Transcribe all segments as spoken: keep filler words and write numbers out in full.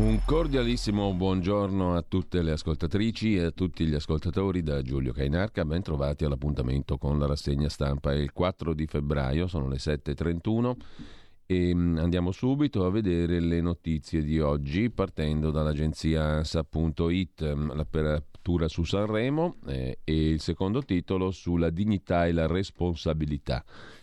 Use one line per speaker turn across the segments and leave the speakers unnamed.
Un cordialissimo buongiorno a tutte le ascoltatrici e a tutti gli ascoltatori da Giulio Cainarca, ben trovati all'appuntamento con la rassegna stampa. È il quattro di febbraio, sono le sette e trentuno e andiamo subito a vedere le notizie di oggi partendo dall'agenzia ANSA punto it, l'apertura su Sanremo eh, e il secondo titolo sulla dignità e la responsabilità,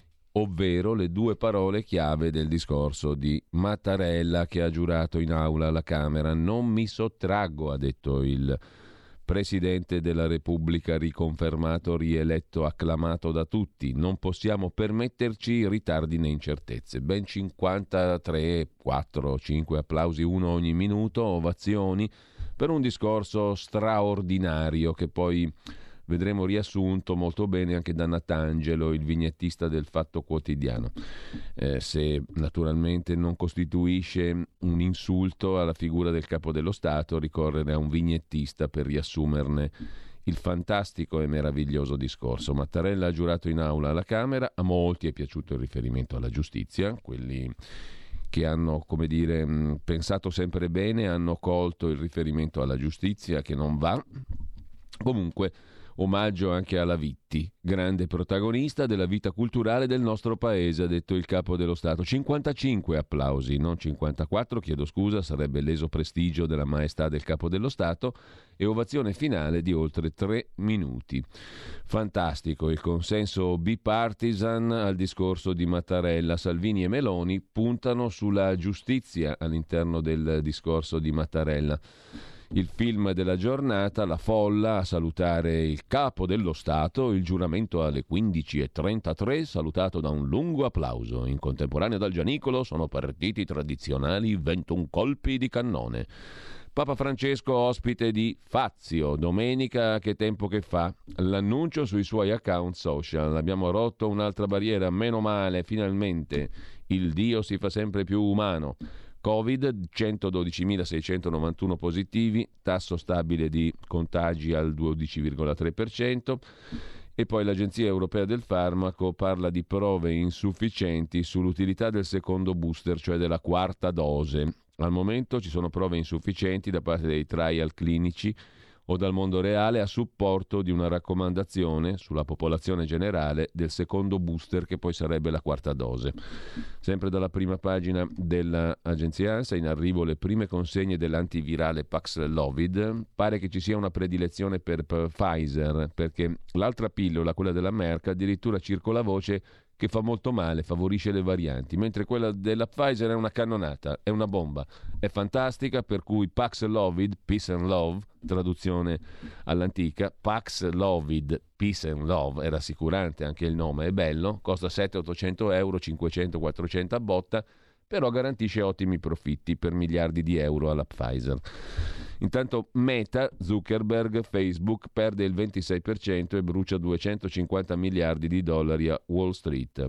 ovvero le due parole chiave del discorso di Mattarella, che ha giurato in aula alla Camera. Non mi sottraggo, ha detto il Presidente della Repubblica, riconfermato, rieletto, acclamato da tutti. Non possiamo permetterci ritardi né incertezze. Ben cinquantatré, quattro, cinque applausi, uno ogni minuto, ovazioni, per un discorso straordinario che poi vedremo riassunto molto bene anche da Natangelo, il vignettista del Fatto Quotidiano, eh, se naturalmente non costituisce un insulto alla figura del Capo dello Stato ricorrere a un vignettista per riassumerne il fantastico e meraviglioso discorso. Mattarella ha giurato in aula alla Camera, a molti è piaciuto il riferimento alla giustizia, quelli che hanno, come dire, pensato sempre bene, hanno colto il riferimento alla giustizia che non va. Comunque, omaggio anche alla Vitti, grande protagonista della vita culturale del nostro paese, ha detto il Capo dello Stato. cinquantacinque applausi, non cinquantaquattro, chiedo scusa, sarebbe leso prestigio della maestà del Capo dello Stato, e ovazione finale di oltre tre minuti. Fantastico il consenso bipartisan al discorso di Mattarella. Salvini e Meloni puntano sulla giustizia all'interno del discorso di Mattarella. Il film della giornata, la folla a salutare il Capo dello Stato, il giuramento alle quindici e trentatré, salutato da un lungo applauso. In contemporanea dal Gianicolo sono partiti tradizionali ventuno colpi di cannone. Papa Francesco ospite di Fazio, domenica che tempo che fa, l'annuncio sui suoi account social. Abbiamo rotto un'altra barriera, meno male, finalmente, il Dio si fa sempre più umano. Covid, centododicimilaseicentonovantuno positivi, tasso stabile di contagi al dodici virgola tre per cento, e poi l'Agenzia Europea del Farmaco parla di prove insufficienti sull'utilità del secondo booster, cioè della quarta dose. Al momento ci sono prove insufficienti da parte dei trial clinici o dal mondo reale a supporto di una raccomandazione sulla popolazione generale del secondo booster, che poi sarebbe la quarta dose. Sempre dalla prima pagina dell'agenzia ANSA, in arrivo le prime consegne dell'antivirale Paxlovid. Pare che ci sia una predilezione per Pfizer, perché l'altra pillola, quella della Merck, addirittura circola voce che fa molto male, favorisce le varianti, mentre quella della Pfizer è una cannonata, è una bomba, è fantastica, per cui Paxlovid, Peace and Love, traduzione all'antica, Paxlovid, Peace and Love, è rassicurante anche il nome, è bello, costa settecento ottocento euro, cinquecento quattrocento a botta, però garantisce ottimi profitti per miliardi di euro alla Pfizer. Intanto Meta, Zuckerberg, Facebook, perde il ventisei per cento e brucia duecentocinquanta miliardi di dollari a Wall Street.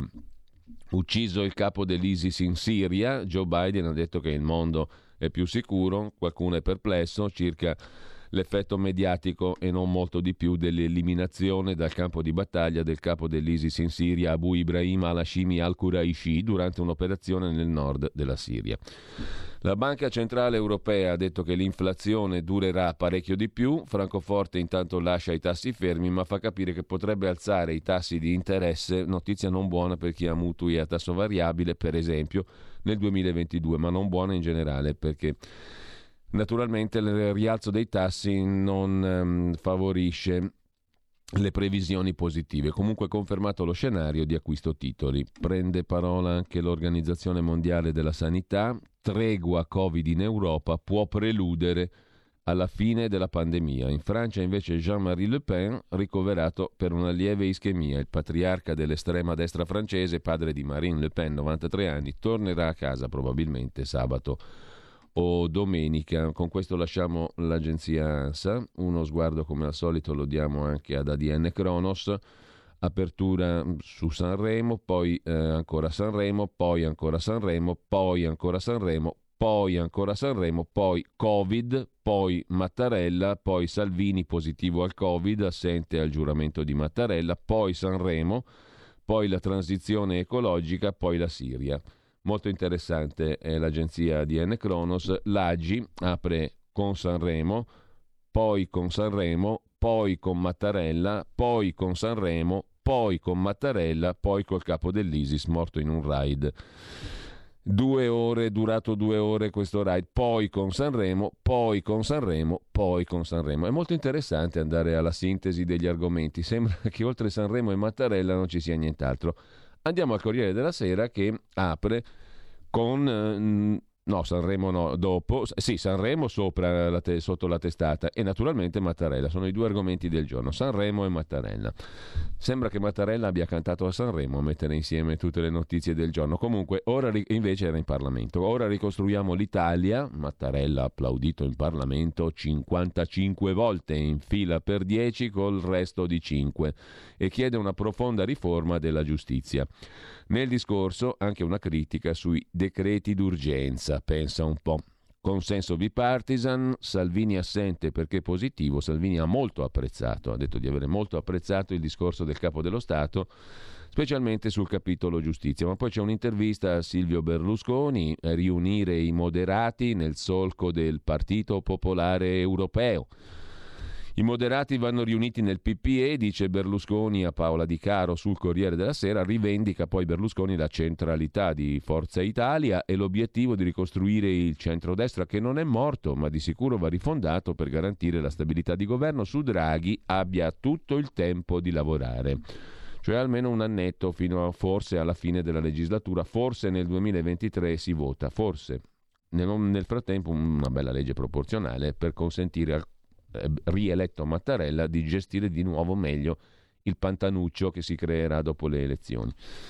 Ucciso il capo dell'ISIS in Siria, Joe Biden ha detto che il mondo è più sicuro, qualcuno è perplesso circa l'effetto mediatico e non molto di più dell'eliminazione dal campo di battaglia del capo dell'ISIS in Siria, Abu Ibrahim al-Hashimi al-Quraishi, durante un'operazione nel nord della Siria. La Banca Centrale Europea ha detto che l'inflazione durerà parecchio di più. Francoforte intanto lascia i tassi fermi, ma fa capire che potrebbe alzare i tassi di interesse, notizia non buona per chi ha mutui a tasso variabile, per esempio, nel duemilaventidue, ma non buona in generale, perché naturalmente il rialzo dei tassi non um, favorisce le previsioni positive. Comunque confermato lo scenario di acquisto titoli. Prende parola anche l'Organizzazione Mondiale della Sanità. Tregua Covid in Europa può preludere alla fine della pandemia. In Francia invece Jean-Marie Le Pen ricoverato per una lieve ischemia. Il patriarca dell'estrema destra francese, padre di Marine Le Pen, novantatré anni, tornerà a casa probabilmente sabato o domenica. Con questo lasciamo l'agenzia ANSA. Uno sguardo come al solito lo diamo anche ad A D N Cronos. Apertura su Sanremo, poi eh, ancora Sanremo, poi ancora Sanremo, poi ancora Sanremo, poi ancora Sanremo, poi Covid, poi Mattarella, poi Salvini positivo al Covid, assente al giuramento di Mattarella, poi Sanremo, poi la transizione ecologica, poi la Siria. Molto interessante è l'agenzia di N Cronos. L'A G I apre con Sanremo, poi con Sanremo, poi con Mattarella, poi con Sanremo, poi con Mattarella, poi col capo dell'ISIS morto in un raid. Due ore, durato due ore questo raid, poi con Sanremo, poi con Sanremo, poi con Sanremo. È molto interessante andare alla sintesi degli argomenti. Sembra che oltre Sanremo e Mattarella non ci sia nient'altro. Andiamo al Corriere della Sera, che apre con... Eh, no, Sanremo no, dopo. Sì, Sanremo sopra la te, sotto la testata e naturalmente Mattarella. Sono i due argomenti del giorno, Sanremo e Mattarella. Sembra che Mattarella abbia cantato a Sanremo a mettere insieme tutte le notizie del giorno. Comunque, ora invece era in Parlamento. Ora ricostruiamo l'Italia. Mattarella applaudito in Parlamento cinquantacinque volte in fila per dieci col resto di cinque e chiede una profonda riforma della giustizia. Nel discorso anche una critica sui decreti d'urgenza. Pensa un po'. Consenso bipartisan, Salvini assente perché positivo. Salvini ha molto apprezzato, ha detto di avere molto apprezzato il discorso del Capo dello Stato, specialmente sul capitolo giustizia. Ma poi c'è un'intervista a Silvio Berlusconi, a riunire i moderati nel solco del Partito Popolare Europeo. I moderati vanno riuniti nel P P E, dice Berlusconi a Paola Di Caro sul Corriere della Sera. Rivendica poi Berlusconi la centralità di Forza Italia e l'obiettivo di ricostruire il centrodestra, che non è morto ma di sicuro va rifondato per garantire la stabilità di governo. Su Draghi abbia tutto il tempo di lavorare, cioè almeno un annetto fino a forse alla fine della legislatura, forse nel duemilaventitré si vota, forse nel, nel frattempo una bella legge proporzionale per consentire al rieletto Mattarella di gestire di nuovo meglio il pantanuccio che si creerà dopo le elezioni.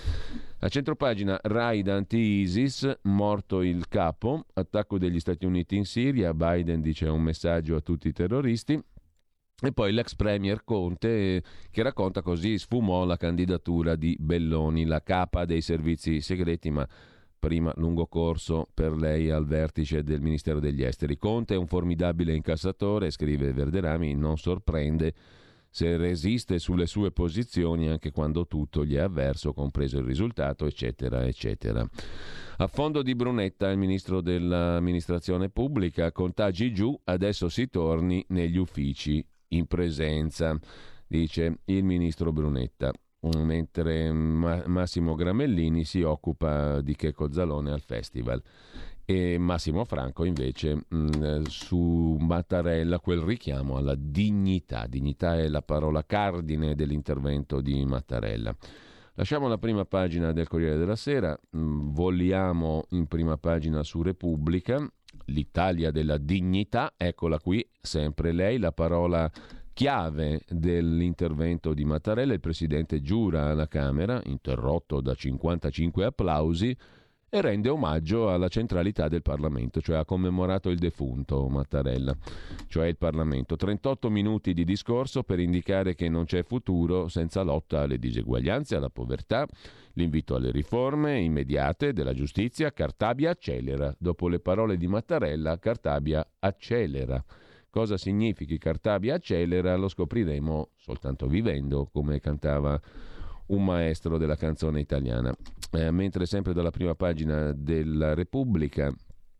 A centropagina, raid anti-ISIS, morto il capo, attacco degli Stati Uniti in Siria, Biden dice un messaggio a tutti i terroristi. E poi l'ex premier Conte che racconta così sfumò la candidatura di Belloni, la capa dei servizi segreti, ma prima lungo corso per lei al vertice del Ministero degli Esteri. Conte è un formidabile incassatore, scrive Verderami, non sorprende se resiste sulle sue posizioni anche quando tutto gli è avverso, compreso il risultato, eccetera, eccetera. A fondo di Brunetta, il ministro dell'amministrazione pubblica, contagi giù, adesso si torni negli uffici in presenza, dice il ministro Brunetta. Mentre Massimo Gramellini si occupa di Checco Zalone al festival e Massimo Franco invece mh, su Mattarella, quel richiamo alla dignità. Dignità è la parola cardine dell'intervento di Mattarella. Lasciamo la prima pagina del Corriere della Sera, mh, voliamo in prima pagina su Repubblica, l'Italia della dignità, eccola qui, sempre lei, la parola chiave dell'intervento di Mattarella. Il presidente giura alla Camera, interrotto da cinquantacinque applausi, e rende omaggio alla centralità del Parlamento, cioè ha commemorato il defunto Mattarella, cioè il Parlamento. trentotto minuti di discorso per indicare che non c'è futuro senza lotta alle diseguaglianze, alla povertà, l'invito alle riforme immediate della giustizia. Cartabia accelera. Dopo le parole di Mattarella, Cartabia accelera. Cosa significhi Cartabia accelera lo scopriremo soltanto vivendo, come cantava un maestro della canzone italiana. Eh, mentre sempre dalla prima pagina della Repubblica,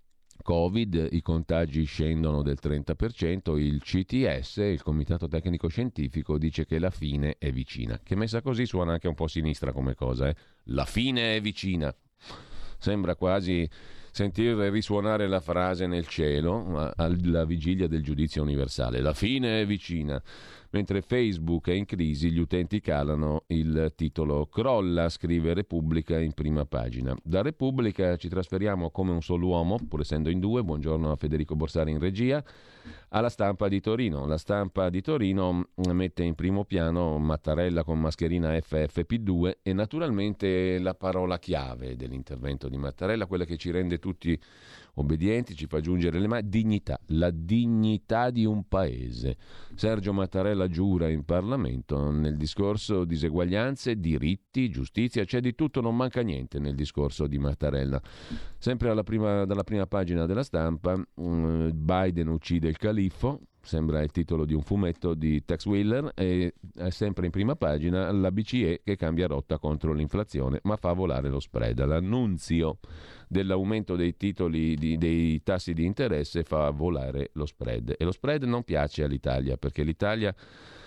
Covid, i contagi scendono del trenta per cento, il C T S, il Comitato Tecnico Scientifico, dice che la fine è vicina. Che messa così suona anche un po' sinistra come cosa, eh? La fine è vicina. Sembra quasi sentir risuonare la frase nel cielo alla vigilia del giudizio universale. La fine è vicina. Mentre Facebook è in crisi, gli utenti calano, il titolo crolla, scrive Repubblica in prima pagina. Da Repubblica ci trasferiamo come un solo uomo, pur essendo in due, buongiorno a Federico Borsari in regia, alla Stampa di Torino. La Stampa di Torino mette in primo piano Mattarella con mascherina F F P due e naturalmente la parola chiave dell'intervento di Mattarella, quella che ci rende tutti obbedienti, ci fa giungere le mani, dignità, la dignità di un paese. Sergio Mattarella giura in Parlamento, nel discorso diseguaglianze, diritti, giustizia, c'è di tutto, non manca niente nel discorso di Mattarella. Sempre alla prima, dalla prima pagina della Stampa, Biden uccide il califfo, sembra il titolo di un fumetto di Tex Willer, e è sempre in prima pagina la B C E che cambia rotta contro l'inflazione ma fa volare lo spread. L'annunzio dell'aumento dei titoli di, dei tassi di interesse fa volare lo spread, e lo spread non piace all'Italia, perché l'Italia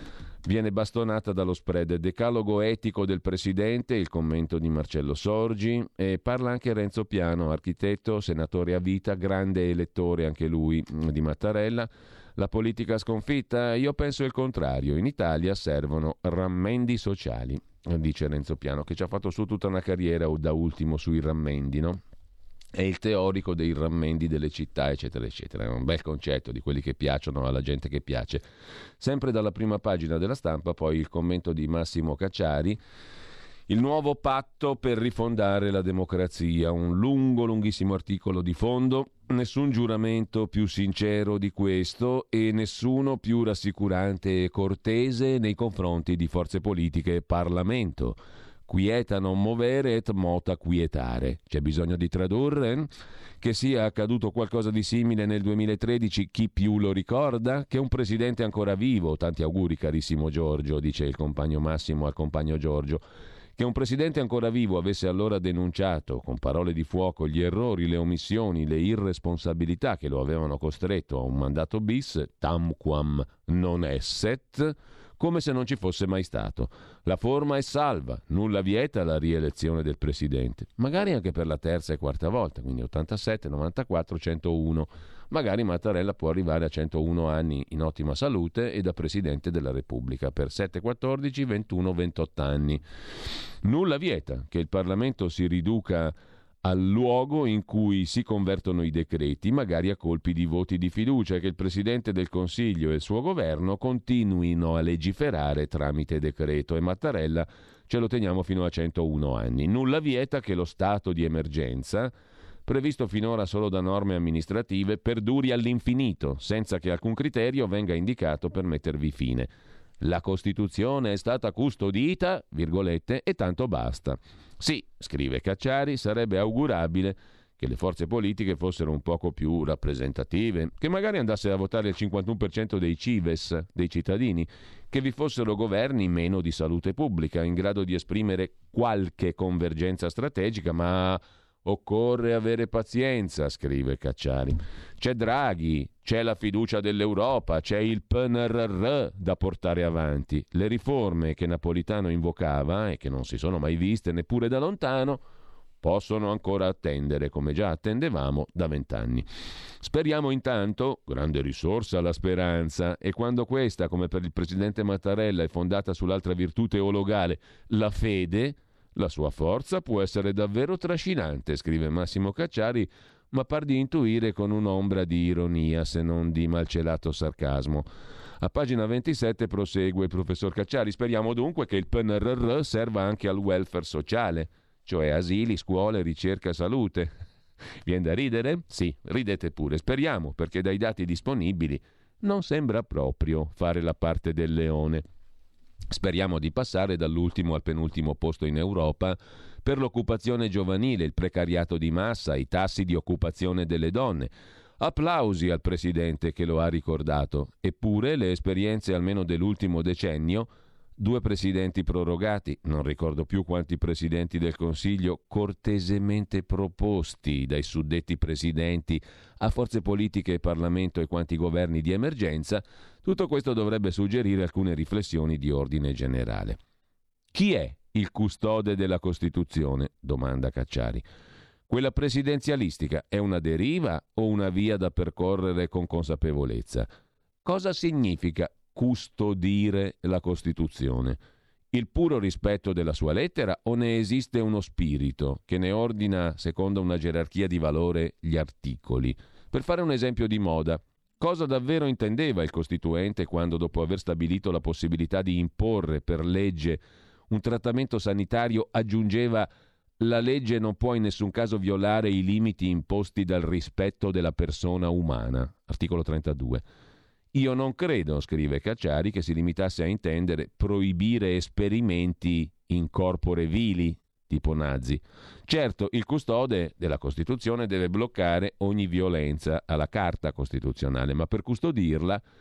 viene bastonata dallo spread. Decalogo etico del presidente, il commento di Marcello Sorgi, e parla anche Renzo Piano, architetto, senatore a vita, grande elettore anche lui di Mattarella. La politica sconfitta? Io penso il contrario. In Italia servono rammendi sociali, dice Renzo Piano, che ci ha fatto su tutta una carriera, o da ultimo sui rammendi, no? È il teorico dei rammendi delle città, eccetera, eccetera. È un bel concetto, di quelli che piacciono alla gente che piace. Sempre dalla prima pagina della Stampa, poi il commento di Massimo Cacciari, il nuovo patto per rifondare la democrazia, un lungo, lunghissimo articolo di fondo, nessun giuramento più sincero di questo e nessuno più rassicurante e cortese nei confronti di forze politiche e Parlamento. Quieta non movere et mota quietare. C'è bisogno di tradurre? Che sia accaduto qualcosa di simile nel duemilatredici, chi più lo ricorda? Che un presidente ancora vivo, tanti auguri carissimo Giorgio, dice il compagno Massimo al compagno Giorgio, che un presidente ancora vivo avesse allora denunciato con parole di fuoco gli errori, le omissioni, le irresponsabilità che lo avevano costretto a un mandato bis, tamquam non esset, come se non ci fosse mai stato. La forma è salva, nulla vieta la rielezione del presidente, magari anche per la terza e quarta volta, quindi ottantasette, novantaquattro, centouno. Magari Mattarella può arrivare a centouno anni in ottima salute e da Presidente della Repubblica per sette, quattordici, ventuno, ventotto anni. Nulla vieta che il Parlamento si riduca al luogo in cui si convertono i decreti, magari a colpi di voti di fiducia, e che il Presidente del Consiglio e il suo governo continuino a legiferare tramite decreto, e Mattarella ce lo teniamo fino a centouno anni. Nulla vieta che lo stato di emergenza, previsto finora solo da norme amministrative, perduri all'infinito, senza che alcun criterio venga indicato per mettervi fine. La Costituzione è stata custodita, virgolette, e tanto basta. Sì, scrive Cacciari, sarebbe augurabile che le forze politiche fossero un poco più rappresentative, che magari andasse a votare il cinquantuno per cento dei Cives, dei cittadini, che vi fossero governi meno di salute pubblica, in grado di esprimere qualche convergenza strategica, ma occorre avere pazienza, scrive Cacciari. C'è Draghi, c'è la fiducia dell'Europa, c'è il P N R R da portare avanti. Le riforme che Napolitano invocava e che non si sono mai viste neppure da lontano possono ancora attendere, come già attendevamo da vent'anni. Speriamo intanto, grande risorsa la speranza, e quando questa, come per il presidente Mattarella, è fondata sull'altra virtù teologale, la fede, la sua forza può essere davvero trascinante, scrive Massimo Cacciari, ma par di intuire con un'ombra di ironia, se non di malcelato sarcasmo. A pagina ventisette prosegue il professor Cacciari: speriamo dunque che il P N R R serva anche al welfare sociale, cioè asili, scuole, ricerca, salute. Viene da ridere? Sì, ridete pure. Speriamo, perché dai dati disponibili non sembra proprio fare la parte del leone. Speriamo di passare dall'ultimo al penultimo posto in Europa per l'occupazione giovanile, il precariato di massa, i tassi di occupazione delle donne. Applausi al Presidente che lo ha ricordato. Eppure le esperienze almeno dell'ultimo decennio, due presidenti prorogati, non ricordo più quanti presidenti del Consiglio cortesemente proposti dai suddetti presidenti a forze politiche e Parlamento e quanti governi di emergenza, tutto questo dovrebbe suggerire alcune riflessioni di ordine generale. Chi è il custode della Costituzione? Domanda Cacciari. Quella presidenzialistica è una deriva o una via da percorrere con consapevolezza? Cosa significa custodire la Costituzione? Il puro rispetto della sua lettera o ne esiste uno spirito che ne ordina secondo una gerarchia di valore gli articoli? Per fare un esempio di moda, cosa davvero intendeva il Costituente quando, dopo aver stabilito la possibilità di imporre per legge un trattamento sanitario, aggiungeva: la legge non può in nessun caso violare i limiti imposti dal rispetto della persona umana? Articolo trentadue. Io non credo, scrive Cacciari, che si limitasse a intendere proibire esperimenti in corpore vili, tipo nazi. Certo, il custode della Costituzione deve bloccare ogni violenza alla Carta Costituzionale, ma per custodirla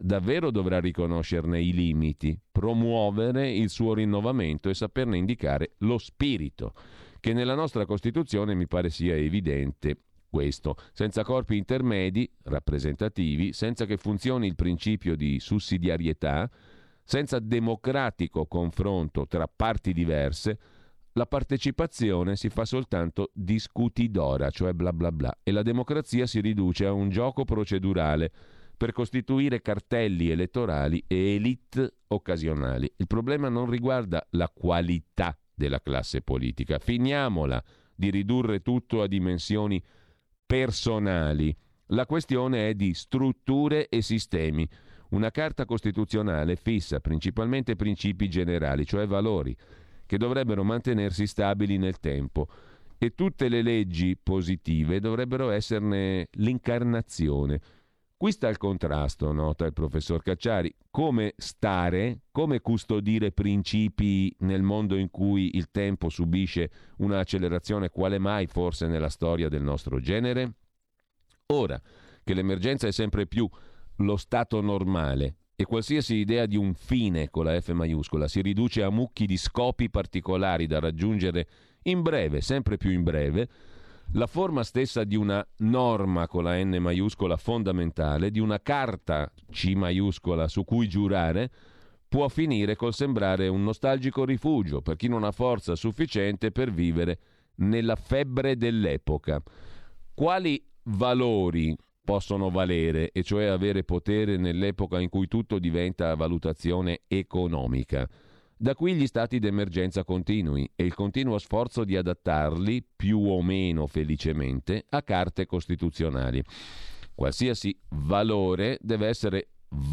davvero dovrà riconoscerne i limiti, promuovere il suo rinnovamento e saperne indicare lo spirito, che nella nostra Costituzione mi pare sia evidente questo. Senza corpi intermedi, rappresentativi, senza che funzioni il principio di sussidiarietà, senza democratico confronto tra parti diverse, la partecipazione si fa soltanto discutidora, cioè bla bla bla, e la democrazia si riduce a un gioco procedurale per costituire cartelli elettorali e élite occasionali. Il problema non riguarda la qualità della classe politica. Finiamola di ridurre tutto a dimensioni personali. La questione è di strutture e sistemi. Una Carta Costituzionale fissa principalmente principi generali, cioè valori, che dovrebbero mantenersi stabili nel tempo, e tutte le leggi positive dovrebbero esserne l'incarnazione. Qui sta il contrasto, nota il professor Cacciari. Come stare, come custodire principi nel mondo in cui il tempo subisce una accelerazione quale mai forse nella storia del nostro genere? Ora che l'emergenza è sempre più lo stato normale e qualsiasi idea di un fine con la F maiuscola si riduce a mucchi di scopi particolari da raggiungere in breve, sempre più in breve, la forma stessa di una norma con la N maiuscola fondamentale, di una carta C maiuscola su cui giurare, può finire col sembrare un nostalgico rifugio per chi non ha forza sufficiente per vivere nella febbre dell'epoca. Quali valori possono valere, e cioè avere potere nell'epoca in cui tutto diventa valutazione economica? Da qui gli stati d'emergenza continui e il continuo sforzo di adattarli, più o meno felicemente, a carte costituzionali. Qualsiasi valore deve essere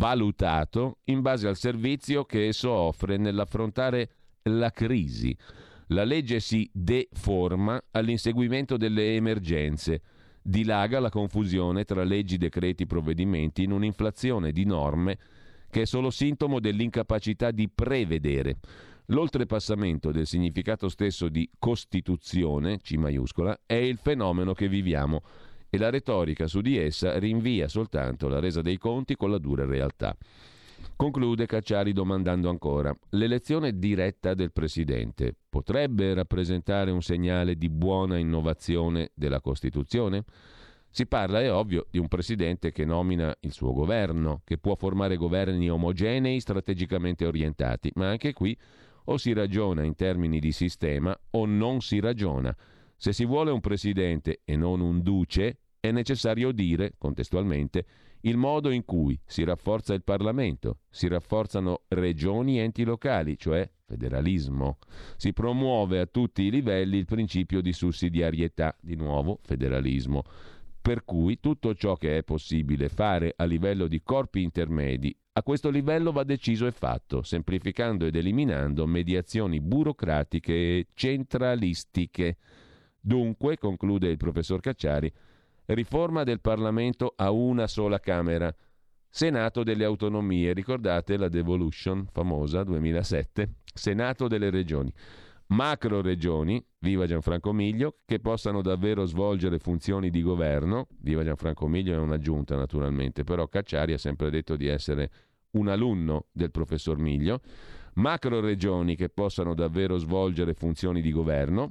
valutato in base al servizio che esso offre nell'affrontare la crisi. La legge si deforma all'inseguimento delle emergenze, dilaga la confusione tra leggi, decreti, provvedimenti in un'inflazione di norme che è solo sintomo dell'incapacità di prevedere. L'oltrepassamento del significato stesso di Costituzione, C maiuscola, è il fenomeno che viviamo e la retorica su di essa rinvia soltanto la resa dei conti con la dura realtà. Conclude Cacciari domandando ancora: l'elezione diretta del Presidente potrebbe rappresentare un segnale di buona innovazione della Costituzione? Si parla, è ovvio, di un Presidente che nomina il suo governo, che può formare governi omogenei strategicamente orientati, ma anche qui o si ragiona in termini di sistema o non si ragiona. Se si vuole un Presidente e non un duce, è necessario dire, contestualmente, il modo in cui si rafforza il Parlamento, si rafforzano regioni e enti locali, cioè federalismo. Si promuove a tutti i livelli il principio di sussidiarietà, di nuovo federalismo. Per cui tutto ciò che è possibile fare a livello di corpi intermedi, a questo livello va deciso e fatto, semplificando ed eliminando mediazioni burocratiche e centralistiche. Dunque, conclude il professor Cacciari, riforma del Parlamento a una sola Camera, Senato delle autonomie, ricordate la devolution famosa duemilasette, Senato delle regioni, macro regioni, viva Gianfranco Miglio, che possano davvero svolgere funzioni di governo. Viva Gianfranco Miglio è una giunta naturalmente, però Cacciari ha sempre detto di essere un alunno del professor Miglio. Macro regioni che possano davvero svolgere funzioni di governo,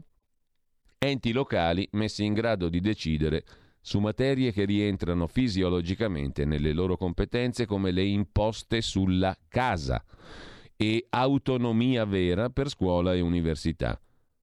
enti locali messi in grado di decidere su materie che rientrano fisiologicamente nelle loro competenze, come le imposte sulla casa, e autonomia vera per scuola e università.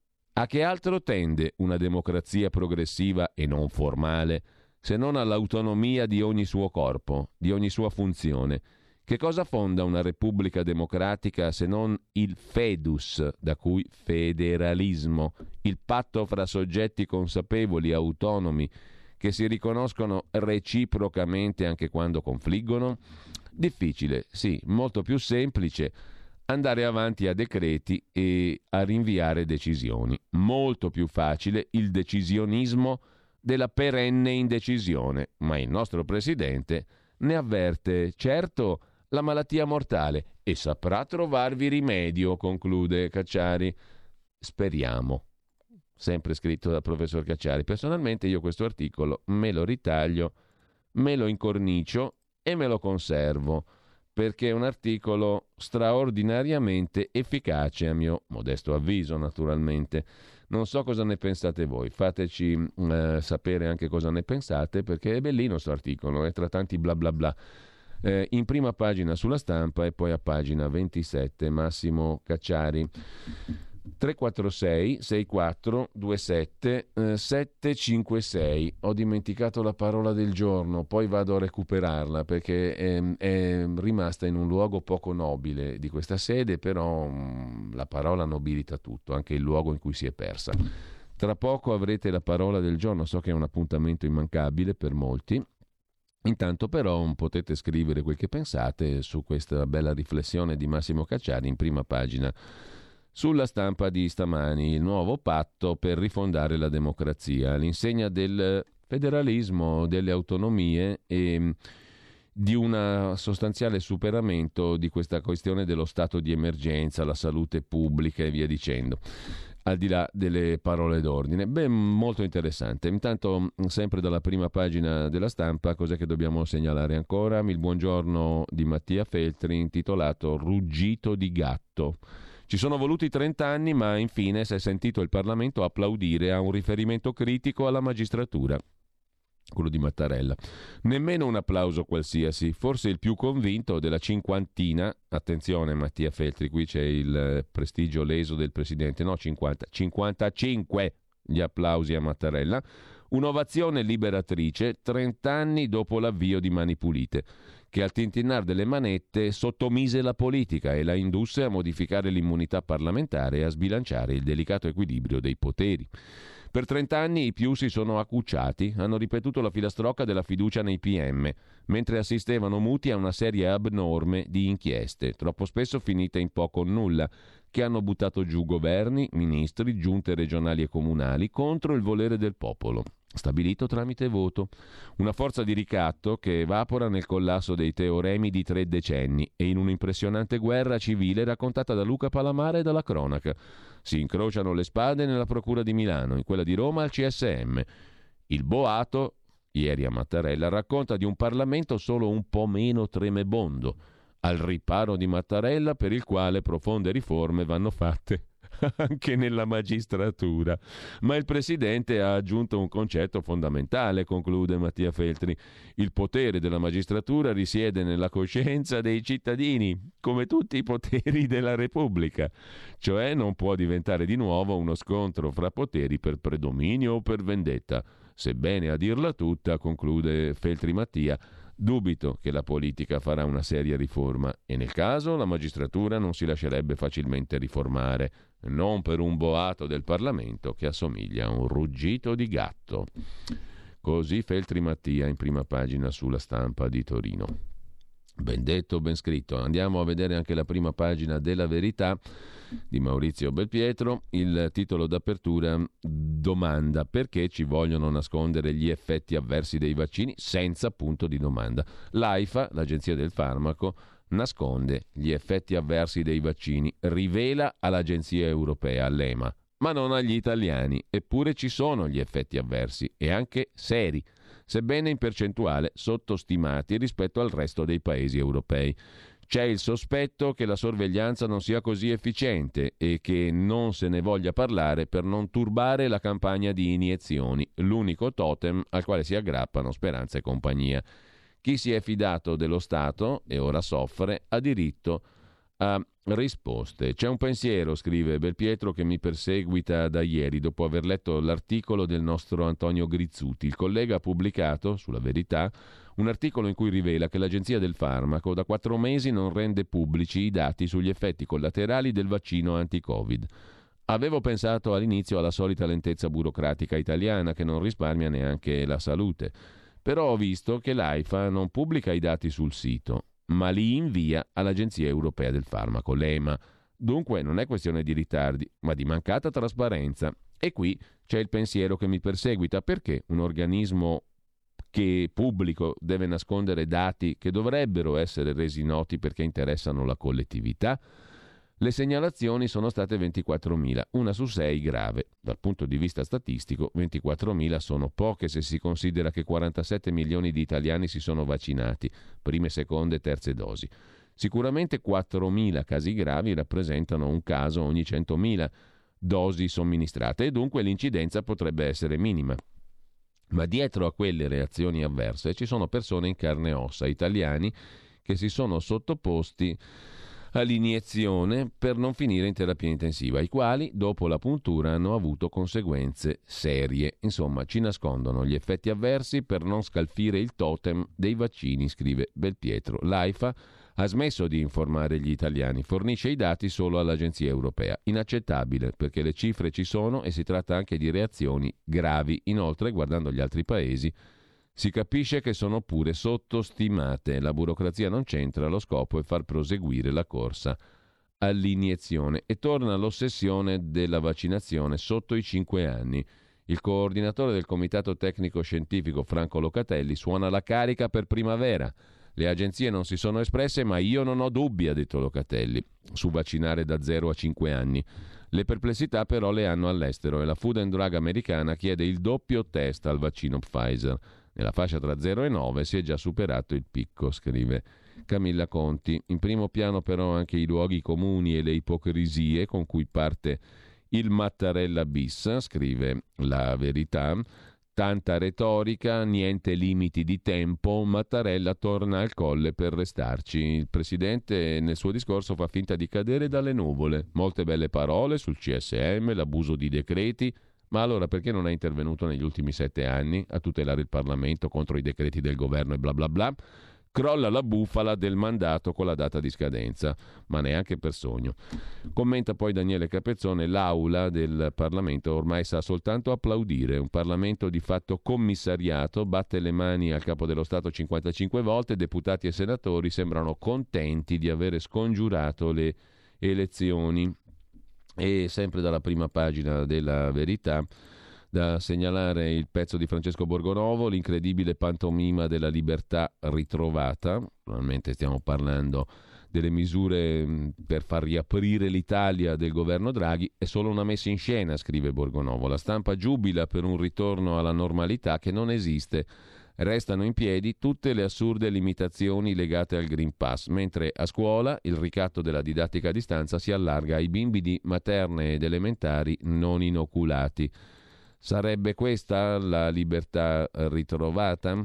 A che altro tende una democrazia progressiva e non formale, se non all'autonomia di ogni suo corpo, di ogni sua funzione? Che cosa fonda una repubblica democratica se non il fedus, da cui federalismo, il patto fra soggetti consapevoli, autonomi, che si riconoscono reciprocamente anche quando confliggono? Difficile, sì, molto più semplice andare avanti a decreti e a rinviare decisioni. Molto più facile il decisionismo della perenne indecisione, ma il nostro Presidente ne avverte, certo, la malattia mortale e saprà trovarvi rimedio, conclude Cacciari. Speriamo. Sempre scritto dal professor Cacciari. Personalmente io questo articolo me lo ritaglio, me lo incornicio e me lo conservo. perché è un articolo straordinariamente efficace, a mio modesto avviso naturalmente. Non so cosa ne pensate voi, fateci eh, sapere anche cosa ne pensate, perché è bellino questo articolo, è tra tanti bla bla bla. Eh, in prima pagina sulla Stampa e poi a pagina ventisette Massimo Cacciari. tre quattro sei sei quattro due sette sette cinque sei. Ho dimenticato la parola del giorno, poi vado a recuperarla perché è, è rimasta in un luogo poco nobile di questa sede, però mh, la parola nobilita tutto, anche il luogo in cui si è persa. Tra poco avrete la parola del giorno, so che è un appuntamento immancabile per molti. Intanto però potete scrivere quel che pensate su questa bella riflessione di Massimo Cacciari in prima pagina sulla Stampa di stamani, il nuovo patto per rifondare la democrazia, all'insegna del federalismo, delle autonomie e di un sostanziale superamento di questa questione dello stato di emergenza, la salute pubblica e via dicendo, al di là delle parole d'ordine. Beh, molto interessante. Intanto, sempre dalla prima pagina della Stampa, cos'è che dobbiamo segnalare ancora? Il buongiorno di Mattia Feltri, intitolato Ruggito di gatto. Ci sono voluti trenta anni, ma infine si è sentito il Parlamento applaudire a un riferimento critico alla magistratura, quello di Mattarella. Nemmeno un applauso qualsiasi, forse il più convinto della cinquantina. Attenzione Mattia Feltri, qui c'è il prestigio leso del presidente, no cinquanta, cinquantacinque gli applausi a Mattarella. Un'ovazione liberatrice trenta anni dopo l'avvio di Mani Pulite, che al tintinnar delle manette sottomise la politica e la indusse a modificare l'immunità parlamentare e a sbilanciare il delicato equilibrio dei poteri. Per trenta anni i più si sono accucciati, hanno ripetuto la filastrocca della fiducia nei P M, mentre assistevano muti a una serie abnorme di inchieste, troppo spesso finite in poco o nulla, che hanno buttato giù governi, ministri, giunte regionali e comunali contro il volere del popolo, stabilito tramite voto. Una forza di ricatto che evapora nel collasso dei teoremi di tre decenni e in un'impressionante guerra civile raccontata da Luca Palamara e dalla cronaca. Si incrociano le spade nella procura di Milano, in quella di Roma al C S M. Il boato, ieri a Mattarella, racconta di un Parlamento solo un po' meno tremebondo, al riparo di Mattarella, per il quale profonde riforme vanno fatte anche nella magistratura. Ma il Presidente ha aggiunto un concetto fondamentale, conclude Mattia Feltri. Il potere della magistratura risiede nella coscienza dei cittadini, come tutti i poteri della Repubblica. Cioè non può diventare di nuovo uno scontro fra poteri per predominio o per vendetta. Sebbene a dirla tutta, conclude Feltri Mattia, dubito che la politica farà una seria riforma e nel caso la magistratura non si lascerebbe facilmente riformare, non per un boato del Parlamento che assomiglia a un ruggito di gatto. Così Feltri Mattia in prima pagina sulla Stampa di Torino. Ben detto, ben scritto. Andiamo a vedere anche la prima pagina della Verità di Maurizio Belpietro. Il titolo d'apertura: domanda: perché ci vogliono nascondere gli effetti avversi dei vaccini? Senza punto di domanda. L'AIFA, l'Agenzia del Farmaco, nasconde gli effetti avversi dei vaccini, rivela all'Agenzia Europea, all'E M A, ma non agli italiani. Eppure ci sono gli effetti avversi, e anche seri, sebbene in percentuale sottostimati rispetto al resto dei paesi europei. C'è il sospetto che la sorveglianza non sia così efficiente e che non se ne voglia parlare per non turbare la campagna di iniezioni, l'unico totem al quale si aggrappano Speranza e compagnia. Chi si è fidato dello Stato e ora soffre ha diritto a risposte. C'è un pensiero, scrive Belpietro, che mi perseguita da ieri dopo aver letto l'articolo del nostro Antonio Grizzuti. Il collega ha pubblicato sulla Verità un articolo in cui rivela che l'Agenzia del Farmaco da quattro mesi non rende pubblici i dati sugli effetti collaterali del vaccino anti-Covid. Avevo pensato all'inizio alla solita lentezza burocratica italiana che non risparmia neanche la salute, però ho visto che l'AIFA non pubblica i dati sul sito, ma li invia all'Agenzia Europea del Farmaco, l'E M A. Dunque non è questione di ritardi, ma di mancata trasparenza. E qui c'è il pensiero che mi perseguita: perché un organismo che pubblico deve nascondere dati che dovrebbero essere resi noti perché interessano la collettività? Le segnalazioni sono state ventiquattromila, una su sei grave. Dal punto di vista statistico, ventiquattromila sono poche se si considera che quarantasette milioni di italiani si sono vaccinati, prime, seconde e terze dosi. Sicuramente quattromila casi gravi rappresentano un caso ogni centomila dosi somministrate e dunque l'incidenza potrebbe essere minima. Ma dietro a quelle reazioni avverse ci sono persone in carne e ossa, italiani, che si sono sottoposti all'iniezione per non finire in terapia intensiva, i quali dopo la puntura hanno avuto conseguenze serie. Insomma, ci nascondono gli effetti avversi per non scalfire il totem dei vaccini, scrive Belpietro. L'AIFA ha smesso di informare gli italiani, fornisce i dati solo all'Agenzia Europea. Inaccettabile, perché le cifre ci sono e si tratta anche di reazioni gravi. Inoltre, guardando gli altri paesi, si capisce che sono pure sottostimate. La burocrazia non c'entra, lo scopo è far proseguire la corsa all'iniezione. E torna l'ossessione della vaccinazione sotto i cinque anni. Il coordinatore del Comitato Tecnico Scientifico Franco Locatelli suona la carica per primavera. Le agenzie non si sono espresse, ma io non ho dubbi, ha detto Locatelli, su vaccinare da zero a cinque anni. Le perplessità però le hanno all'estero e la Food and Drug americana chiede il doppio test al vaccino Pfizer. Nella fascia tra zero e nove si è già superato il picco, scrive Camilla Conti. In primo piano però anche i luoghi comuni e le ipocrisie con cui parte il Mattarella bis, scrive La Verità. Tanta retorica, niente limiti di tempo, Mattarella torna al Colle per restarci. Il presidente nel suo discorso fa finta di cadere dalle nuvole. Molte belle parole sul C S M, l'abuso di decreti, ma allora perché non è intervenuto negli ultimi sette anni a tutelare il Parlamento contro i decreti del governo e bla bla bla? Crolla la bufala del mandato con la data di scadenza, ma neanche per sogno. Commenta poi Daniele Capezzone: l'aula del Parlamento ormai sa soltanto applaudire, un Parlamento di fatto commissariato, batte le mani al capo dello Stato cinquantacinque volte, deputati e senatori sembrano contenti di avere scongiurato le elezioni. E sempre dalla prima pagina della Verità, da segnalare il pezzo di Francesco Borgonovo, l'incredibile pantomima della libertà ritrovata. Probabilmente stiamo parlando delle misure per far riaprire l'Italia del governo Draghi. È solo una messa in scena, scrive Borgonovo. La stampa giubila per un ritorno alla normalità che non esiste. Restano in piedi tutte le assurde limitazioni legate al Green Pass, mentre a scuola il ricatto della didattica a distanza si allarga ai bimbi di materne ed elementari non inoculati. Sarebbe questa la libertà ritrovata?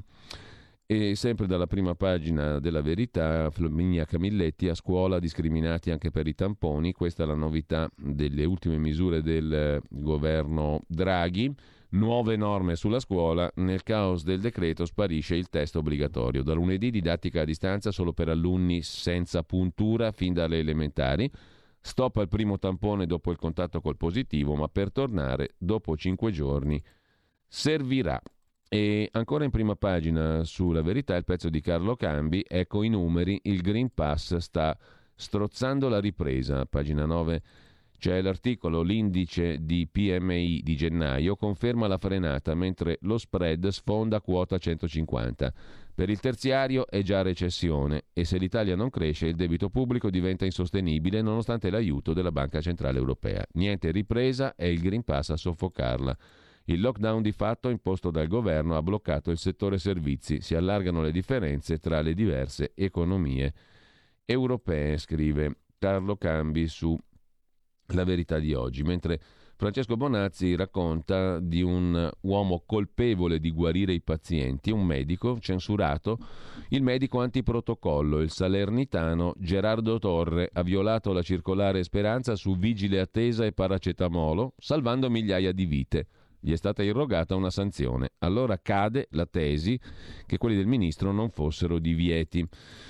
E sempre dalla prima pagina della Verità, Flaminia Camilletti: a scuola discriminati anche per i tamponi. Questa è la novità delle ultime misure del governo Draghi. Nuove norme sulla scuola. Nel caos del decreto sparisce il test obbligatorio. Da lunedì didattica a distanza solo per alunni senza puntura fin dalle elementari. Stop al primo tampone dopo il contatto col positivo, ma per tornare dopo cinque giorni servirà. E ancora in prima pagina sulla Verità il pezzo di Carlo Cambi: ecco i numeri, il Green Pass sta strozzando la ripresa. Pagina nove c'è l'articolo: l'indice di P M I di gennaio conferma la frenata, mentre lo spread sfonda quota centocinquanta. Per il terziario è già recessione e se l'Italia non cresce il debito pubblico diventa insostenibile nonostante l'aiuto della Banca Centrale Europea. Niente ripresa, è il Green Pass a soffocarla. Il lockdown di fatto imposto dal governo ha bloccato il settore servizi, si allargano le differenze tra le diverse economie europee, scrive Carlo Cambi su La Verità di oggi, mentre Francesco Bonazzi racconta di un uomo colpevole di guarire i pazienti, un medico censurato, il medico antiprotocollo, il salernitano Gerardo Torre, ha violato la circolare Speranza su vigile attesa e paracetamolo, salvando migliaia di vite. Gli è stata irrogata una sanzione. Allora cade la tesi che quelli del ministro non fossero divieti.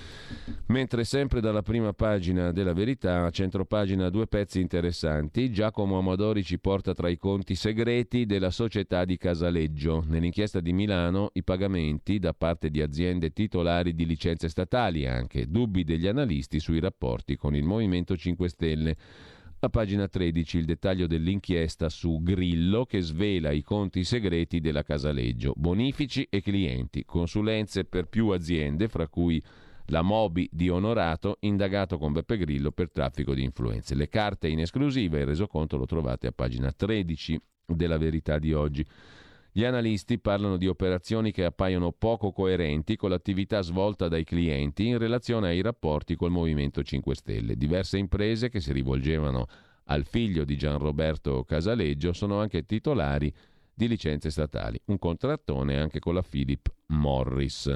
Mentre sempre dalla prima pagina della Verità, a centropagina, due pezzi interessanti. Giacomo Amadori ci porta tra i conti segreti della società di Casaleggio. Nell'inchiesta di Milano i pagamenti da parte di aziende titolari di licenze statali, anche dubbi degli analisti sui rapporti con il Movimento cinque Stelle. A pagina tredici il dettaglio dell'inchiesta su Grillo che svela i conti segreti della Casaleggio. Bonifici e clienti, consulenze per più aziende, fra cui la Mobi di Onorato, indagato con Beppe Grillo per traffico di influenze. Le carte in esclusiva e il resoconto lo trovate a pagina tredici della Verità di oggi. Gli analisti parlano di operazioni che appaiono poco coerenti con l'attività svolta dai clienti in relazione ai rapporti col Movimento cinque Stelle. Diverse imprese che si rivolgevano al figlio di Gianroberto Casaleggio sono anche titolari di licenze statali. Un contrattone anche con la Philip Morris.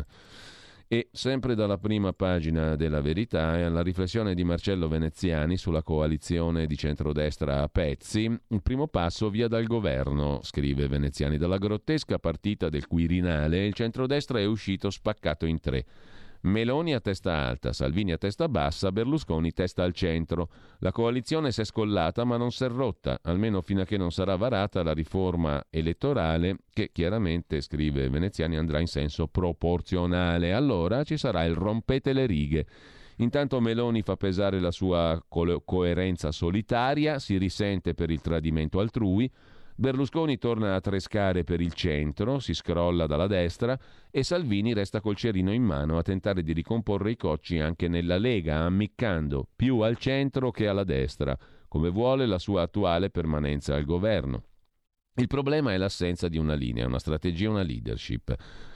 E sempre dalla prima pagina della Verità è la riflessione di Marcello Veneziani sulla coalizione di centrodestra a pezzi. Il primo passo via dal governo, scrive Veneziani. Dalla grottesca partita del Quirinale il centrodestra è uscito spaccato in tre. Meloni a testa alta, Salvini a testa bassa, Berlusconi testa al centro. La coalizione si è scollata ma non si è rotta, almeno fino a che non sarà varata la riforma elettorale che chiaramente, scrive Veneziani, andrà in senso proporzionale. Allora ci sarà il rompete le righe. Intanto Meloni fa pesare la sua co- coerenza solitaria, si risente per il tradimento altrui. Berlusconi torna a trescare per il centro, si scrolla dalla destra e Salvini resta col cerino in mano a tentare di ricomporre i cocci anche nella Lega, ammiccando più al centro che alla destra, come vuole la sua attuale permanenza al governo. Il problema è l'assenza di una linea, una strategia, una leadership.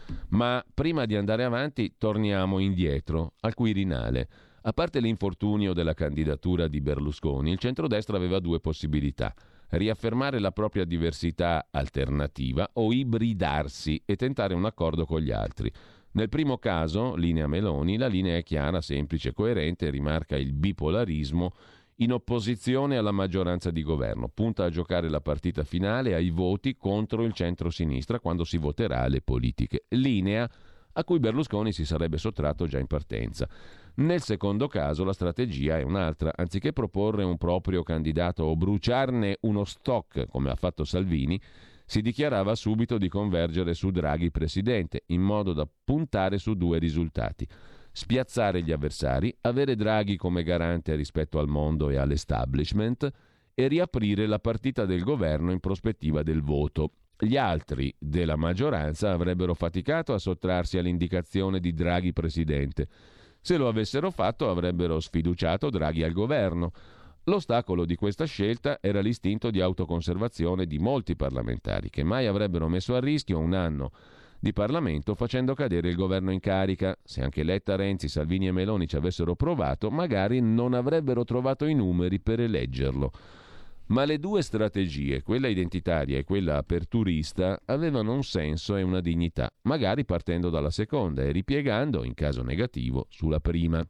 Ma prima di andare avanti torniamo indietro, al Quirinale. A parte l'infortunio della candidatura di Berlusconi, il centrodestra aveva due possibilità: riaffermare la propria diversità alternativa o ibridarsi e tentare un accordo con gli altri. Nel primo caso, linea Meloni, la linea è chiara, semplice, coerente, rimarca il bipolarismo in opposizione alla maggioranza di governo. Punta a giocare la partita finale ai voti contro il centro-sinistra quando si voterà alle politiche. Linea a cui Berlusconi si sarebbe sottratto già in partenza. Nel secondo caso la strategia è un'altra. Anziché proporre un proprio candidato o bruciarne uno stock, come ha fatto Salvini, si dichiarava subito di convergere su Draghi presidente, in modo da puntare su due risultati: spiazzare gli avversari, avere Draghi come garante rispetto al mondo e all'establishment e riaprire la partita del governo in prospettiva del voto. Gli altri della maggioranza avrebbero faticato a sottrarsi all'indicazione di Draghi presidente. Se lo avessero fatto avrebbero sfiduciato Draghi al governo. L'ostacolo di questa scelta era l'istinto di autoconservazione di molti parlamentari, che mai avrebbero messo a rischio un anno di Parlamento facendo cadere il governo in carica. Se anche Letta, Renzi, Salvini e Meloni ci avessero provato, magari non avrebbero trovato i numeri per eleggerlo. Ma le due strategie, quella identitaria e quella aperturista, avevano un senso e una dignità, magari partendo dalla seconda e ripiegando, in caso negativo, sulla prima.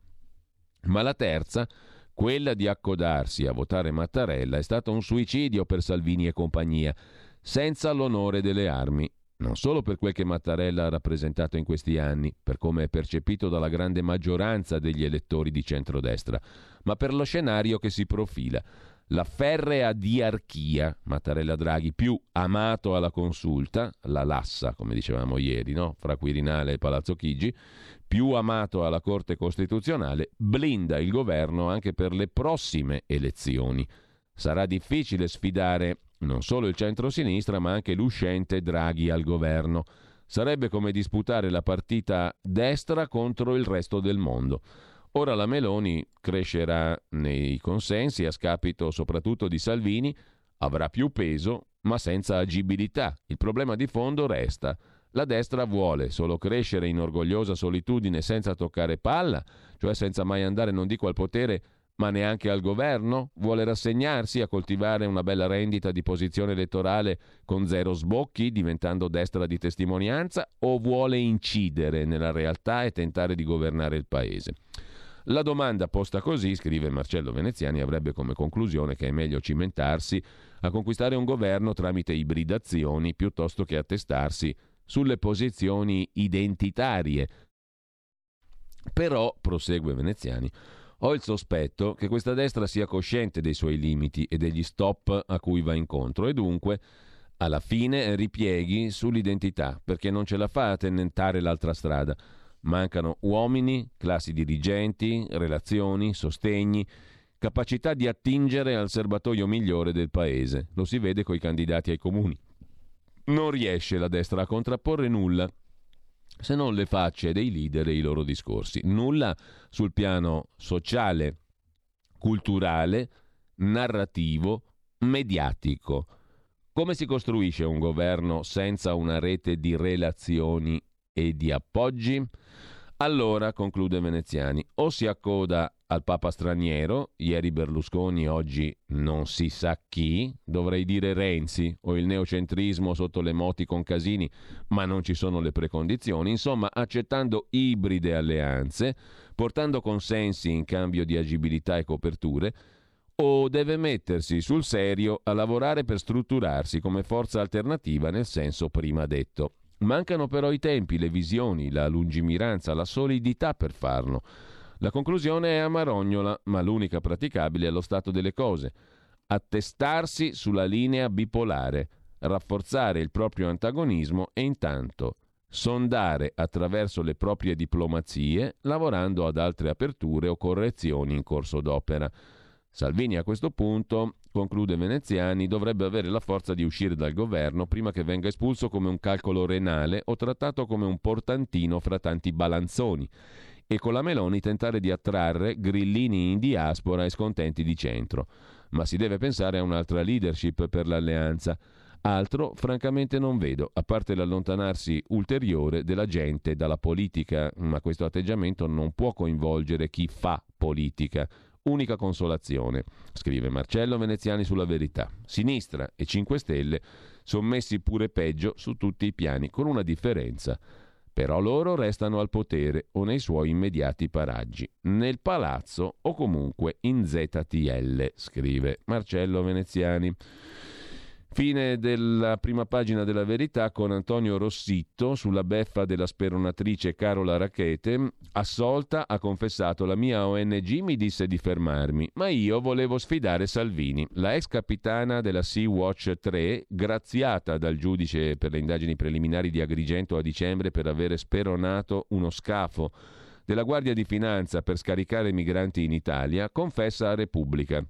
Ma la terza, quella di accodarsi a votare Mattarella, è stato un suicidio per Salvini e compagnia, senza l'onore delle armi. Non solo per quel che Mattarella ha rappresentato in questi anni, per come è percepito dalla grande maggioranza degli elettori di centrodestra, ma per lo scenario che si profila. La ferrea diarchia, Mattarella-Draghi, più amato alla consulta, la lassa, come dicevamo ieri, no? Fra Quirinale e Palazzo Chigi, più amato alla Corte Costituzionale, blinda il governo anche per le prossime elezioni. Sarà difficile sfidare non solo il centro-sinistra, ma anche l'uscente Draghi al governo. Sarebbe come disputare la partita destra contro il resto del mondo. Ora la Meloni crescerà nei consensi a scapito soprattutto di Salvini, avrà più peso ma senza agibilità. Il problema di fondo resta. La destra vuole solo crescere in orgogliosa solitudine senza toccare palla, cioè senza mai andare non dico al potere ma neanche al governo? Vuole rassegnarsi a coltivare una bella rendita di posizione elettorale con zero sbocchi, diventando destra di testimonianza, o vuole incidere nella realtà e tentare di governare il paese? La domanda posta così, scrive Marcello Veneziani, avrebbe come conclusione che è meglio cimentarsi a conquistare un governo tramite ibridazioni piuttosto che attestarsi sulle posizioni identitarie. Però, prosegue Veneziani, ho il sospetto che questa destra sia cosciente dei suoi limiti e degli stop a cui va incontro e dunque alla fine ripieghi sull'identità, perché non ce la fa a tentare l'altra strada. Mancano uomini, classi dirigenti, relazioni, sostegni, capacità di attingere al serbatoio migliore del paese. Lo si vede coi candidati ai comuni. Non riesce la destra a contrapporre nulla, se non le facce dei leader e i loro discorsi. Nulla sul piano sociale, culturale, narrativo, mediatico. Come si costruisce un governo senza una rete di relazioni e di appoggi? Allora, conclude Veneziani, o si accoda al papa straniero, ieri Berlusconi, oggi non si sa chi, dovrei dire Renzi, o il neocentrismo sotto le moti con Casini, ma non ci sono le precondizioni, insomma accettando ibride alleanze, portando consensi in cambio di agibilità e coperture, o deve mettersi sul serio a lavorare per strutturarsi come forza alternativa nel senso prima detto. Mancano però i tempi, le visioni, la lungimiranza, la solidità per farlo. La conclusione è amarognola, ma l'unica praticabile allo stato delle cose. Attestarsi sulla linea bipolare, rafforzare il proprio antagonismo e intanto sondare attraverso le proprie diplomazie, lavorando ad altre aperture o correzioni in corso d'opera. Salvini a questo punto, conclude Veneziani, dovrebbe avere la forza di uscire dal governo prima che venga espulso come un calcolo renale o trattato come un portantino fra tanti balanzoni, e con la Meloni tentare di attrarre grillini in diaspora e scontenti di centro. Ma si deve pensare a un'altra leadership per l'alleanza. Altro francamente non vedo, a parte l'allontanarsi ulteriore della gente dalla politica, ma questo atteggiamento non può coinvolgere chi fa politica. Unica consolazione, scrive Marcello Veneziani sulla Verità. Sinistra e cinque Stelle sono messi pure peggio su tutti i piani, con una differenza. Però loro restano al potere o nei suoi immediati paraggi, nel palazzo o comunque in Z T L, scrive Marcello Veneziani. Fine della prima pagina della Verità con Antonio Rossitto sulla beffa della speronatrice Carola Rackete. Assolta, ha confessato: la mia O N G mi disse di fermarmi, ma io volevo sfidare Salvini. La ex capitana della Sea-Watch tre, graziata dal giudice per le indagini preliminari di Agrigento a dicembre per avere speronato uno scafo della Guardia di Finanza per scaricare migranti in Italia, confessa a Repubblica: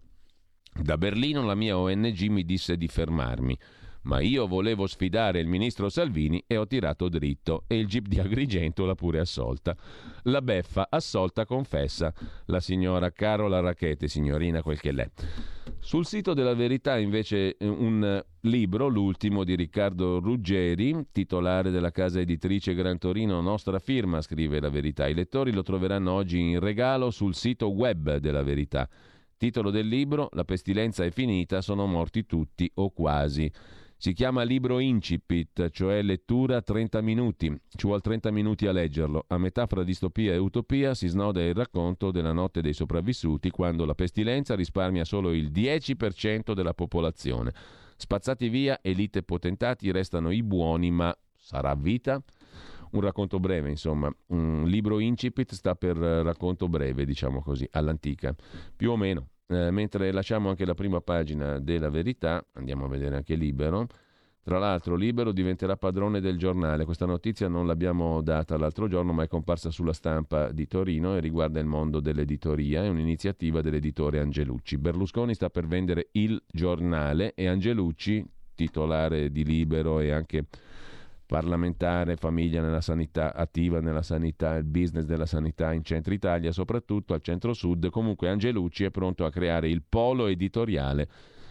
da Berlino la mia O N G mi disse di fermarmi, ma io volevo sfidare il ministro Salvini e ho tirato dritto, e il G I P di Agrigento l'ha pure assolta. La beffa assolta confessa la signora Carola Rackete, signorina quel che l'è. Sul sito della Verità invece un libro, l'ultimo di Riccardo Ruggeri, titolare della casa editrice Gran Torino, nostra firma, scrive la Verità. I lettori lo troveranno oggi in regalo sul sito web della Verità. Titolo del libro: La pestilenza è finita, sono morti tutti o quasi. Si chiama libro incipit, cioè lettura trenta minuti. Ci vuole trenta minuti a leggerlo. A metà fra distopia e utopia si snoda il racconto della notte dei sopravvissuti, quando la pestilenza risparmia solo il dieci per cento della popolazione. Spazzati via elite e potentati, restano i buoni, ma sarà vita? Un racconto breve, insomma. Un libro incipit sta per racconto breve, diciamo così, all'antica, più o meno. Eh, mentre lasciamo anche la prima pagina della Verità, andiamo a vedere anche Libero. Tra l'altro Libero diventerà padrone del giornale. Questa notizia non l'abbiamo data l'altro giorno, ma è comparsa sulla Stampa di Torino e riguarda il mondo dell'editoria. È un'iniziativa dell'editore Angelucci. Berlusconi sta per vendere il giornale e Angelucci, titolare di Libero e anche parlamentare, famiglia nella sanità, attiva nella sanità, il business della sanità in centro Italia, soprattutto al centro-sud. Comunque Angelucci è pronto a creare il polo editoriale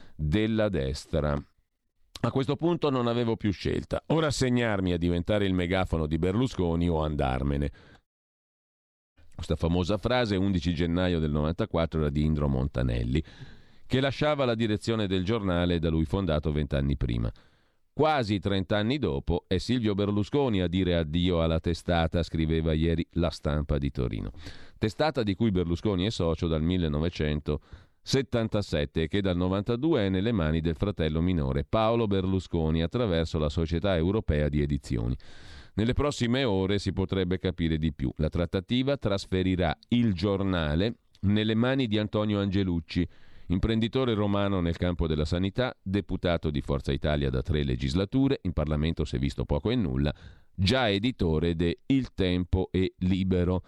della destra. A questo punto non avevo più scelta: o rassegnarmi a diventare il megafono di Berlusconi o andarmene. Questa famosa frase, undici gennaio del novantaquattro, era di Indro Montanelli, che lasciava la direzione del giornale da lui fondato vent'anni prima. Quasi trent'anni dopo è Silvio Berlusconi a dire addio alla testata, scriveva ieri La Stampa di Torino. Testata di cui Berlusconi è socio dal millenovecentosettantasette e che dal novantadue è nelle mani del fratello minore Paolo Berlusconi attraverso la Società Europea di Edizioni. Nelle prossime ore si potrebbe capire di più. La trattativa trasferirà il giornale nelle mani di Antonio Angelucci, imprenditore romano nel campo della sanità, deputato di Forza Italia da tre legislature, in Parlamento si è visto poco e nulla, già editore de Il Tempo e Libero.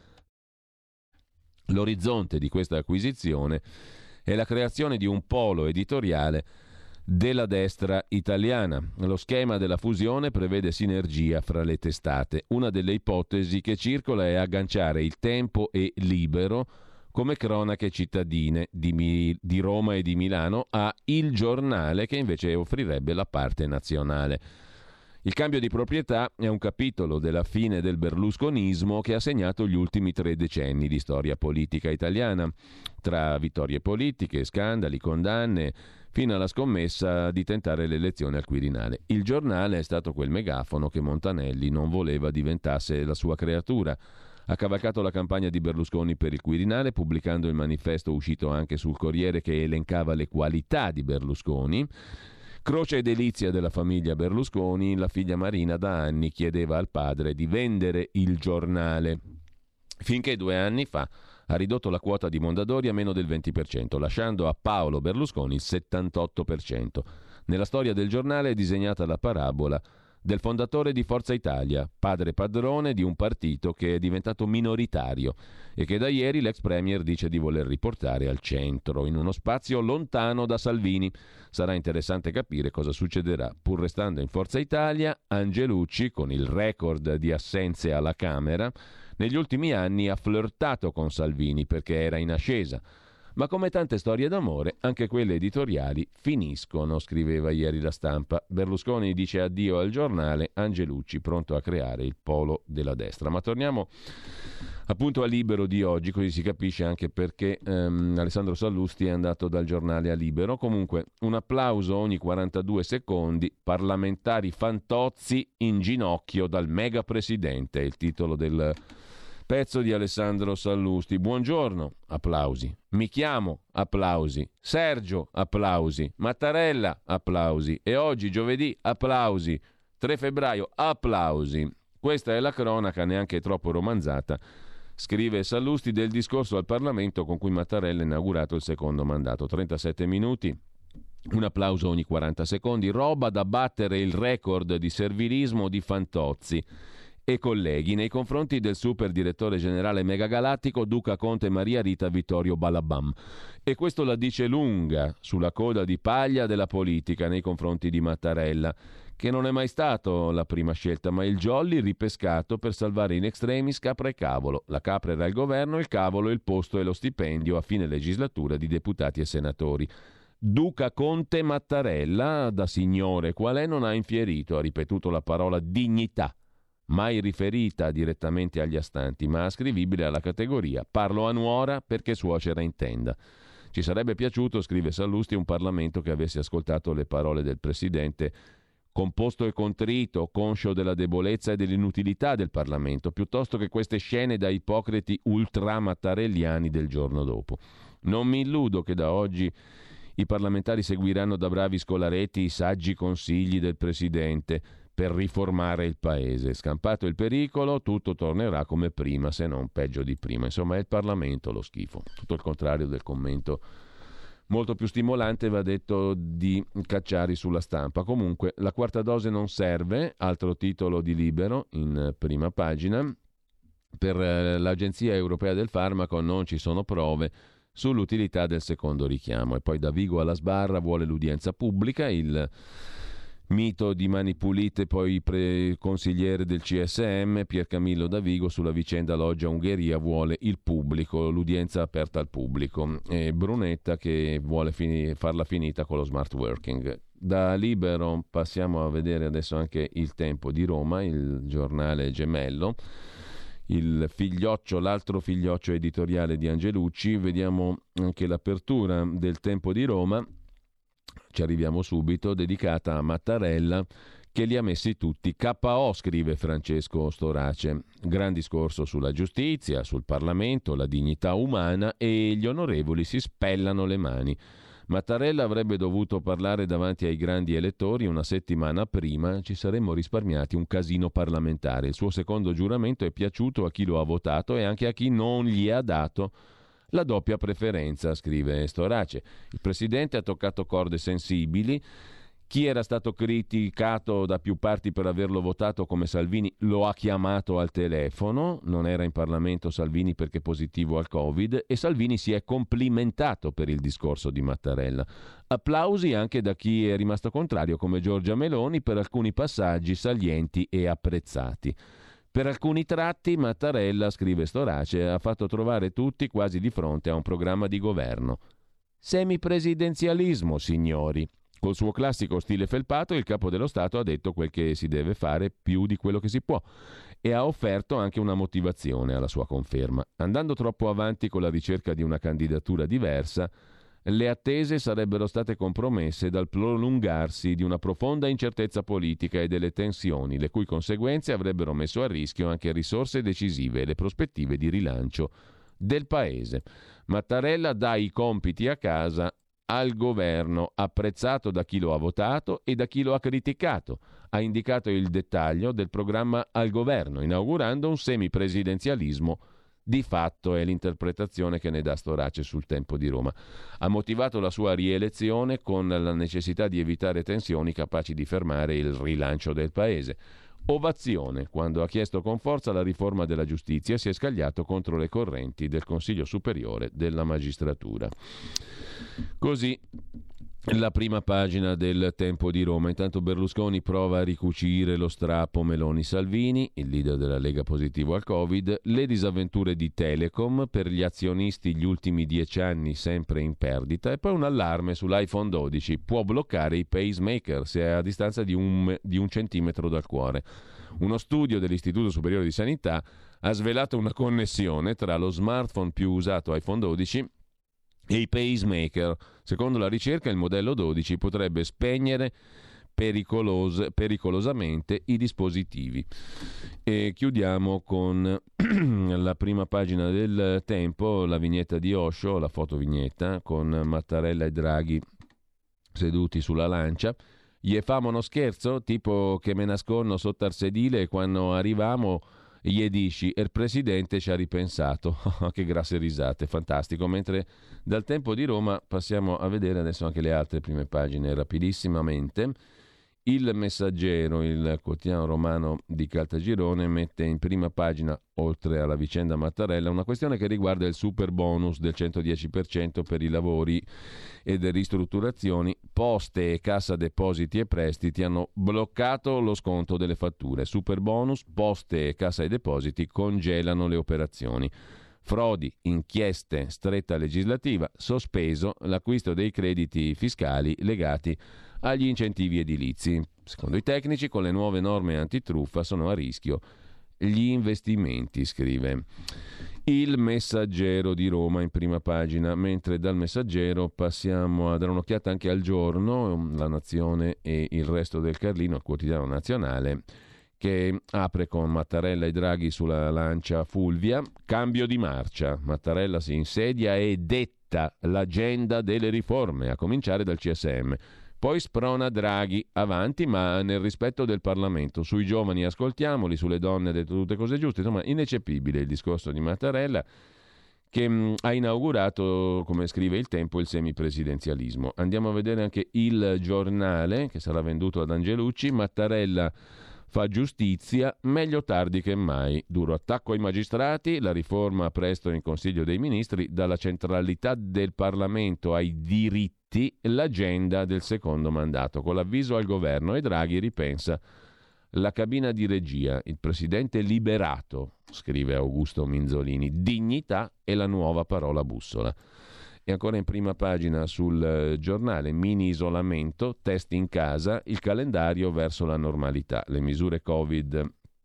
L'orizzonte di questa acquisizione è la creazione di un polo editoriale della destra italiana. Lo schema della fusione prevede sinergia fra le testate. Una delle ipotesi che circola è agganciare Il Tempo e Libero come cronache cittadine di, Mi- di Roma e di Milano a Il Giornale, che invece offrirebbe la parte nazionale. Il cambio di proprietà è un capitolo della fine del berlusconismo che ha segnato gli ultimi tre decenni di storia politica italiana, tra vittorie politiche, scandali, condanne, fino alla scommessa di tentare l'elezione al Quirinale. Il Giornale è stato quel megafono che Montanelli non voleva diventasse la sua creatura. Ha cavalcato la campagna di Berlusconi per il Quirinale, pubblicando il manifesto uscito anche sul Corriere che elencava le qualità di Berlusconi. Croce e delizia della famiglia Berlusconi, la figlia Marina da anni chiedeva al padre di vendere il Giornale, finché due anni fa ha ridotto la quota di Mondadori a meno del venti per cento, lasciando a Paolo Berlusconi il settantotto per cento. Nella storia del Giornale è disegnata la parabola del fondatore di Forza Italia, padre padrone di un partito che è diventato minoritario e che da ieri l'ex premier dice di voler riportare al centro, in uno spazio lontano da Salvini. Sarà interessante capire cosa succederà. Pur restando in Forza Italia, Angelucci, con il record di assenze alla Camera, negli ultimi anni ha flirtato con Salvini perché era in ascesa. Ma come tante storie d'amore, anche quelle editoriali finiscono, scriveva ieri La Stampa. Berlusconi dice addio al Giornale, Angelucci pronto a creare il polo della destra. Ma torniamo appunto a Libero di oggi, così si capisce anche perché ehm, Alessandro Sallusti è andato dal Giornale a Libero. Comunque, un applauso ogni quarantadue secondi, parlamentari fantozzi in ginocchio dal mega presidente, è il titolo del pezzo di Alessandro Sallusti. Buongiorno, applausi. Mi chiamo, applausi. Sergio, applausi. Mattarella, applausi. E oggi, giovedì, applausi. tre febbraio, applausi. Questa è la cronaca, neanche troppo romanzata, scrive Sallusti, del discorso al Parlamento con cui Mattarella ha inaugurato il secondo mandato. trentasette minuti, un applauso ogni quaranta secondi, roba da battere il record di servilismo di Fantozzi e colleghi nei confronti del super direttore generale megagalattico Duca Conte Maria Rita Vittorio Balabam. E questo la dice lunga sulla coda di paglia della politica nei confronti di Mattarella, che non è mai stato la prima scelta, ma il jolly ripescato per salvare in extremis capra e cavolo. La capra era il governo, il cavolo il posto e lo stipendio a fine legislatura di deputati e senatori. Duca Conte Mattarella, da signore qual è, non ha infierito, ha ripetuto la parola dignità, mai riferita direttamente agli astanti, ma ascrivibile alla categoria. Parlo a nuora perché suocera intenda. Ci sarebbe piaciuto, scrive Sallusti, un Parlamento che avesse ascoltato le parole del Presidente, composto e contrito, conscio della debolezza e dell'inutilità del Parlamento, piuttosto che queste scene da ipocriti ultramattarelliani del giorno dopo. Non mi illudo che da oggi i parlamentari seguiranno da bravi scolaretti i saggi consigli del Presidente per riformare il Paese. Scampato il pericolo, tutto tornerà come prima, se non peggio di prima. Insomma, è il Parlamento lo schifo. Tutto il contrario del commento molto più stimolante, va detto, di Cacciari sulla Stampa. Comunque, la quarta dose non serve, altro titolo di Libero in prima pagina. Per l'Agenzia Europea del Farmaco non ci sono prove sull'utilità del secondo richiamo. E poi da Vigo alla Sbarra vuole l'udienza pubblica, il mito di Mani Pulite, poi pre- consigliere del C S M, Piercamillo da Vigo, sulla vicenda Loggia-Ungheria vuole il pubblico, l'udienza aperta al pubblico, e Brunetta che vuole fini- farla finita con lo smart working. Da Libero passiamo a vedere adesso anche Il Tempo di Roma, il giornale gemello, il figlioccio, l'altro figlioccio editoriale di Angelucci. Vediamo anche l'apertura del Tempo di Roma, ci arriviamo subito, dedicata a Mattarella che li ha messi tutti K O, scrive Francesco Storace. Gran discorso sulla giustizia, sul Parlamento, la dignità umana, e gli onorevoli si spellano le mani. Mattarella avrebbe dovuto parlare davanti ai grandi elettori una settimana prima, ci saremmo risparmiati un casino parlamentare. Il suo secondo giuramento è piaciuto a chi lo ha votato e anche a chi non gli ha dato la doppia preferenza, scrive Storace. Il Presidente ha toccato corde sensibili. Chi era stato criticato da più parti per averlo votato come Salvini lo ha chiamato al telefono, non era in Parlamento Salvini perché positivo al Covid, e Salvini si è complimentato per il discorso di Mattarella. Applausi anche da chi è rimasto contrario come Giorgia Meloni per alcuni passaggi salienti e apprezzati. Per alcuni tratti Mattarella, scrive Storace, ha fatto trovare tutti quasi di fronte a un programma di governo. Semipresidenzialismo, signori. Col suo classico stile felpato, il capo dello Stato ha detto quel che si deve fare più di quello che si può e ha offerto anche una motivazione alla sua conferma. Andando troppo avanti con la ricerca di una candidatura diversa, le attese sarebbero state compromesse dal prolungarsi di una profonda incertezza politica e delle tensioni, le cui conseguenze avrebbero messo a rischio anche risorse decisive e le prospettive di rilancio del Paese. Mattarella dà i compiti a casa al governo, apprezzato da chi lo ha votato e da chi lo ha criticato. Ha indicato il dettaglio del programma al governo, inaugurando un semipresidenzialismo di fatto, è l'interpretazione che ne dà Storace sul Tempo di Roma. Ha motivato la sua rielezione con la necessità di evitare tensioni capaci di fermare il rilancio del Paese. Ovazione quando ha chiesto con forza la riforma della giustizia e si è scagliato contro le correnti del Consiglio Superiore della Magistratura. Così la prima pagina del Tempo di Roma. Intanto Berlusconi prova a ricucire lo strappo Meloni-Salvini, il leader della Lega positivo al Covid, le disavventure di Telecom, per gli azionisti gli ultimi dieci anni sempre in perdita, e poi un allarme sull'iPhone dodici, può bloccare i pacemaker se è a distanza di un, di un centimetro dal cuore. Uno studio dell'Istituto Superiore di Sanità ha svelato una connessione tra lo smartphone più usato iPhone dodici e i pacemaker. Secondo la ricerca, il modello dodici potrebbe spegnere pericolos- pericolosamente i dispositivi. E chiudiamo con la prima pagina del Tempo, la vignetta di Osho, la fotovignetta con Mattarella e Draghi seduti sulla lancia. Gli famo uno scherzo, tipo che me nascondo sotto al sedile e quando arrivamo gli dici, il presidente ci ha ripensato. Che grasse risate, fantastico. Mentre dal Tempo di Roma passiamo a vedere adesso anche le altre prime pagine rapidissimamente. Il Messaggero, il quotidiano romano di Caltagirone, mette in prima pagina, oltre alla vicenda Mattarella, una questione che riguarda il super bonus del centodieci per cento per i lavori e le ristrutturazioni. Poste e Cassa Depositi e Prestiti hanno bloccato lo sconto delle fatture. Super bonus, Poste e Cassa e Depositi congelano le operazioni. Frodi, inchieste, stretta legislativa, sospeso l'acquisto dei crediti fiscali legati agli incentivi edilizi. Secondo i tecnici, con le nuove norme antitruffa sono a rischio gli investimenti, scrive il Messaggero di Roma in prima pagina, mentre dal Messaggero passiamo a dare un'occhiata anche al Giorno, La Nazione e il Resto del Carlino, il quotidiano nazionale, che apre con Mattarella e Draghi sulla lancia Fulvia. Cambio di marcia, Mattarella si insedia e detta l'agenda delle riforme, a cominciare dal C S M. Poi sprona Draghi, avanti ma nel rispetto del Parlamento. Sui giovani ascoltiamoli, sulle donne ha detto tutte cose giuste. Insomma, ineccepibile il discorso di Mattarella, che mh, ha inaugurato, come scrive il Tempo, il semipresidenzialismo. Andiamo a vedere anche Il Giornale, che sarà venduto ad Angelucci. Mattarella fa giustizia, meglio tardi che mai. Duro attacco ai magistrati, la riforma presto in Consiglio dei Ministri, dalla centralità del Parlamento ai diritti, l'agenda del secondo mandato. Con l'avviso al governo e Draghi ripensa la cabina di regia, il presidente liberato, scrive Augusto Minzolini. Dignità è la nuova parola bussola. E ancora in prima pagina sul Giornale, mini isolamento, test in casa, il calendario verso la normalità, le misure Covid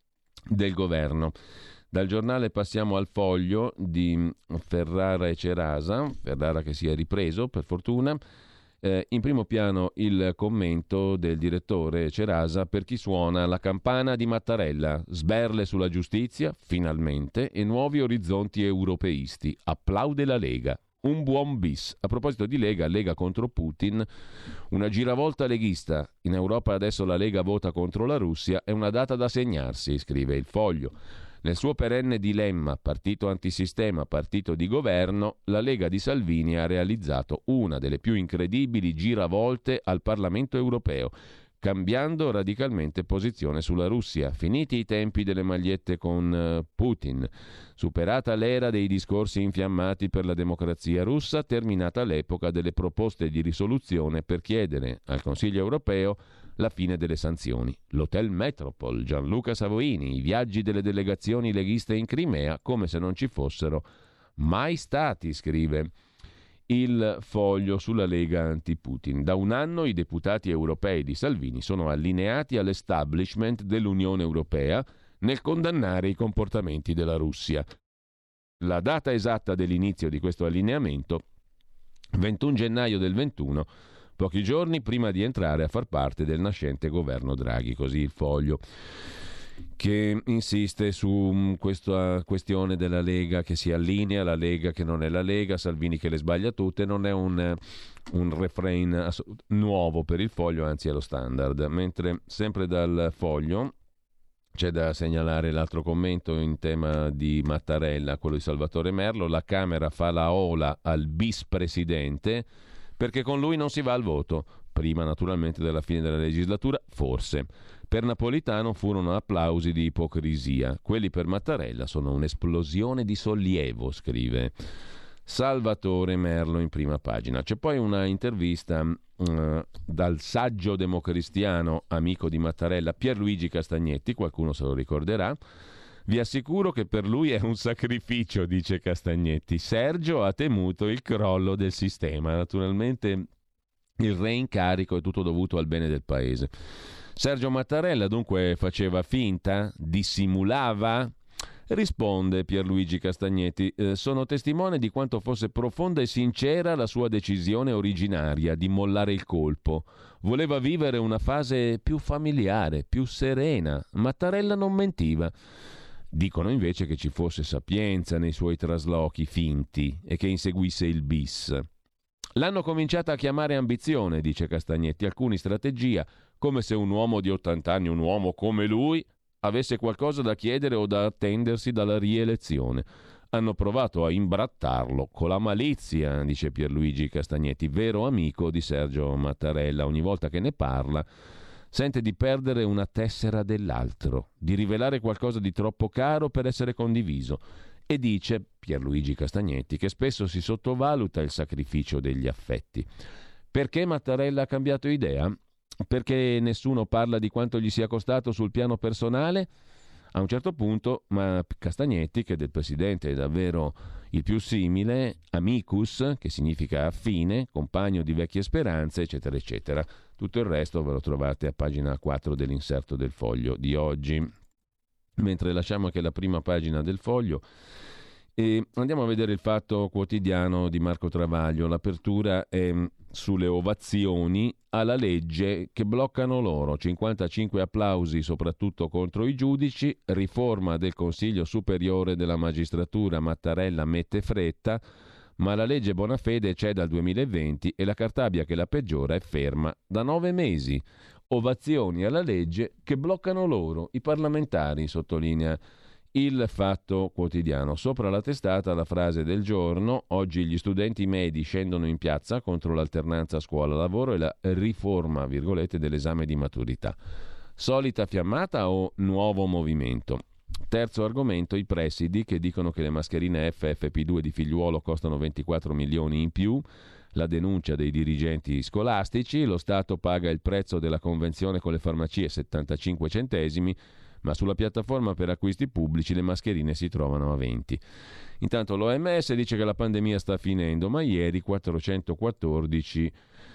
del governo. Dal Giornale passiamo al Foglio di Ferrara e Cerasa, Ferrara che si è ripreso per fortuna. Eh, in primo piano il commento del direttore Cerasa per chi suona la campana di Mattarella, sberle sulla giustizia, finalmente, e nuovi orizzonti europeisti. Applaude la Lega. Un buon bis. A proposito di Lega, Lega contro Putin, una giravolta leghista. In Europa adesso la Lega vota contro la Russia, è una data da segnarsi, scrive il Foglio. Nel suo perenne dilemma partito antisistema, partito di governo, la Lega di Salvini ha realizzato una delle più incredibili giravolte al Parlamento europeo, cambiando radicalmente posizione sulla Russia. Finiti i tempi delle magliette con uh, Putin, superata l'era dei discorsi infiammati per la democrazia russa, terminata l'epoca delle proposte di risoluzione per chiedere al Consiglio europeo la fine delle sanzioni. L'Hotel Metropol, Gianluca Savoini, i viaggi delle delegazioni leghiste in Crimea come se non ci fossero mai stati, scrive il Foglio sulla Lega anti-Putin. Da un anno i deputati europei di Salvini sono allineati all'establishment dell'Unione Europea nel condannare i comportamenti della Russia. La data esatta dell'inizio di questo allineamento, ventuno gennaio del ventuno, pochi giorni prima di entrare a far parte del nascente governo Draghi, così il Foglio, che insiste su questa questione della Lega che si allinea, la Lega che non è la Lega, Salvini che le sbaglia tutte. Non è un, un refrain nuovo per il Foglio, anzi è lo standard. Mentre sempre dal Foglio c'è da segnalare l'altro commento in tema di Mattarella, quello di Salvatore Merlo. La Camera fa la ola al bis presidente perché con lui non si va al voto, prima naturalmente della fine della legislatura, forse. Per Napolitano furono applausi di ipocrisia, quelli per Mattarella sono un'esplosione di sollievo, scrive Salvatore Merlo in prima pagina. C'è poi una intervista uh, dal saggio democristiano amico di Mattarella, Pierluigi Castagnetti, qualcuno se lo ricorderà. Vi assicuro che per lui è un sacrificio, dice Castagnetti. Sergio ha temuto il crollo del sistema. Naturalmente il reincarico è tutto dovuto al bene del paese. Sergio Mattarella dunque faceva finta? Dissimulava? Risponde Pierluigi Castagnetti, eh, sono testimone di quanto fosse profonda e sincera la sua decisione originaria di mollare il colpo. Voleva vivere una fase più familiare, più serena. Mattarella non mentiva. Dicono invece che ci fosse sapienza nei suoi traslochi finti e che inseguisse il bis. L'hanno cominciata a chiamare ambizione, dice Castagnetti, alcuni strategia, come se un uomo di ottanta anni, un uomo come lui, avesse qualcosa da chiedere o da attendersi dalla rielezione. Hanno provato a imbrattarlo con la malizia, dice Pierluigi Castagnetti, vero amico di Sergio Mattarella. Ogni volta che ne parla sente di perdere una tessera dell'altro, di rivelare qualcosa di troppo caro per essere condiviso. E dice Pierluigi Castagnetti che spesso si sottovaluta il sacrificio degli affetti. Perché Mattarella ha cambiato idea? Perché nessuno parla di quanto gli sia costato sul piano personale? A un certo punto, ma Castagnetti, che del presidente è davvero il più simile, amicus, che significa affine, compagno di vecchie speranze, eccetera, eccetera. Tutto il resto ve lo trovate a pagina quattro dell'inserto del Foglio di oggi. Mentre lasciamo anche la prima pagina del Foglio e andiamo a vedere il Fatto Quotidiano di Marco Travaglio. L'apertura è sulle ovazioni alla legge che bloccano loro, cinquantacinque applausi soprattutto contro i giudici, riforma del Consiglio Superiore della Magistratura, Mattarella mette fretta, ma la legge Bonafede c'è dal duemilaventi e la Cartabia che la peggiora è ferma da nove mesi. Ovazioni alla legge che bloccano loro, i parlamentari, sottolinea il Fatto Quotidiano. Sopra la testata la frase del giorno: oggi gli studenti medi scendono in piazza contro l'alternanza scuola-lavoro e la riforma, virgolette, dell'esame di maturità. Solita fiammata o nuovo movimento? Terzo argomento, i presidi che dicono che le mascherine F F P due di figliuolo costano ventiquattro milioni in più. La denuncia dei dirigenti scolastici, lo Stato paga il prezzo della convenzione con le farmacie, settantacinque centesimi, ma sulla piattaforma per acquisti pubblici le mascherine si trovano a venti. Intanto l'O M S dice che la pandemia sta finendo, ma ieri quattrocentoquattordici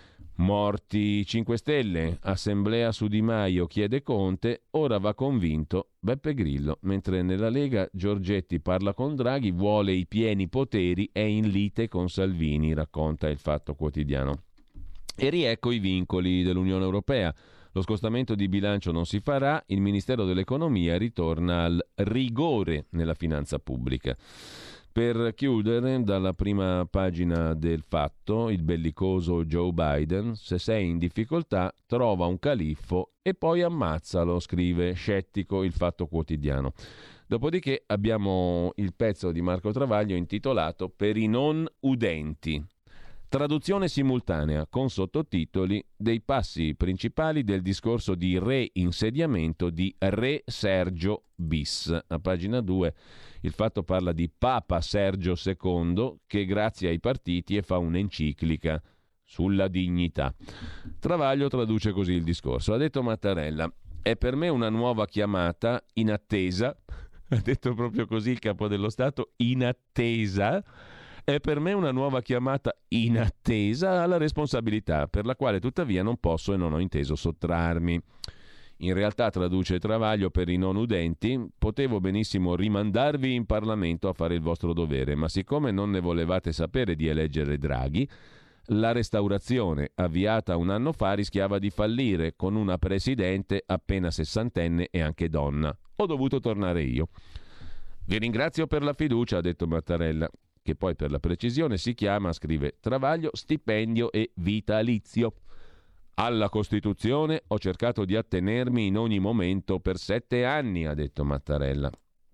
morti. cinque Stelle, assemblea su Di Maio, chiede Conte, ora va convinto Beppe Grillo, mentre nella Lega Giorgetti parla con Draghi, vuole i pieni poteri, è in lite con Salvini, racconta il Fatto Quotidiano. E riecco i vincoli dell'Unione Europea. Lo scostamento di bilancio non si farà, il Ministero dell'Economia ritorna al rigore nella finanza pubblica. Per chiudere, dalla prima pagina del Fatto, il bellicoso Joe Biden, se sei in difficoltà, trova un califfo e poi ammazzalo, scrive scettico il Fatto Quotidiano. Dopodiché abbiamo il pezzo di Marco Travaglio intitolato Per i non udenti. Traduzione simultanea con sottotitoli dei passi principali del discorso di reinsediamento di Re Sergio bis. A pagina due il Fatto parla di Papa Sergio secondo che grazie ai partiti e fa un'enciclica sulla dignità. Travaglio traduce così il discorso. Ha detto Mattarella: è per me una nuova chiamata in attesa, ha detto proprio così il Capo dello Stato, in attesa, è per me una nuova chiamata in attesa alla responsabilità, per la quale tuttavia non posso e non ho inteso sottrarmi. In realtà, traduce Travaglio per i non udenti, potevo benissimo rimandarvi in Parlamento a fare il vostro dovere, ma siccome non ne volevate sapere di eleggere Draghi, la restaurazione avviata un anno fa rischiava di fallire con una presidente appena sessantenne e anche donna. Ho dovuto tornare io. Vi ringrazio per la fiducia, ha detto Mattarella, che poi per la precisione si chiama, scrive Travaglio, stipendio e vitalizio. Alla Costituzione ho cercato di attenermi in ogni momento per sette anni, ha detto Mattarella.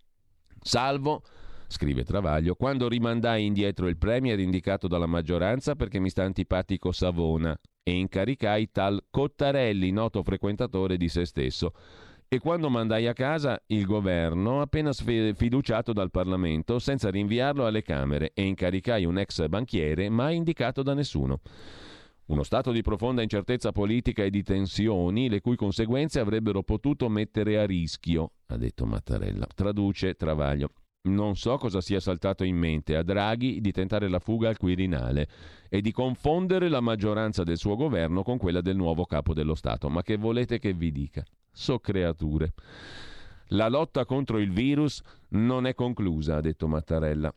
Salvo, scrive Travaglio, quando rimandai indietro il premier indicato dalla maggioranza perché mi sta antipatico Savona e incaricai tal Cottarelli, noto frequentatore di se stesso, e quando mandai a casa il governo appena fiduciato dal Parlamento senza rinviarlo alle Camere e incaricai un ex banchiere mai indicato da nessuno. Uno stato di profonda incertezza politica e di tensioni, le cui conseguenze avrebbero potuto mettere a rischio, ha detto Mattarella. Traduce Travaglio. Non so cosa sia saltato in mente a Draghi di tentare la fuga al Quirinale e di confondere la maggioranza del suo governo con quella del nuovo capo dello Stato. Ma che volete che vi dica? So creature. La lotta contro il virus non è conclusa, ha detto Mattarella.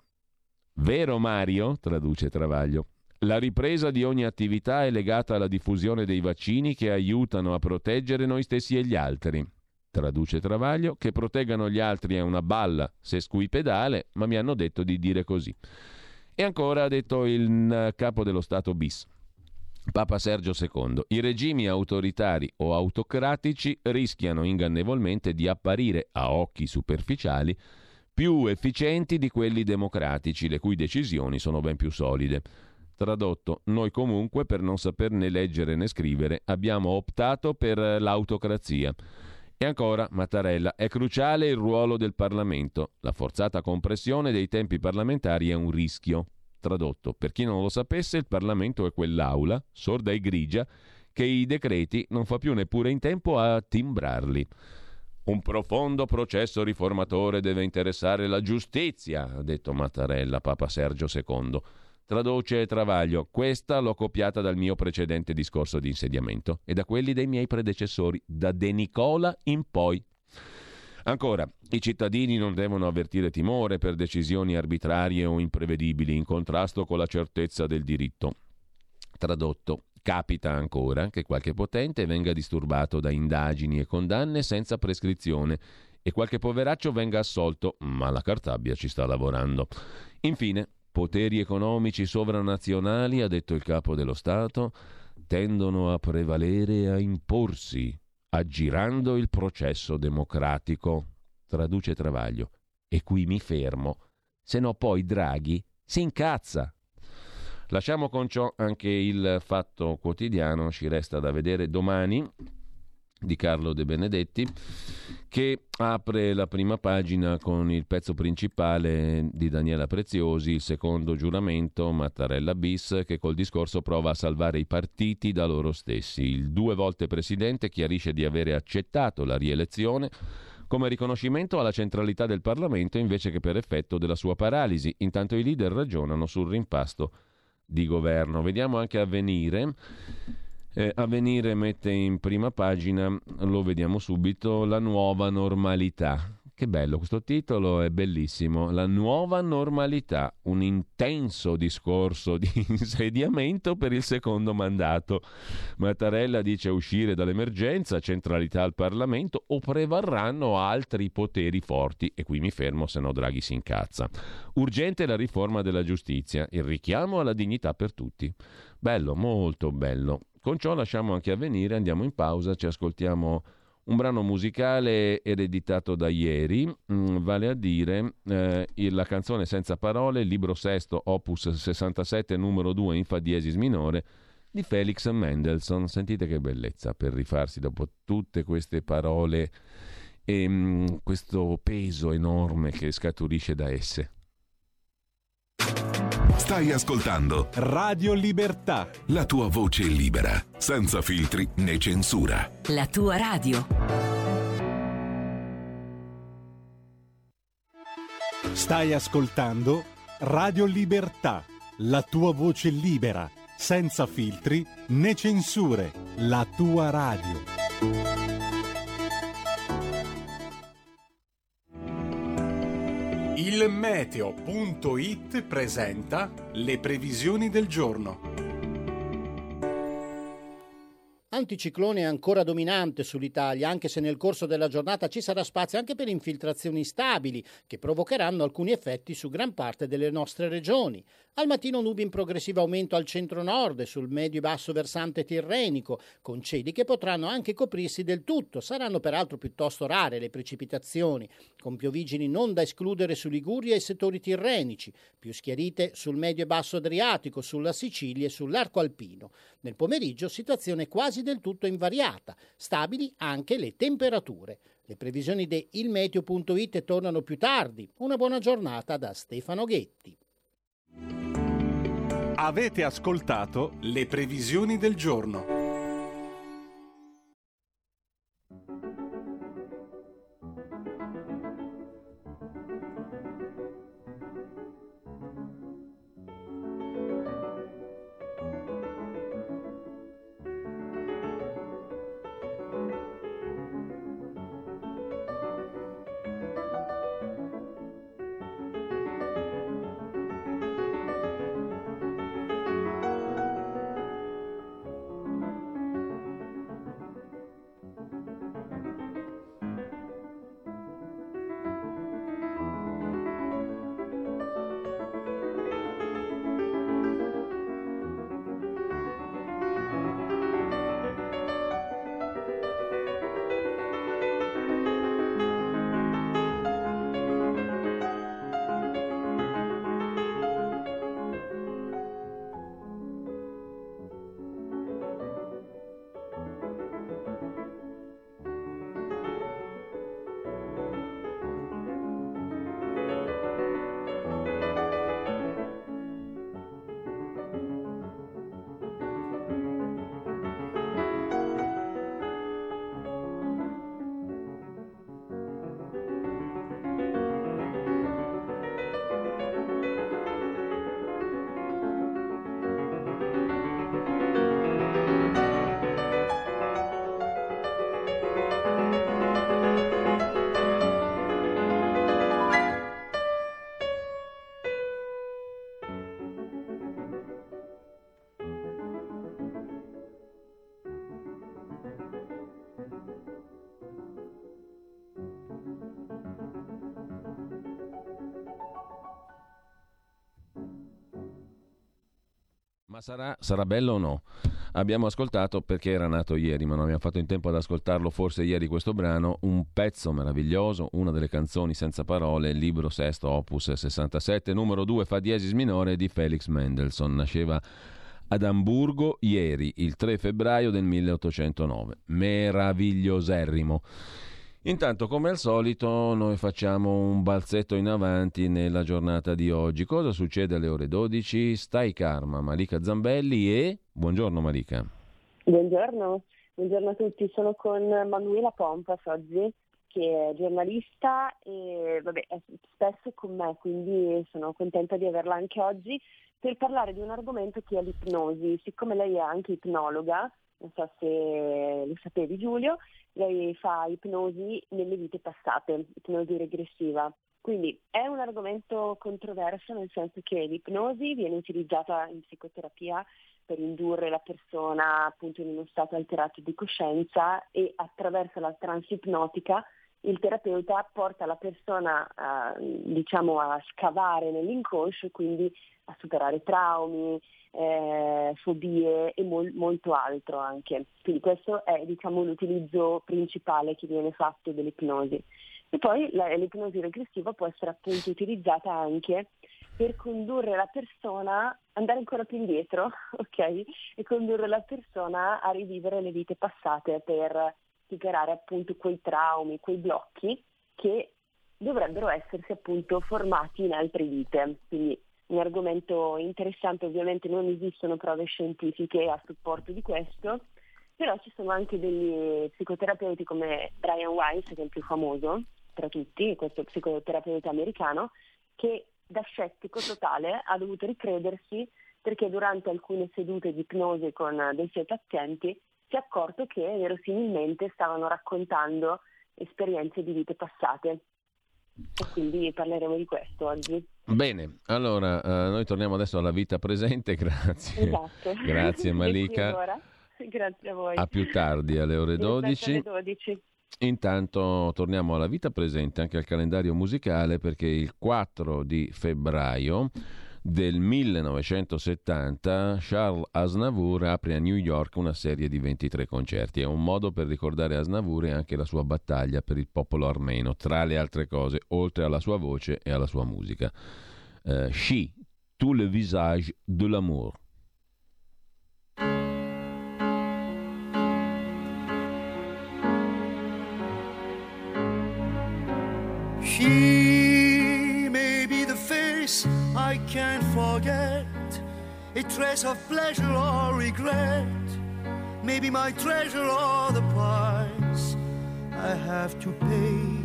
Vero Mario? Traduce Travaglio. La ripresa di ogni attività è legata alla diffusione dei vaccini che aiutano a proteggere noi stessi e gli altri. Traduce Travaglio, che proteggano gli altri è una balla se squipedale, ma mi hanno detto di dire così. E ancora ha detto il capo dello Stato bis, Papa Sergio secondo, i regimi autoritari o autocratici rischiano ingannevolmente di apparire a occhi superficiali più efficienti di quelli democratici, le cui decisioni sono ben più solide. Tradotto, noi comunque, per non saper né leggere né scrivere, abbiamo optato per l'autocrazia. E ancora, Mattarella, è cruciale il ruolo del Parlamento. La forzata compressione dei tempi parlamentari è un rischio. Tradotto, per chi non lo sapesse, il Parlamento è quell'aula, sorda e grigia, che i decreti non fa più neppure in tempo a timbrarli. Un profondo processo riformatore deve interessare la giustizia, ha detto Mattarella, Papa Sergio secondo. Traduce Travaglio, questa l'ho copiata dal mio precedente discorso di insediamento e da quelli dei miei predecessori, da De Nicola in poi. Ancora, i cittadini non devono avvertire timore per decisioni arbitrarie o imprevedibili in contrasto con la certezza del diritto. Tradotto, capita ancora che qualche potente venga disturbato da indagini e condanne senza prescrizione e qualche poveraccio venga assolto, ma la Cartabia ci sta lavorando. Infine, poteri economici sovranazionali, ha detto il capo dello Stato, tendono a prevalere e a imporsi, aggirando il processo democratico. Traduce Travaglio. E qui mi fermo, se no poi Draghi si incazza. Lasciamo con ciò anche il Fatto Quotidiano, ci resta da vedere domani, di Carlo De Benedetti, che apre la prima pagina con il pezzo principale di Daniela Preziosi, il secondo giuramento, Mattarella bis, che col discorso prova a salvare i partiti da loro stessi. Il due volte presidente chiarisce di avere accettato la rielezione come riconoscimento alla centralità del Parlamento invece che per effetto della sua paralisi. Intanto i leader ragionano sul rimpasto di governo. Vediamo anche Avvenire. Eh, Avvenire mette in prima pagina, lo vediamo subito, la nuova normalità. Che bello, questo titolo è bellissimo. La nuova normalità, un intenso discorso di insediamento per il secondo mandato. Mattarella dice uscire dall'emergenza, centralità al Parlamento o prevarranno altri poteri forti. E qui mi fermo, se no Draghi si incazza. Urgente la riforma della giustizia, il richiamo alla dignità per tutti. Bello, molto bello. Con ciò lasciamo anche Avvenire, andiamo in pausa, ci ascoltiamo un brano musicale ereditato da ieri, mh, vale a dire eh, la canzone Senza parole, libro sesto, opus sessantasette, numero due in fa diesis minore, di Felix Mendelssohn. Sentite che bellezza, per rifarsi dopo tutte queste parole e mh, questo peso enorme che scaturisce da esse.
Stai ascoltando
Radio Libertà,
la tua voce libera, senza filtri né censura.
La tua radio.
Stai ascoltando Radio Libertà, la tua voce libera, senza filtri né censure. La tua radio. Il meteo punto it presenta le previsioni del giorno.
Anticiclone ancora dominante sull'Italia, anche se nel corso della giornata ci sarà spazio anche per infiltrazioni stabili che provocheranno alcuni effetti su gran parte delle nostre regioni. Al mattino nubi in progressivo aumento al centro-nord e sul medio e basso versante tirrenico, con cieli che potranno anche coprirsi del tutto. Saranno peraltro piuttosto rare le precipitazioni, con piovigini non da escludere su Liguria e settori tirrenici, più schiarite sul medio e basso Adriatico, sulla Sicilia e sull'arco alpino. Nel pomeriggio situazione quasi del tutto invariata, stabili anche le temperature. Le previsioni di ilmeteo punto it tornano più tardi. Una buona giornata da Stefano Ghetti.
Avete ascoltato le previsioni del giorno.
Ma sarà, sarà bello o no? Abbiamo ascoltato, perché era nato ieri, ma non abbiamo fatto in tempo ad ascoltarlo forse ieri questo brano, un pezzo meraviglioso, una delle canzoni senza parole, libro sesto, opus sessantasette, numero due, fa diesis minore di Felix Mendelssohn. Nasceva ad Amburgo ieri, il tre febbraio del milleottocentonove. Meraviglioserrimo. Intanto, come al solito, noi facciamo un balzetto in avanti nella giornata di oggi. Cosa succede alle ore dodici? Stai Karma, Malika Zambelli e... Buongiorno Malika.
Buongiorno, buongiorno a tutti. Sono con Manuela Pompas oggi, che è giornalista e vabbè, è spesso con me, quindi sono contenta di averla anche oggi per parlare di un argomento che è l'ipnosi. Siccome lei è anche ipnologa, non so se lo sapevi Giulio, lei fa ipnosi nelle vite passate, ipnosi regressiva. Quindi è un argomento controverso, nel senso che l'ipnosi viene utilizzata in psicoterapia per indurre la persona appunto in uno stato alterato di coscienza, e attraverso la trance ipnotica il terapeuta porta la persona a, diciamo, a scavare nell'inconscio e quindi a superare traumi, eh, fobie e mol- molto altro anche. Quindi questo è, diciamo, l'utilizzo principale che viene fatto dell'ipnosi. E poi la, l'ipnosi regressiva può essere appunto utilizzata anche per condurre la persona, andare ancora più indietro, ok? E condurre la persona a rivivere le vite passate per superare appunto quei traumi, quei blocchi che dovrebbero essersi appunto formati in altre vite. Quindi un argomento interessante. Ovviamente non esistono prove scientifiche a supporto di questo, però ci sono anche degli psicoterapeuti come Brian Weiss, che è il più famoso tra tutti, questo psicoterapeuta americano, che da scettico totale ha dovuto ricredersi perché durante alcune sedute di ipnosi con dei suoi pazienti si è accorto che verosimilmente stavano raccontando esperienze di vite passate. E quindi parleremo di questo oggi.
Bene, allora eh, noi torniamo adesso alla vita presente, grazie.
Esatto.
Grazie Malika.
Grazie a voi.
A più tardi, alle ore dodici.
Alle dodici.
Intanto torniamo alla vita presente, anche al calendario musicale, perché il quattro di febbraio del millenovecentosettanta Charles Aznavour apre a New York una serie di ventitré concerti. È un modo per ricordare Aznavour e anche la sua battaglia per il popolo armeno, tra le altre cose, oltre alla sua voce e alla sua musica. Uh, She, tout le visage de l'amour.
She may be the face I can't forget, a trace of pleasure or regret, maybe my treasure or the price I have to pay.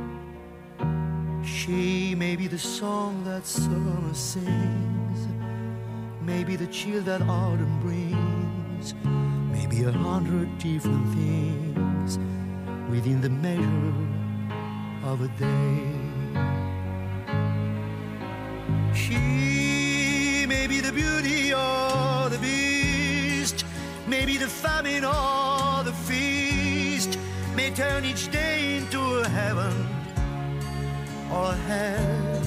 She may be the song that summer sings, maybe the chill that autumn brings, maybe a hundred different things within the measure of a day. She may be the beauty or the beast, maybe the famine or the feast, may turn each day into a heaven or a hell.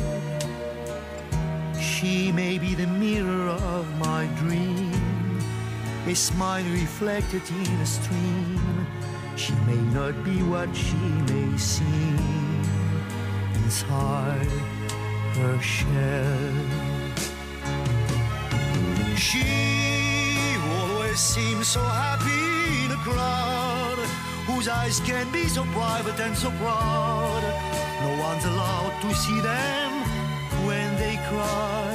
She may be the mirror of my dream, a smile reflected in a stream. She may not be what she may seem inside her shell. She always seems so happy in a crowd, whose eyes can be so private and so proud. No one's allowed to see them when they cry.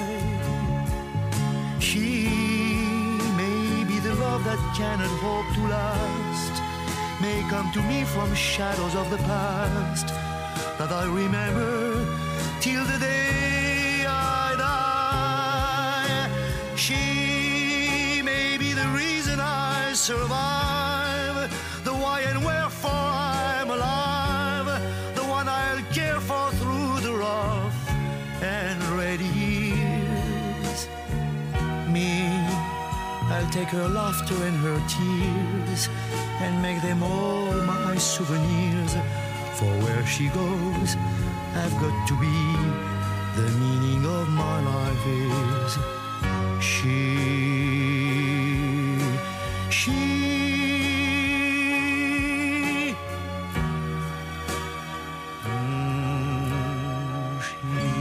She may be the love that cannot hope to last, may come to me from shadows of the past that I remember till the day I die. She may be the reason I survive, the why and wherefore I'm alive, the one I'll care for through the rough and ready years. Me, I'll take her laughter and her tears and make them all my souvenirs. For where she goes, I've got to be. The meaning of my life is she, she. Mm, she.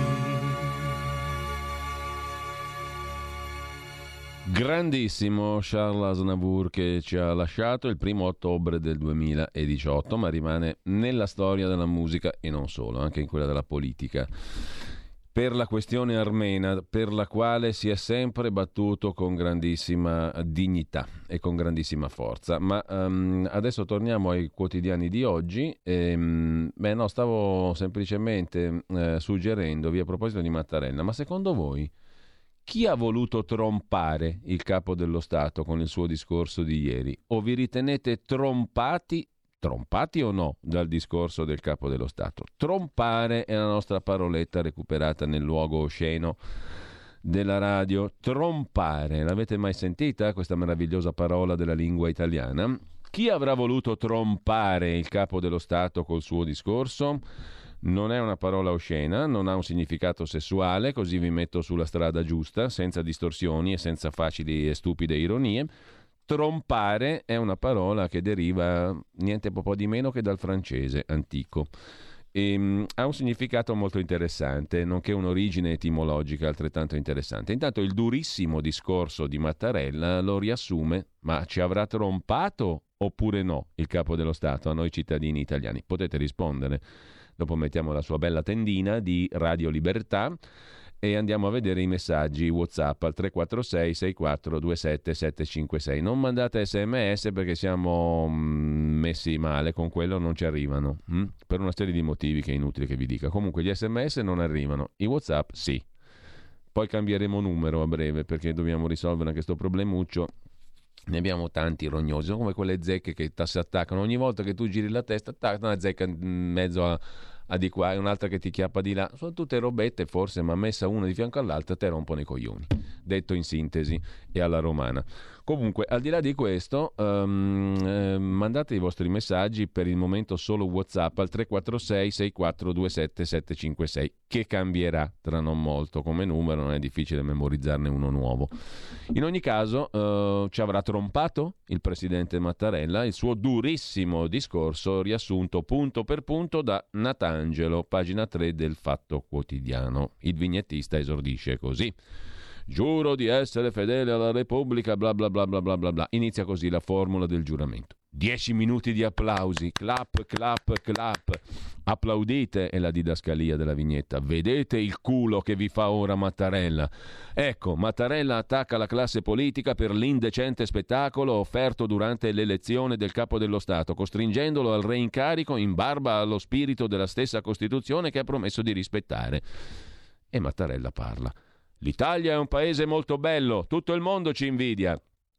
Grandissimo Charles Aznavour, che ci ha lasciato il primo ottobre del duemiladiciotto, ma rimane nella storia della musica e non solo, anche in quella della politica, per la questione armena, per la quale si è sempre battuto con grandissima dignità e con grandissima forza. Ma um, adesso torniamo ai quotidiani di oggi. E, um, beh no, stavo semplicemente uh, suggerendovi, a proposito di Mattarella, ma secondo voi chi ha voluto trompare il capo dello Stato con il suo discorso di ieri? O vi ritenete trompati, trompati o no, dal discorso del capo dello Stato? Trompare è la nostra paroletta recuperata nel luogo osceno della radio. Trompare, l'avete mai sentita questa meravigliosa parola della lingua italiana? Chi avrà voluto trompare il capo dello Stato col suo discorso? Non è una parola oscena, non ha un significato sessuale, così vi metto sulla strada giusta, senza distorsioni e senza facili e stupide ironie. Trompare è una parola che deriva niente po' di meno che dal francese antico. E, um, ha un significato molto interessante, nonché un'origine etimologica altrettanto interessante. Intanto il durissimo discorso di Mattarella lo riassume: ma ci avrà trompato oppure no il capo dello Stato a noi cittadini italiani? Potete rispondere. Dopo mettiamo la sua bella tendina di Radio Libertà e andiamo a vedere i messaggi WhatsApp al tre quattro sei sei quattro due sette sette cinque sei. Non mandate sms perché siamo messi male, con quello non ci arrivano, hm? per una serie di motivi che è inutile che vi dica. Comunque gli sms non arrivano, i WhatsApp sì. Poi cambieremo numero a breve perché dobbiamo risolvere anche questo problemuccio. Ne abbiamo tanti rognosi, sono come quelle zecche che si attaccano. Ogni volta che tu giri la testa, attacca una zecca in mezzo a, a di qua e un'altra che ti chiappa di là. Sono tutte robette forse, ma messa una di fianco all'altra te rompono i coglioni. Detto in sintesi e alla romana. Comunque, al di là di questo, um, eh, mandate i vostri messaggi, per il momento solo WhatsApp al tre quattro sei sei quattro due sette sette cinque sei, che cambierà tra non molto come numero, non è difficile memorizzarne uno nuovo. In ogni caso, uh, ci avrà trompato il presidente Mattarella, il suo durissimo discorso riassunto punto per punto da Natangelo, pagina tre del Fatto Quotidiano. Il vignettista esordisce così: giuro di essere fedele alla Repubblica, bla bla bla bla bla bla bla. Inizia così la formula del giuramento. Dieci minuti di applausi, clap, clap, clap. Applaudite è la didascalia della vignetta. Vedete il culo che vi fa ora Mattarella. Ecco, Mattarella attacca la classe politica per l'indecente spettacolo offerto durante l'elezione del capo dello Stato, costringendolo al reincarico in barba allo spirito della stessa Costituzione che ha promesso di rispettare. E Mattarella parla. L'Italia è un paese molto bello, tutto il mondo ci invidia.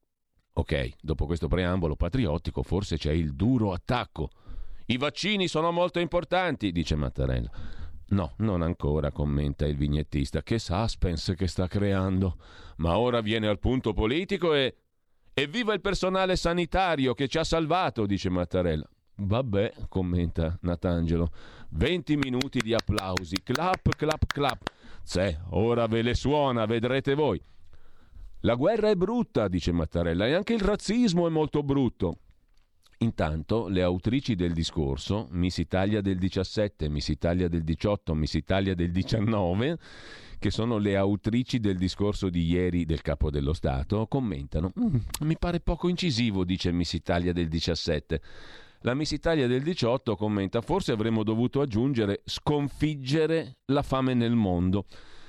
Ok, dopo questo preambolo patriottico forse c'è il duro attacco. I vaccini sono molto importanti, dice Mattarella. No, non ancora, commenta il vignettista. Che suspense che sta creando. Ma ora viene al punto politico e... Evviva il personale sanitario che ci ha salvato, dice Mattarella. Vabbè, commenta Natangelo. venti minuti di applausi, clap, clap, clap. Sì, ora ve le suona, vedrete voi. La guerra è brutta, dice Mattarella, e anche il razzismo è molto brutto. Intanto le autrici del discorso, Miss Italia del diciassette, Miss Italia del diciotto, Miss Italia del diciannove, che sono le autrici del discorso di ieri del Capo dello Stato, commentano. Mm, mi pare poco incisivo, dice Miss Italia del diciassette. La Miss Italia del diciotto commenta: forse avremmo dovuto aggiungere sconfiggere la fame nel mondo.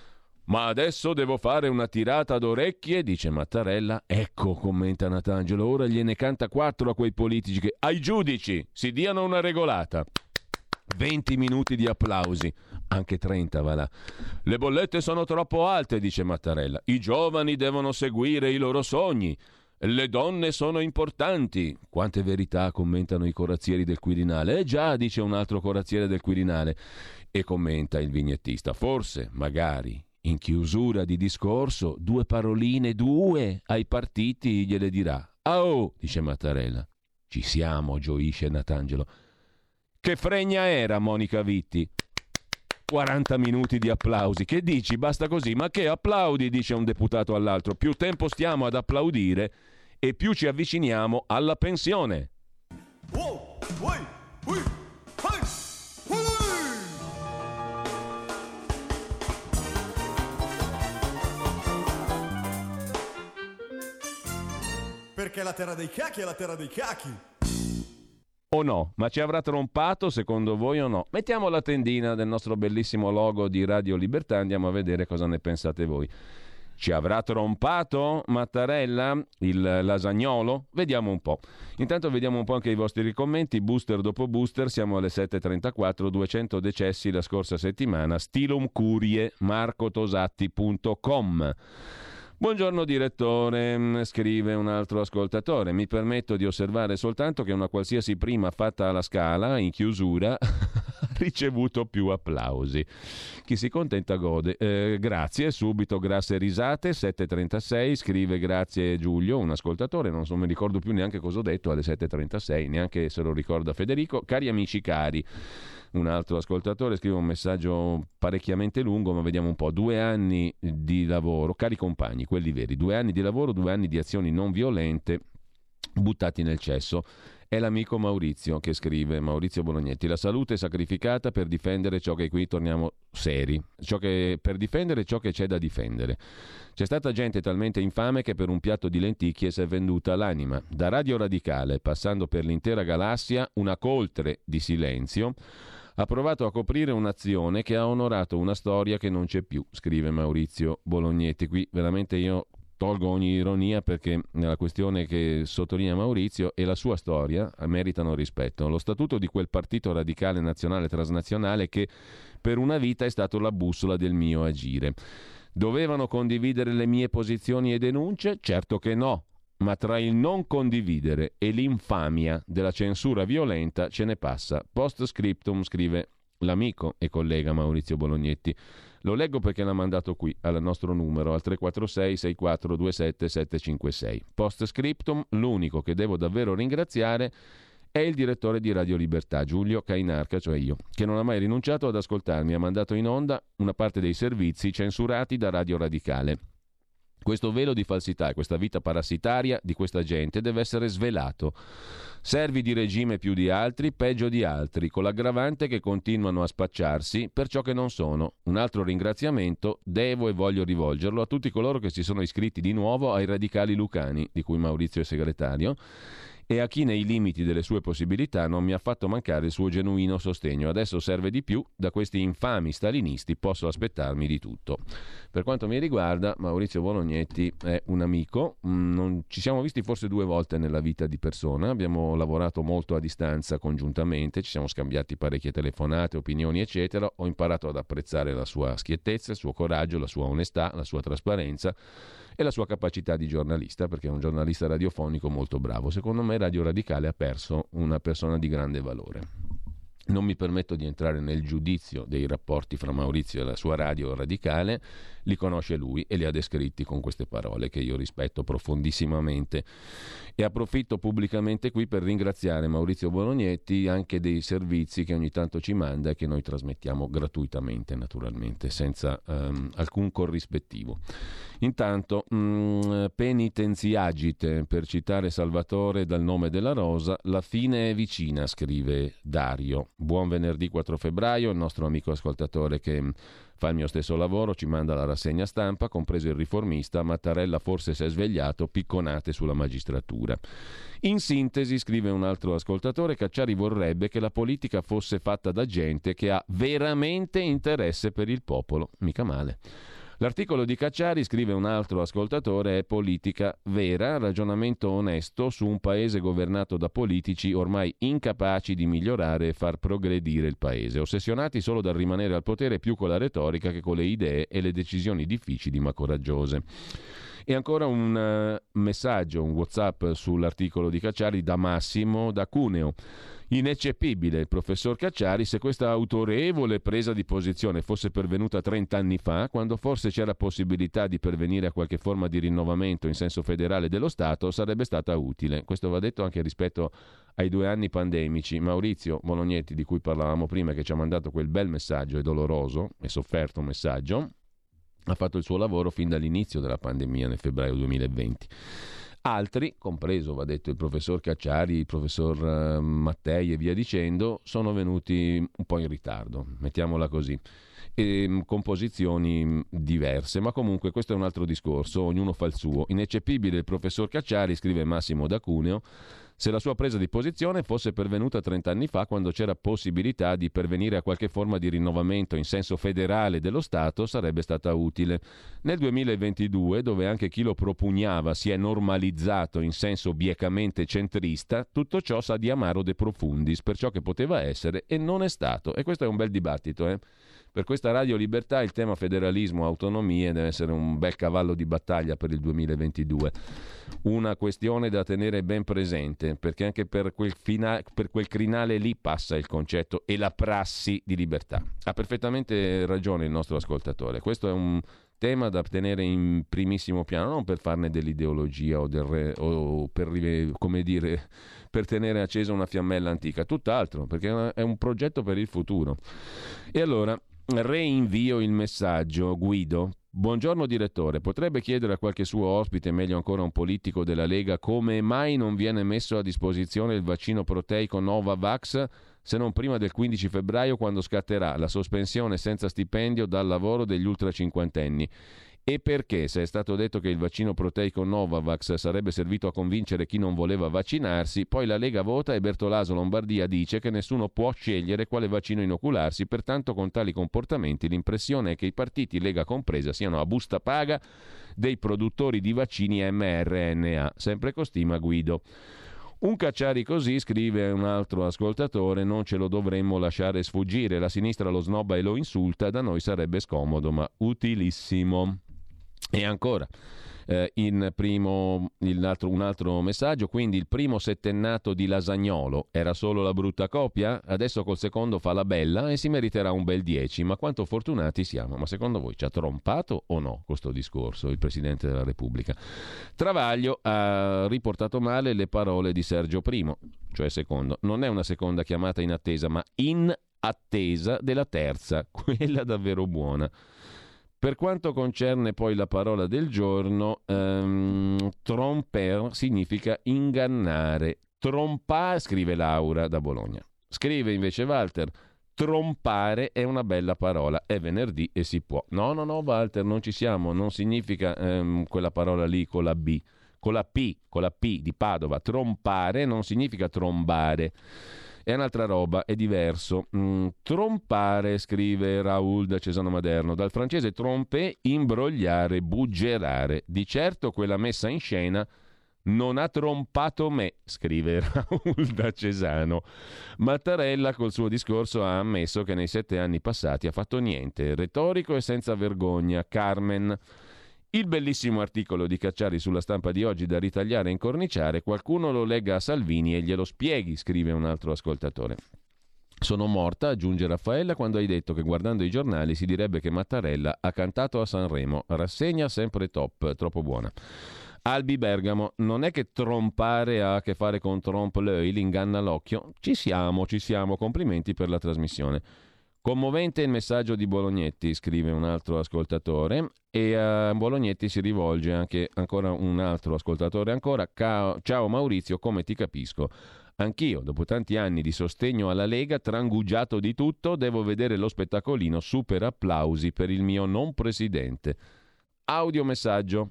Ma adesso devo fare una tirata d'orecchie, dice Mattarella. Ecco, commenta Natangelo, ora gliene canta quattro a quei politici che ai giudici si diano una regolata. venti minuti di applausi, anche trenta va là. Le bollette sono troppo alte, dice Mattarella. I giovani devono seguire i loro sogni. Le donne sono importanti. Quante verità, commentano i corazzieri del Quirinale. Eh già, dice un altro corazziere del Quirinale. E commenta il vignettista. Forse, magari, in chiusura di discorso, due paroline, due, ai partiti gliele dirà. Ah oh, dice Mattarella. Ci siamo, gioisce Natangelo. Che fregna era Monica Vitti? quaranta minuti di applausi. Che dici? Basta così? Ma che applaudi, dice un deputato all'altro. Più tempo stiamo ad applaudire e più ci avviciniamo alla pensione.
Wow, uy, uy, hey, uy. Perché la terra dei cachi è la terra dei cachi.
O no? Ma ci avrà trompato secondo voi o no? Mettiamo la tendina del nostro bellissimo logo di Radio Libertà, andiamo a vedere cosa ne pensate voi. Ci avrà trompato Mattarella, il lasagnolo? Vediamo un po'. Intanto vediamo un po' anche i vostri commenti. Booster dopo booster, siamo alle sette e trentaquattro, duecento decessi la scorsa settimana. Stilum Curie, marcotosatti punto com. Buongiorno direttore, scrive un altro ascoltatore. Mi permetto di osservare soltanto che una qualsiasi prima fatta alla Scala, in chiusura, ha ricevuto più applausi. Chi si contenta gode. Eh, grazie, subito grasse risate, sette e trentasei, scrive grazie Giulio, un ascoltatore, non so, mi ricordo più neanche cosa ho detto alle sette e trentasei, neanche se lo ricorda Federico. Cari amici cari. Un altro ascoltatore scrive un messaggio parecchiamente lungo, ma vediamo un po'. Due anni di lavoro, cari compagni, quelli veri, due anni di lavoro, due anni di azioni non violente buttati nel cesso. È l'amico Maurizio che scrive, Maurizio Bolognetti. La salute è sacrificata per difendere ciò che, qui torniamo seri, ciò che, per difendere ciò che c'è da difendere. C'è stata gente talmente infame che per un piatto di lenticchie si è venduta l'anima. Da Radio Radicale, passando per l'intera galassia, una coltre di silenzio ha provato a coprire un'azione che ha onorato una storia che non c'è più, scrive Maurizio Bolognetti. Qui veramente io tolgo ogni ironia, perché la questione che sottolinea Maurizio e la sua storia meritano rispetto. Lo statuto di quel partito radicale nazionale transnazionale che per una vita è stato la bussola del mio agire. Dovevano condividere le mie posizioni e denunce? Certo che no, ma tra il non condividere e l'infamia della censura violenta ce ne passa. Post scriptum, scrive l'amico e collega Maurizio Bolognetti. Lo leggo perché l'ha mandato qui al nostro numero al tre quattro sei sei quattro due sette sette cinque sei. Post scriptum, l'unico che devo davvero ringraziare è il direttore di Radio Libertà, Giulio Cainarca, cioè io, che non ha mai rinunciato ad ascoltarmi, ha mandato in onda una parte dei servizi censurati da Radio Radicale. Questo velo di falsità e questa vita parassitaria di questa gente deve essere svelato. Servi di regime più di altri, peggio di altri, con l'aggravante che continuano a spacciarsi per ciò che non sono. Un altro ringraziamento devo e voglio rivolgerlo a tutti coloro che si sono iscritti di nuovo ai Radicali Lucani, di cui Maurizio è segretario, e a chi nei limiti delle sue possibilità non mi ha fatto mancare il suo genuino sostegno. Adesso serve di più, da questi infami stalinisti posso aspettarmi di tutto. Per quanto mi riguarda, Maurizio Bolognetti è un amico, non ci siamo visti forse due volte nella vita di persona, abbiamo lavorato molto a distanza congiuntamente, ci siamo scambiati parecchie telefonate, opinioni eccetera, ho imparato ad apprezzare la sua schiettezza, il suo coraggio, la sua onestà, la sua trasparenza e la sua capacità di giornalista, perché è un giornalista radiofonico molto bravo. Secondo me Radio Radicale ha perso una persona di grande valore. Non mi permetto di entrare nel giudizio dei rapporti fra Maurizio e la sua Radio Radicale, li conosce lui e li ha descritti con queste parole che io rispetto profondissimamente. E approfitto pubblicamente qui per ringraziare Maurizio Bolognetti anche dei servizi che ogni tanto ci manda e che noi trasmettiamo gratuitamente, naturalmente, senza um, alcun corrispettivo. Intanto, mh, penitenziagite, per citare Salvatore dal Nome della Rosa, la fine è vicina, scrive Dario. Buon venerdì quattro febbraio, il nostro amico ascoltatore che fa il mio stesso lavoro ci manda la rassegna stampa, compreso il Riformista. Mattarella forse si è svegliato, picconate sulla magistratura. In sintesi, scrive un altro ascoltatore, Cacciari vorrebbe che la politica fosse fatta da gente che ha veramente interesse per il popolo. Mica male. L'articolo di Cacciari, scrive un altro ascoltatore, è politica vera, ragionamento onesto su un paese governato da politici ormai incapaci di migliorare e far progredire il paese, ossessionati solo dal rimanere al potere più con la retorica che con le idee e le decisioni difficili ma coraggiose. E ancora un uh, messaggio, un WhatsApp sull'articolo di Cacciari da Massimo da Cuneo. Ineccepibile il professor Cacciari, se questa autorevole presa di posizione fosse pervenuta trent'anni fa, quando forse c'era possibilità di pervenire a qualche forma di rinnovamento in senso federale dello Stato, sarebbe stata utile. Questo va detto anche rispetto ai due anni pandemici. Maurizio Bolognetti, di cui parlavamo prima, che ci ha mandato quel bel messaggio e doloroso e sofferto messaggio, ha fatto il suo lavoro fin dall'inizio della pandemia nel febbraio duemilaventi. Altri, compreso, va detto, il professor Cacciari, il professor uh, Mattei e via dicendo, sono venuti un po' in ritardo, mettiamola così, e, con posizioni diverse, ma comunque questo è un altro discorso, ognuno fa il suo. Ineccepibile il professor Cacciari, scrive Massimo da Cuneo, se la sua presa di posizione fosse pervenuta trent'anni fa, quando c'era possibilità di pervenire a qualche forma di rinnovamento in senso federale dello Stato, sarebbe stata utile. Nel duemilaventidue, dove anche chi lo propugnava si è normalizzato in senso biecamente centrista, tutto ciò sa di amaro de profundis, per ciò che poteva essere e non è stato. E questo è un bel dibattito, eh? Per questa Radio Libertà il tema federalismo, autonomie deve essere un bel cavallo di battaglia per il duemilaventidue. Una questione da tenere ben presente, perché anche per quel, fina- per quel crinale lì passa il concetto e la prassi di libertà. Ha perfettamente ragione il nostro ascoltatore. Questo è un tema da tenere in primissimo piano, non per farne dell'ideologia o, del re, o per, come dire, per tenere accesa una fiammella antica, tutt'altro, perché è un progetto per il futuro. E allora reinvio il messaggio. Guido: buongiorno direttore, potrebbe chiedere a qualche suo ospite, meglio ancora un politico della Lega, come mai non viene messo a disposizione il vaccino proteico Novavax se non prima del quindici febbraio, quando scatterà la sospensione senza stipendio dal lavoro degli ultracinquantenni, E perché, se è stato detto che il vaccino proteico Novavax sarebbe servito a convincere chi non voleva vaccinarsi, poi la Lega vota e Bertolaso Lombardia dice che nessuno può scegliere quale vaccino inocularsi, pertanto con tali comportamenti l'impressione è che i partiti, Lega compresa, siano a busta paga dei produttori di vaccini mRNA, sempre con stima Guido. Un Cacciari così, scrive un altro ascoltatore, non ce lo dovremmo lasciare sfuggire, la sinistra lo snobba e lo insulta, da noi sarebbe scomodo ma utilissimo. E ancora, eh, in primo, il altro, un altro messaggio, quindi il primo settennato di Lasagnolo era solo la brutta copia? Adesso col secondo fa la bella e si meriterà un bel dieci, ma quanto fortunati siamo. Ma secondo voi ci ha trompato o no questo discorso il Presidente della Repubblica? Travaglio ha riportato male le parole di Sergio I, cioè secondo. Non è una seconda chiamata in attesa, ma in attesa della terza, quella davvero buona. Per quanto concerne poi la parola del giorno, ehm, tromper significa ingannare. Trompare, scrive Laura da Bologna. Scrive invece Walter, trompare è una bella parola, è venerdì e si può. No, no, no, Walter, non ci siamo, non significa ehm, quella parola lì con la B, con la P, con la P di Padova. Trompare non significa trombare. È un'altra roba, è diverso. Mm, trompare, scrive Raoul da Cesano Maderno, dal francese tromper, imbrogliare, buggerare. Di certo quella messa in scena non ha trompato me, scrive Raoul da Cesano. Mattarella col suo discorso ha ammesso che nei sette anni passati ha fatto niente, retorico e senza vergogna. Carmen. Il bellissimo articolo di Cacciari sulla Stampa di oggi da ritagliare e incorniciare, qualcuno lo legga a Salvini e glielo spieghi, scrive un altro ascoltatore. Sono morta, aggiunge Raffaella, quando hai detto che guardando i giornali si direbbe che Mattarella ha cantato a Sanremo. Rassegna sempre top, troppo buona. Albi Bergamo, non è che trompare ha a che fare con trompe l'œil, l'inganna l'occhio? Ci siamo, ci siamo, complimenti per la trasmissione. Commovente il messaggio di Bolognetti, scrive un altro ascoltatore, e a Bolognetti si rivolge anche ancora un altro ascoltatore ancora. Ciao Maurizio, come ti capisco? Anch'io, dopo tanti anni di sostegno alla Lega, trangugiato di tutto, devo vedere lo spettacolino, super applausi per il mio non presidente. Audiomessaggio.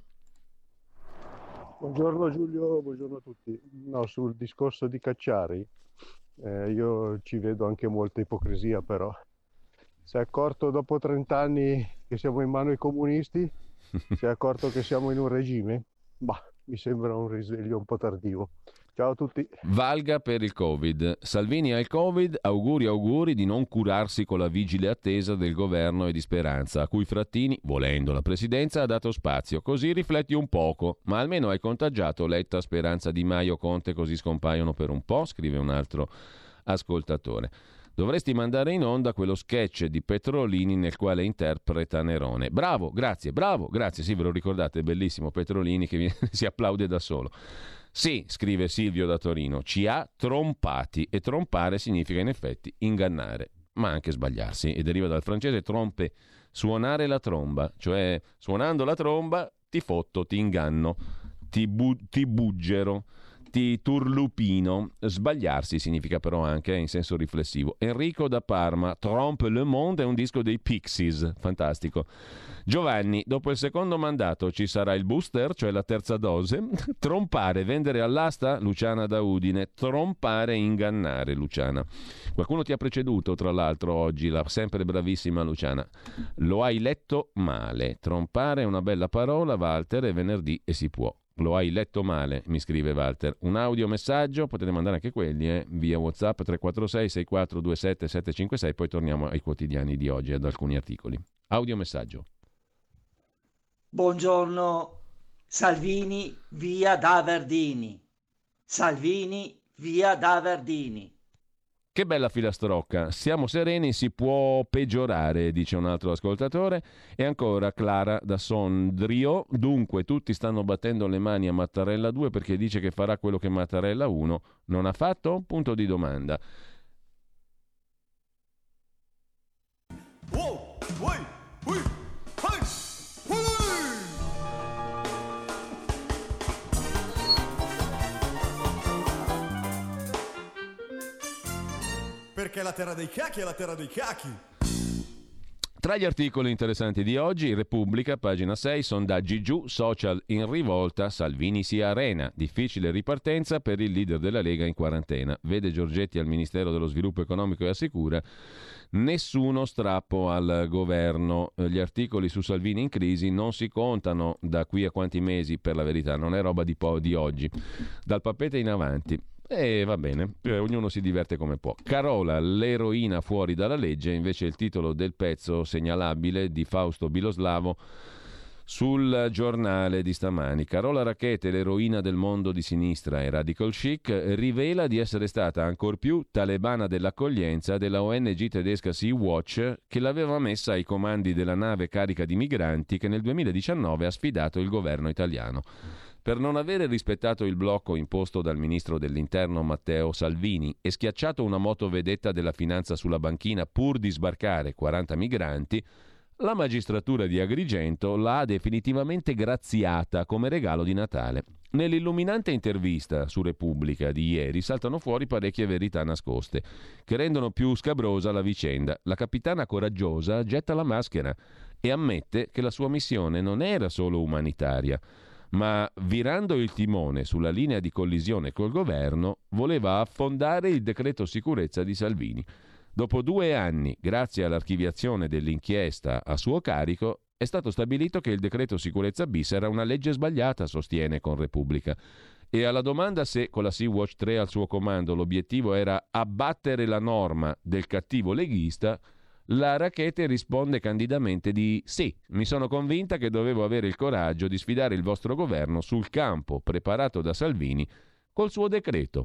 Buongiorno Giulio, buongiorno a tutti. No, sul discorso di Cacciari, eh, io ci vedo anche molta ipocrisia però. Si è accorto dopo trent'anni che siamo in mano ai comunisti? Si è accorto che siamo in un regime? Bah, mi sembra un risveglio un po' tardivo. Ciao a tutti.
Valga per il Covid. Salvini ha il Covid, auguri auguri di non curarsi con la vigile attesa del governo e di Speranza, a cui Frattini, volendo la presidenza, ha dato spazio. Così rifletti un poco, ma almeno hai contagiato Letta, Speranza, Di Maio, Conte, così scompaiono per un po', scrive un altro ascoltatore. Dovresti mandare in onda quello sketch di Petrolini nel quale interpreta Nerone. Bravo, grazie, bravo, grazie. Sì, ve lo ricordate, bellissimo Petrolini che si applaude da solo. Sì, scrive Silvio da Torino, ci ha trompati, e trompare significa in effetti ingannare, ma anche sbagliarsi, e deriva dal francese trompe, suonare la tromba, cioè suonando la tromba ti fotto, ti inganno, ti, bu- ti buggero, ti turlupino. Sbagliarsi significa però anche in senso riflessivo. Enrico da Parma, Trompe le Monde è un disco dei Pixies, fantastico. Giovanni, dopo il secondo mandato ci sarà il booster, cioè la terza dose? Trompare, vendere all'asta? Luciana da Udine. Trompare, ingannare, Luciana. Qualcuno ti ha preceduto, tra l'altro, oggi, la sempre bravissima Luciana. Lo hai letto male. Trompare è una bella parola, Walter, è venerdì e si può. Lo hai letto male, mi scrive Walter. Un audiomessaggio, potete mandare anche quelli, eh, via WhatsApp tre quattro sei sei quattro due sette sette cinque sei, poi torniamo ai quotidiani di oggi, ad alcuni articoli. Audiomessaggio.
Buongiorno, Salvini via da Verdini. Salvini via da Verdini.
Che bella filastrocca, siamo sereni, si può peggiorare, dice un altro ascoltatore. E ancora Clara da Sondrio, dunque tutti stanno battendo le mani a Mattarella due perché dice che farà quello che Mattarella uno non ha fatto? Punto di domanda.
Wow, uy, uy, hey, perché la terra dei cachi è la terra dei cachi.
Tra gli articoli interessanti di oggi, Repubblica, pagina sei, sondaggi giù, social in rivolta, Salvini si arena, difficile ripartenza per il leader della Lega in quarantena. Vede Giorgetti al Ministero dello Sviluppo Economico e assicura nessuno strappo al governo. Gli articoli su Salvini in crisi non si contano da qui a quanti mesi, per la verità, non è roba di, po- di oggi, dal Pappete in avanti. E va bene, eh, ognuno si diverte come può. Carola, l'eroina fuori dalla legge, invece il titolo del pezzo segnalabile di Fausto Biloslavo sul Giornale di stamani. Carola Rackete, l'eroina del mondo di sinistra e radical chic, rivela di essere stata ancor più talebana dell'accoglienza della O N G tedesca Sea-Watch, che l'aveva messa ai comandi della nave carica di migranti che nel duemiladiciannove ha sfidato il governo italiano. Per non avere rispettato il blocco imposto dal ministro dell'Interno Matteo Salvini e schiacciato una motovedetta della finanza sulla banchina pur di sbarcare quaranta migranti, la magistratura di Agrigento l'ha definitivamente graziata come regalo di Natale. Nell'illuminante intervista su Repubblica di ieri saltano fuori parecchie verità nascoste che rendono più scabrosa la vicenda. La capitana coraggiosa getta la maschera e ammette che la sua missione non era solo umanitaria, ma virando il timone sulla linea di collisione col governo voleva affondare il decreto sicurezza di Salvini. Dopo due anni, grazie all'archiviazione dell'inchiesta a suo carico, è stato stabilito che il decreto sicurezza bis era una legge sbagliata, sostiene con Repubblica. E alla domanda se con la Sea-Watch tre al suo comando l'obiettivo era abbattere la norma del cattivo leghista, la Rackete risponde candidamente di sì, mi sono convinta che dovevo avere il coraggio di sfidare il vostro governo sul campo preparato da Salvini col suo decreto.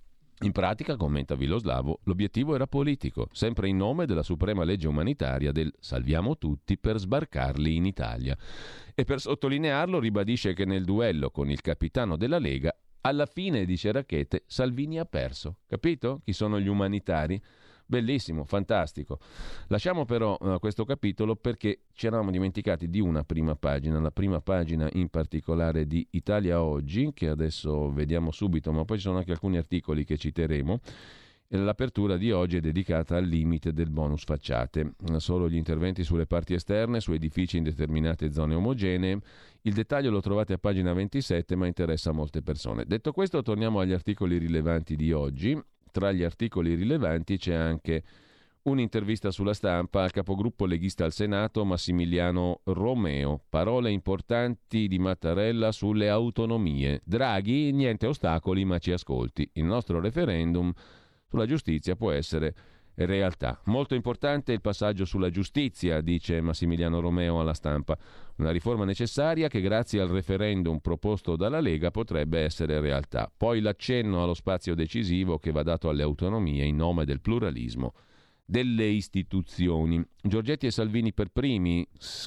In pratica, commenta Biloslavo, l'obiettivo era politico, sempre in nome della suprema legge umanitaria del salviamo tutti per sbarcarli in Italia. E per sottolinearlo ribadisce che nel duello con il capitano della Lega, alla fine, dice Rackete, Salvini ha perso. Capito chi sono gli umanitari? Bellissimo, fantastico. Lasciamo però uh, questo capitolo perché ci eravamo dimenticati di una prima pagina, la prima pagina in particolare di Italia Oggi, che adesso vediamo subito, ma poi ci sono anche alcuni articoli che citeremo. L'apertura di oggi è dedicata al limite del bonus facciate, solo gli interventi sulle parti esterne, su edifici in determinate zone omogenee. Il dettaglio lo trovate a pagina ventisette, ma interessa a molte persone. Detto questo, torniamo agli articoli rilevanti di oggi. Tra gli articoli rilevanti c'è anche un'intervista sulla Stampa al capogruppo leghista al Senato Massimiliano Romeo. Parole importanti di Mattarella sulle autonomie. Draghi, niente ostacoli ma ci ascolti. Il nostro referendum sulla giustizia può essere realtà. Molto importante il passaggio sulla giustizia, dice Massimiliano Romeo alla Stampa. Una riforma necessaria che grazie al referendum proposto dalla Lega potrebbe essere realtà. Poi l'accenno allo spazio decisivo che va dato alle autonomie in nome del pluralismo delle istituzioni. Giorgetti e Salvini per primi,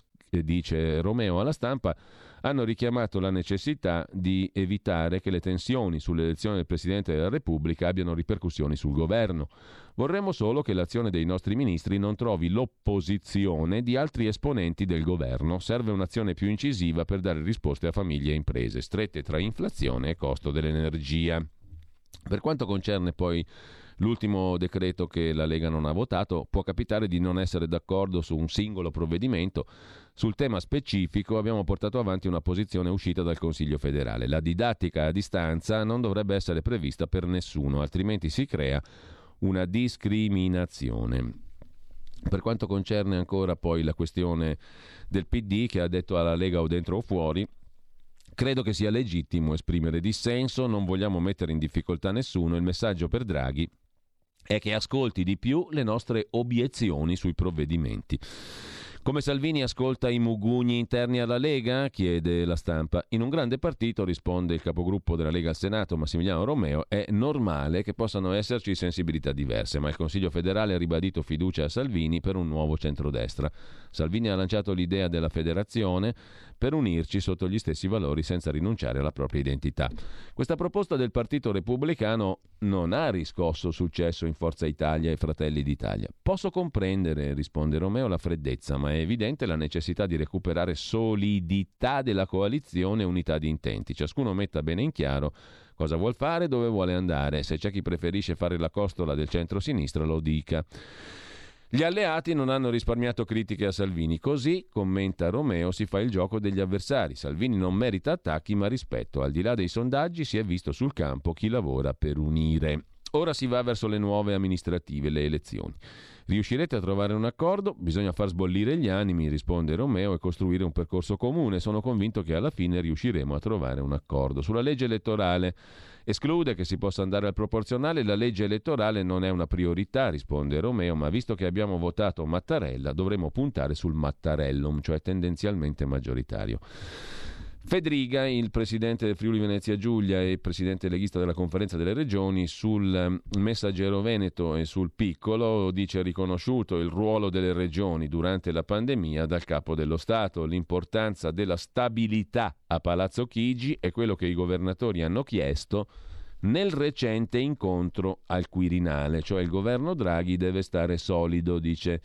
dice Romeo alla Stampa, hanno richiamato la necessità di evitare che le tensioni sull'elezione del Presidente della Repubblica abbiano ripercussioni sul governo. Vorremmo solo che l'azione dei nostri ministri non trovi l'opposizione di altri esponenti del governo. Serve un'azione più incisiva per dare risposte a famiglie e imprese, strette tra inflazione e costo dell'energia. Per quanto concerne poi l'ultimo decreto che la Lega non ha votato, può capitare di non essere d'accordo su un singolo provvedimento. Sul tema specifico abbiamo portato avanti una posizione uscita dal Consiglio federale. La didattica a distanza non dovrebbe essere prevista per nessuno, altrimenti si crea una discriminazione. Per quanto concerne ancora poi la questione del P D, che ha detto alla Lega o dentro o fuori, credo che sia legittimo esprimere dissenso, non vogliamo mettere in difficoltà nessuno. Il messaggio per Draghi è che ascolti di più le nostre obiezioni sui provvedimenti. Come Salvini ascolta i mugugni interni alla Lega? Chiede la Stampa. In un grande partito, risponde il capogruppo della Lega al Senato, Massimiliano Romeo, è normale che possano esserci sensibilità diverse, ma il Consiglio federale ha ribadito fiducia a Salvini per un nuovo centrodestra. Salvini ha lanciato l'idea della federazione per unirci sotto gli stessi valori senza rinunciare alla propria identità. Questa proposta del Partito Repubblicano non ha riscosso successo in Forza Italia e Fratelli d'Italia. Posso comprendere, risponde Romeo, la freddezza, ma è evidente la necessità di recuperare solidità della coalizione e unità di intenti. Ciascuno metta bene in chiaro cosa vuol fare, dove vuole andare. Se c'è chi preferisce fare la costola del centro-sinistra, lo dica. Gli alleati non hanno risparmiato critiche a Salvini. Così, commenta Romeo, si fa il gioco degli avversari. Salvini non merita attacchi ma rispetto. Al di là dei sondaggi si è visto sul campo chi lavora per unire. Ora si va verso le nuove amministrative, le elezioni. Riuscirete a trovare un accordo? Bisogna far sbollire gli animi, risponde Romeo, e costruire un percorso comune. Sono convinto che alla fine riusciremo a trovare un accordo. Sulla legge elettorale esclude che si possa andare al proporzionale. La legge elettorale non è una priorità, risponde Romeo, ma visto che abbiamo votato Mattarella dovremo puntare sul Mattarellum, cioè tendenzialmente maggioritario. Fedriga, il presidente del Friuli Venezia Giulia e presidente leghista della Conferenza delle Regioni, sul Messaggero Veneto e sul Piccolo, dice: riconosciuto il ruolo delle regioni durante la pandemia dal Capo dello Stato, l'importanza della stabilità a Palazzo Chigi è quello che i governatori hanno chiesto nel recente incontro al Quirinale, cioè il governo Draghi deve stare solido, dice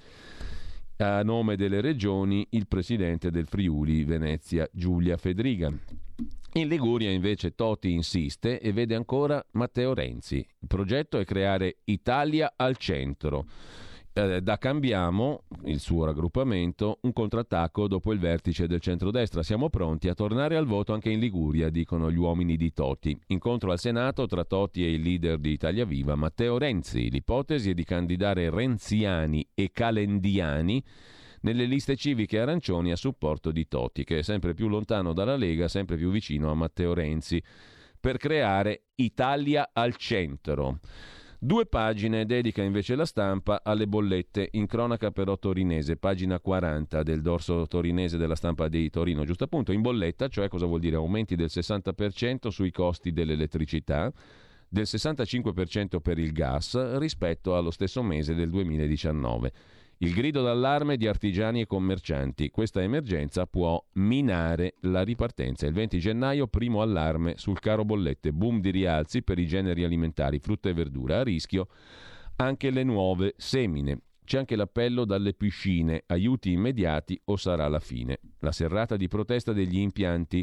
a nome delle regioni il presidente del Friuli Venezia Giulia Fedriga. In Liguria invece Toti insiste e vede ancora Matteo Renzi. Il progetto è creare Italia al centro. Eh, da Cambiamo, il suo raggruppamento, un contrattacco dopo il vertice del centrodestra. Siamo pronti a tornare al voto anche in Liguria, dicono gli uomini di Toti. Incontro al Senato tra Toti e il leader di Italia Viva, Matteo Renzi. L'ipotesi è di candidare renziani e calendiani nelle liste civiche arancioni a supporto di Toti, che è sempre più lontano dalla Lega, sempre più vicino a Matteo Renzi, per creare Italia al centro. Due pagine dedica invece La Stampa alle bollette, in cronaca però torinese, pagina quaranta del dorso torinese della Stampa di Torino, giusto appunto, in bolletta, cioè cosa vuol dire? Aumenti del sessanta per cento sui costi dell'elettricità, del sessantacinque per cento per il gas rispetto allo stesso mese del duemiladiciannove. Il grido d'allarme di artigiani e commercianti. Questa emergenza può minare la ripartenza. Il venti gennaio, primo allarme sul caro bollette. Boom di rialzi per i generi alimentari, frutta e verdura. A rischio anche le nuove semine. C'è anche l'appello dalle piscine. Aiuti immediati o sarà la fine. La serrata di protesta degli impianti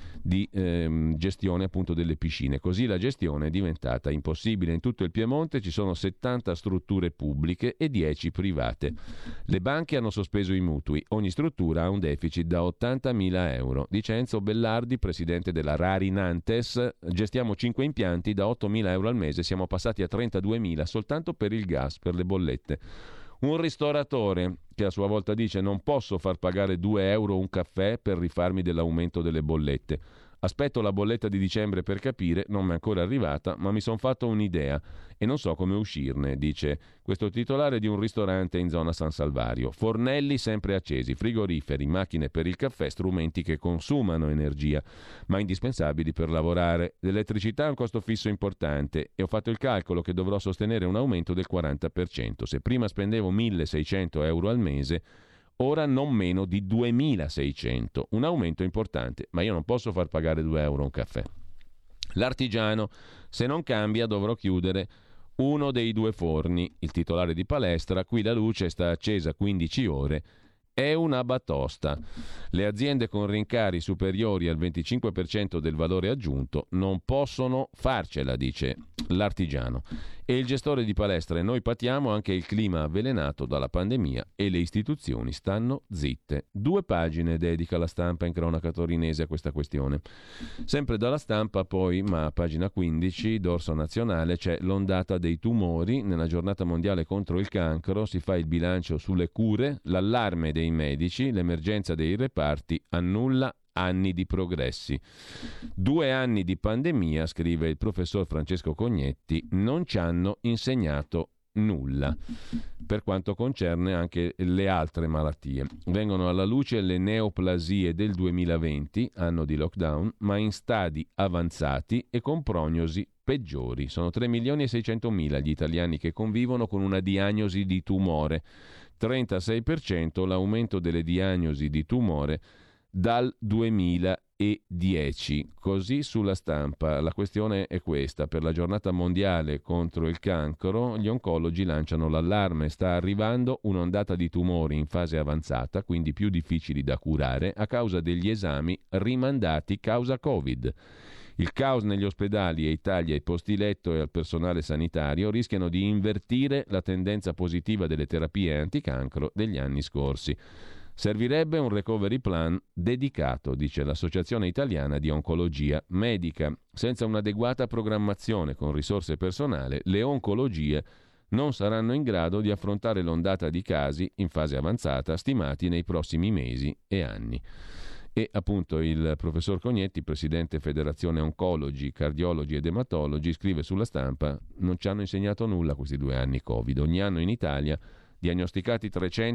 di ehm, gestione appunto delle piscine. Così la gestione è diventata impossibile. In tutto il Piemonte ci sono settanta strutture pubbliche e dieci private. Le banche hanno sospeso i mutui. Ogni struttura ha un deficit da ottantamila euro. Dice Enzo Bellardi, presidente della Rari Nantes: gestiamo cinque impianti da ottomila euro al mese. Siamo passati a trentaduemila soltanto per il gas, per le bollette. Un ristoratore che a sua volta dice: non posso far pagare due euro un caffè per rifarmi dell'aumento delle bollette. Aspetto la bolletta di dicembre per capire, non mi è ancora arrivata, ma mi sono fatto un'idea e non so come uscirne, dice questo titolare di un ristorante in zona San Salvario. Fornelli sempre accesi, frigoriferi, macchine per il caffè, strumenti che consumano energia, ma indispensabili per lavorare. L'elettricità è un costo fisso importante e ho fatto il calcolo che dovrò sostenere un aumento del quaranta per cento. Se prima spendevo milleseicento euro al mese, ora non meno di duemilaseicento, un aumento importante, ma io non posso far pagare due euro un caffè. L'artigiano: se non cambia dovrò chiudere uno dei due forni. Il titolare di palestra: qui la luce sta accesa quindici ore, è una batosta. Le aziende con rincari superiori al venticinque per cento del valore aggiunto non possono farcela, dice l'artigiano. E il gestore di palestra: e noi patiamo anche il clima avvelenato dalla pandemia e le istituzioni stanno zitte. Due pagine dedica La Stampa in cronaca torinese a questa questione. Sempre dalla Stampa poi, ma a pagina quindici, dorso nazionale, c'è l'ondata dei tumori. Nella giornata mondiale contro il cancro si fa il bilancio sulle cure, l'allarme dei medici, l'emergenza dei reparti annulla anni di progressi. Due anni di pandemia, scrive il professor Francesco Cognetti, non ci hanno insegnato nulla. Per quanto concerne anche le altre malattie, vengono alla luce le neoplasie del duemilaventi, anno di lockdown, ma in stadi avanzati e con prognosi peggiori. Sono tre milioni e seicentomila gli italiani che convivono con una diagnosi di tumore, trentasei per cento l'aumento delle diagnosi di tumore dal duemiladieci. Così sulla Stampa. La questione è questa: per la giornata mondiale contro il cancro gli oncologi lanciano l'allarme. Sta arrivando un'ondata di tumori in fase avanzata, quindi più difficili da curare, a causa degli esami rimandati causa Covid. Il caos negli ospedali e i tagli ai posti letto e al personale sanitario rischiano di invertire la tendenza positiva delle terapie anticancro degli anni scorsi. Servirebbe un recovery plan dedicato, dice l'Associazione Italiana di Oncologia Medica. Senza un'adeguata programmazione con risorse e personale, le oncologie non saranno in grado di affrontare l'ondata di casi in fase avanzata stimati nei prossimi mesi e anni. E appunto il professor Cognetti, presidente Federazione Oncologi, Cardiologi ed Ematologi, scrive sulla Stampa: non ci hanno insegnato nulla questi due anni Covid. Ogni anno in Italia diagnosticati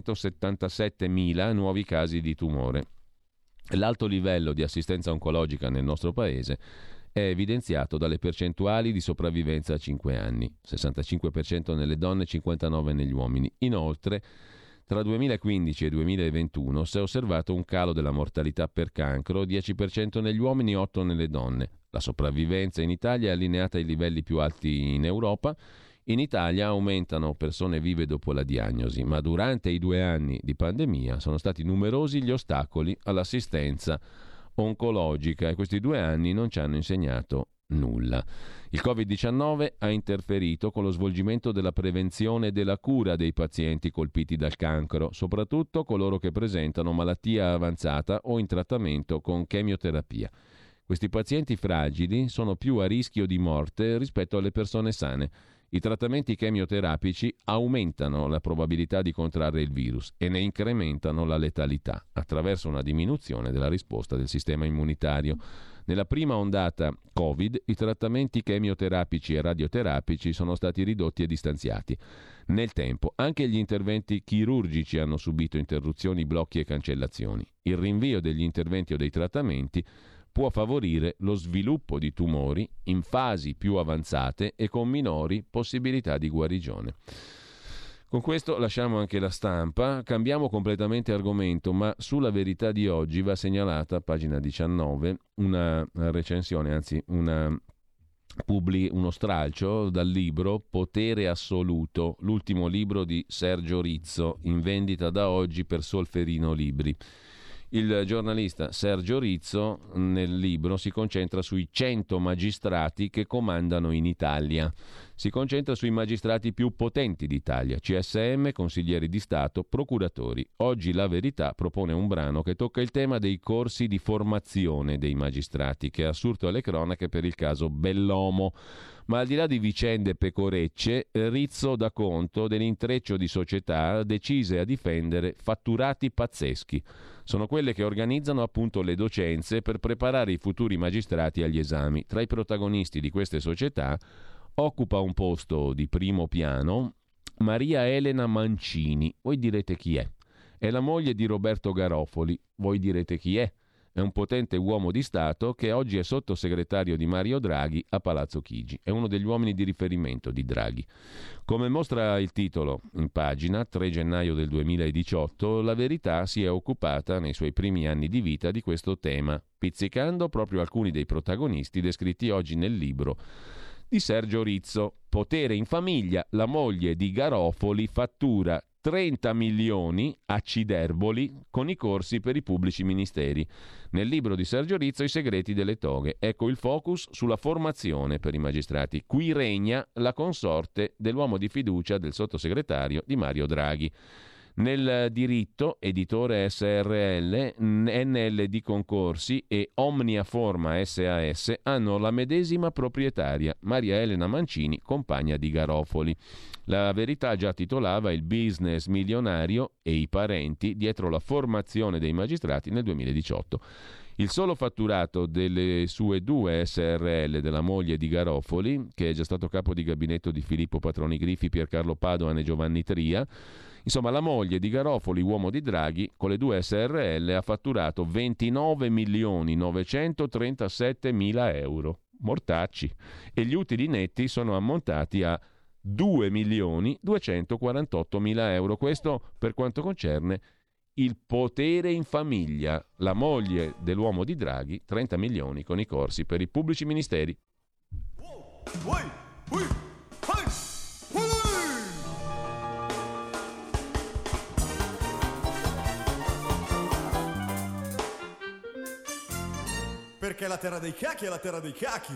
trecentosettantasettemila nuovi casi di tumore. L'alto livello di assistenza oncologica nel nostro paese è evidenziato dalle percentuali di sopravvivenza a cinque anni, sessantacinque per cento nelle donne, cinquantanove per cento negli uomini. Inoltre, tra duemilaquindici e duemilaventuno si è osservato un calo della mortalità per cancro, dieci per cento negli uomini e otto per cento nelle donne. La sopravvivenza in Italia è allineata ai livelli più alti in Europa. In Italia aumentano persone vive dopo la diagnosi, ma durante i due anni di pandemia sono stati numerosi gli ostacoli all'assistenza oncologica e questi due anni non ci hanno insegnato nulla. Il covid diciannove ha interferito con lo svolgimento della prevenzione e della cura dei pazienti colpiti dal cancro, soprattutto coloro che presentano malattia avanzata o in trattamento con chemioterapia. Questi pazienti fragili sono più a rischio di morte rispetto alle persone sane. I trattamenti chemioterapici aumentano la probabilità di contrarre il virus e ne incrementano la letalità attraverso una diminuzione della risposta del sistema immunitario. Nella prima ondata Covid i trattamenti chemioterapici e radioterapici sono stati ridotti e distanziati. Nel tempo anche gli interventi chirurgici hanno subito interruzioni, blocchi e cancellazioni. Il rinvio degli interventi o dei trattamenti può favorire lo sviluppo di tumori in fasi più avanzate e con minori possibilità di guarigione. Con questo lasciamo anche la Stampa, cambiamo completamente argomento, ma sulla Verità di oggi va segnalata, pagina diciannove, una recensione, anzi una publi, uno stralcio dal libro Potere assoluto, l'ultimo libro di Sergio Rizzo, in vendita da oggi per Solferino Libri. Il giornalista Sergio Rizzo nel libro si concentra sui cento magistrati che comandano in Italia. Si concentra sui magistrati più potenti d'Italia, C S M, consiglieri di Stato, procuratori. Oggi La Verità propone un brano che tocca il tema dei corsi di formazione dei magistrati, che ha assurto alle cronache per il caso Bellomo. Ma al di là di vicende pecorecce, Rizzo dà conto dell'intreccio di società decise a difendere fatturati pazzeschi. Sono quelle che organizzano appunto le docenze per preparare i futuri magistrati agli esami. Tra i protagonisti di queste società occupa un posto di primo piano Maria Elena Mancini. Voi direte chi è? È la moglie di Roberto Garofoli. Voi direte chi è? È un potente uomo di Stato che oggi è sottosegretario di Mario Draghi a Palazzo Chigi. È uno degli uomini di riferimento di Draghi. Come mostra il titolo in pagina, tre gennaio del duemiladiciotto, La Verità si è occupata nei suoi primi anni di vita di questo tema, pizzicando proprio alcuni dei protagonisti descritti oggi nel libro di Sergio Rizzo. Potere in famiglia, la moglie di Garofoli fattura trenta milioni a Ciderboli con i corsi per i pubblici ministeri. Nel libro di Sergio Rizzo I segreti delle toghe. Ecco il focus sulla formazione per i magistrati. Qui regna la consorte dell'uomo di fiducia del sottosegretario di Mario Draghi. Nel diritto, editore S R L, N L D Concorsi e Omnia Forma S A S hanno la medesima proprietaria, Maria Elena Mancini, compagna di Garofoli. La Verità già titolava Il business milionario e i parenti dietro la formazione dei magistrati nel duemiladiciotto. Il solo fatturato delle sue due S R L, della moglie di Garofoli, che è già stato capo di gabinetto di Filippo Patroni Griffi, Piercarlo Padoan e Giovanni Tria, insomma la moglie di Garofoli, uomo di Draghi, con le due S R L ha fatturato ventinove milioni novecentotrentasette mila euro, mortacci, e gli utili netti sono ammontati a due milioni duecentoquarantotto mila euro. Questo per quanto concerne il potere in famiglia. La moglie dell'uomo di Draghi, trenta milioni con i corsi per i pubblici ministeri.
perché la terra dei cachi è la terra dei cachi.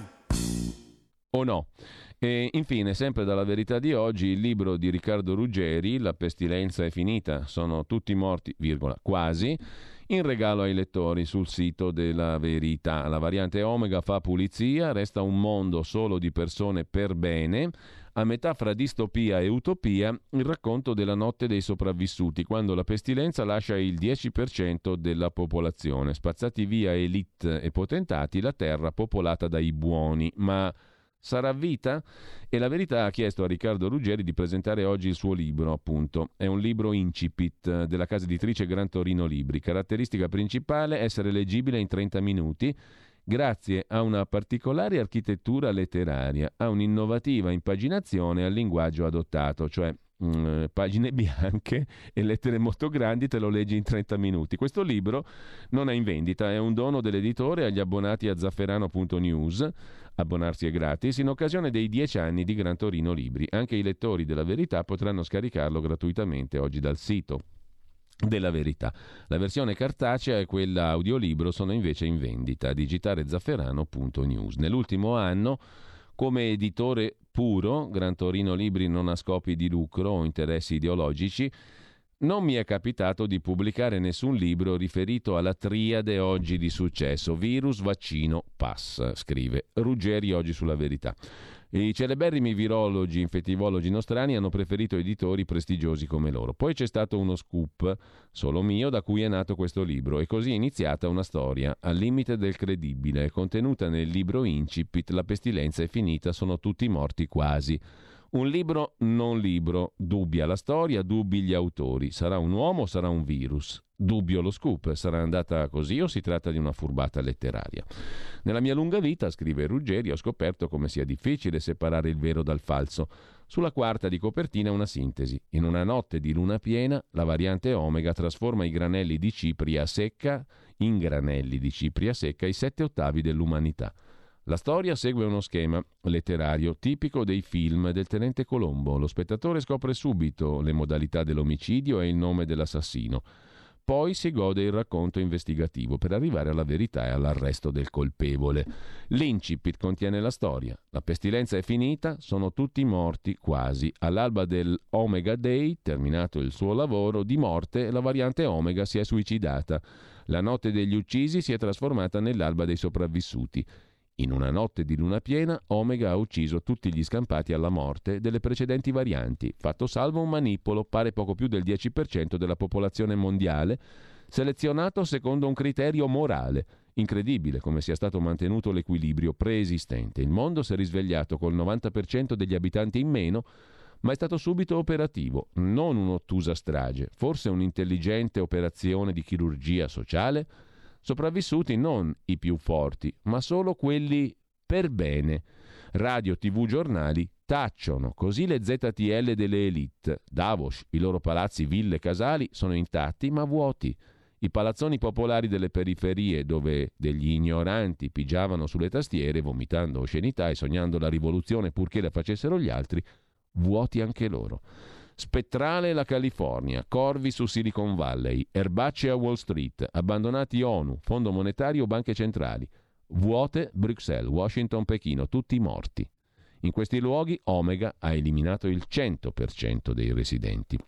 O no? E infine, sempre dalla Verità di oggi, il libro di Riccardo Ruggeri, La pestilenza è finita, sono tutti morti, virgola, quasi, in regalo ai lettori sul sito della Verità. La variante Omega fa pulizia, resta un mondo solo di persone per bene, a metà fra distopia e utopia, il racconto della notte dei sopravvissuti, quando la pestilenza lascia il dieci per cento della popolazione, spazzati via elite e potentati, la terra popolata dai buoni. Ma sarà vita? E la Verità ha chiesto a Riccardo Ruggeri di presentare oggi il suo libro, appunto. È un libro incipit della casa editrice Gran Torino Libri. Caratteristica principale: essere leggibile in trenta minuti, grazie a una particolare architettura letteraria, a un'innovativa impaginazione al linguaggio adottato, cioè mh, pagine bianche e lettere molto grandi, te lo leggi in trenta minuti. Questo libro non è in vendita, è un dono dell'editore agli abbonati a zafferano punto news. Abbonarsi è gratis in occasione dei dieci anni di Gran Torino Libri. Anche i lettori della Verità potranno scaricarlo gratuitamente oggi dal sito della Verità. La versione cartacea e quella audiolibro sono invece in vendita a digitare zafferano punto news. Nell'ultimo anno, come editore puro, Gran Torino Libri non ha scopi di lucro o interessi ideologici, non mi è capitato di pubblicare nessun libro riferito alla triade oggi di successo: virus, vaccino, pass, scrive Ruggeri oggi sulla Verità. I celeberrimi virologi, infettivologi nostrani hanno preferito editori prestigiosi come loro. Poi c'è stato uno scoop, solo mio, da cui è nato questo libro, e così è iniziata una storia al limite del credibile, contenuta nel libro incipit La pestilenza è finita, sono tutti morti quasi. Un libro non libro, dubbia la storia, dubbi gli autori. Sarà un uomo o sarà un virus? Dubbio lo scoop, sarà andata così o si tratta di una furbata letteraria? Nella mia lunga vita, scrive Ruggeri, ho scoperto come sia difficile separare il vero dal falso. Sulla quarta di copertina una sintesi. In una notte di luna piena, la variante Omega trasforma i granelli di cipria secca in granelli di cipria secca i sette ottavi dell'umanità. La storia segue uno schema letterario tipico dei film del tenente Colombo. Lo spettatore scopre subito le modalità dell'omicidio e il nome dell'assassino. Poi si gode il racconto investigativo per arrivare alla verità e all'arresto del colpevole. L'incipit contiene la storia. La pestilenza è finita, sono tutti morti quasi. All'alba del Omega Day, terminato il suo lavoro di morte, la variante Omega si è suicidata. La notte degli uccisi si è trasformata nell'alba dei sopravvissuti. In una notte di luna piena, Omega ha ucciso tutti gli scampati alla morte delle precedenti varianti, fatto salvo un manipolo, pare poco più del dieci per cento della popolazione mondiale, selezionato secondo un criterio morale. Incredibile come sia stato mantenuto l'equilibrio preesistente. Il mondo si è risvegliato col novanta per cento degli abitanti in meno, ma è stato subito operativo. Non un'ottusa strage, forse un'intelligente operazione di chirurgia sociale? Sopravvissuti non i più forti, ma solo quelli per bene. Radio, tivù, giornali tacciono, così le Z T L delle elite. Davos, i loro palazzi, ville, casali sono intatti ma vuoti. I palazzoni popolari delle periferie, dove degli ignoranti pigiavano sulle tastiere, vomitando oscenità e sognando la rivoluzione purché la facessero gli altri, vuoti anche loro. Spettrale la California, corvi su Silicon Valley, erbacce a Wall Street, abbandonati ONU, Fondo Monetario, banche centrali, vuote Bruxelles, Washington, Pechino, tutti morti. In questi luoghi Omega ha eliminato il cento per cento dei residenti.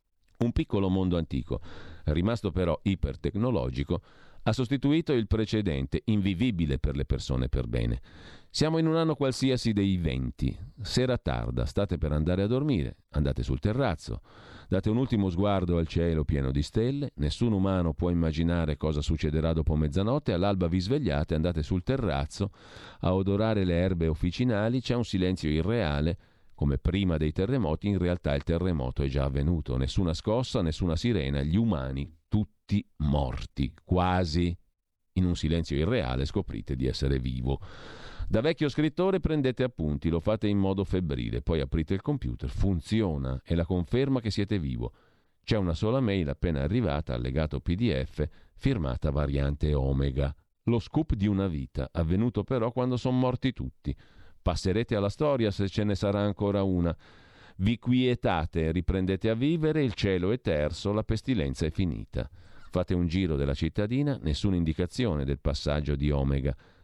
Un piccolo mondo antico, rimasto però ipertecnologico, ha sostituito il precedente, invivibile per le persone per bene. Siamo in un anno qualsiasi dei venti. Sera tarda, state per andare a dormire, andate sul terrazzo, date un ultimo sguardo al cielo pieno di stelle, nessun umano può immaginare cosa succederà dopo mezzanotte, all'alba vi svegliate, andate sul terrazzo a odorare le erbe officinali, c'è un silenzio irreale, come prima dei terremoti. In realtà il terremoto è già avvenuto, nessuna scossa, nessuna sirena, gli umani tutti morti, quasi. In un silenzio irreale scoprite di essere vivo. Da vecchio scrittore prendete appunti, lo fate in modo febbrile, poi aprite il computer, funziona, è la conferma che siete vivo. C'è una sola mail appena arrivata, allegato P D F, firmata variante Omega. Lo scoop di una vita, avvenuto però quando sono morti tutti. Passerete alla storia se ce ne sarà ancora una. Vi quietate, riprendete a vivere, il cielo è terso, la pestilenza è finita. Fate un giro della cittadina, nessuna indicazione del passaggio di Omega.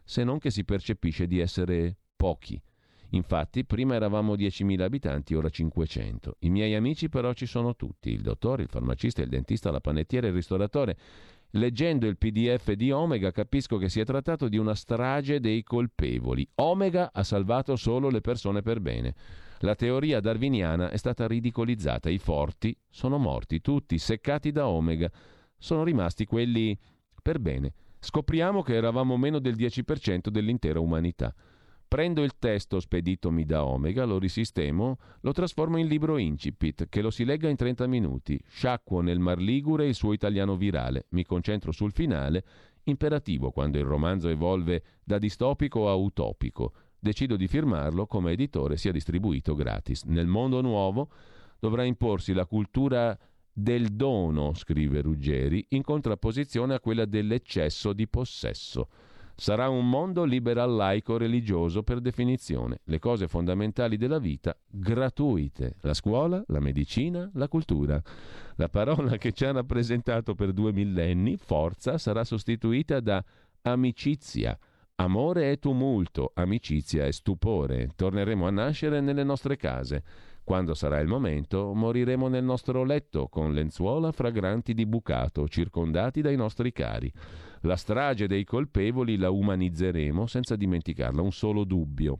se non che si percepisce di essere pochi. Infatti, prima eravamo diecimila abitanti, ora cinquecento. I miei amici però ci sono tutti, il dottore, il farmacista, il dentista, la panettiera, il ristoratore. Leggendo il P D F di Omega capisco che si è trattato di una strage dei colpevoli. Omega ha salvato solo le persone per bene. La teoria darwiniana è stata ridicolizzata. I forti sono morti, tutti seccati da Omega. Sono rimasti quelli per bene. Scopriamo che eravamo meno del dieci per cento dell'intera umanità. Prendo il testo speditomi da Omega, lo risistemo, lo trasformo in libro incipit, che lo si legga in trenta minuti. Sciacquo nel Mar Ligure il suo italiano virale. Mi concentro sul finale, imperativo quando il romanzo evolve da distopico a utopico. Decido di firmarlo come editore, sia distribuito gratis. Nel mondo nuovo dovrà imporsi la cultura del dono, scrive Ruggeri, in contrapposizione a quella dell'eccesso di possesso. Sarà un mondo liberal laico religioso per definizione. Le cose fondamentali della vita gratuite. La scuola, la medicina, la cultura. La parola che ci ha rappresentato per due millenni, forza, sarà sostituita da amicizia. Amore è tumulto, amicizia è stupore. Torneremo a nascere nelle nostre case. Quando sarà il momento, moriremo nel nostro letto, con lenzuola fragranti di bucato, circondati dai nostri cari. La strage dei colpevoli la umanizzeremo senza dimenticarla. Un solo dubbio.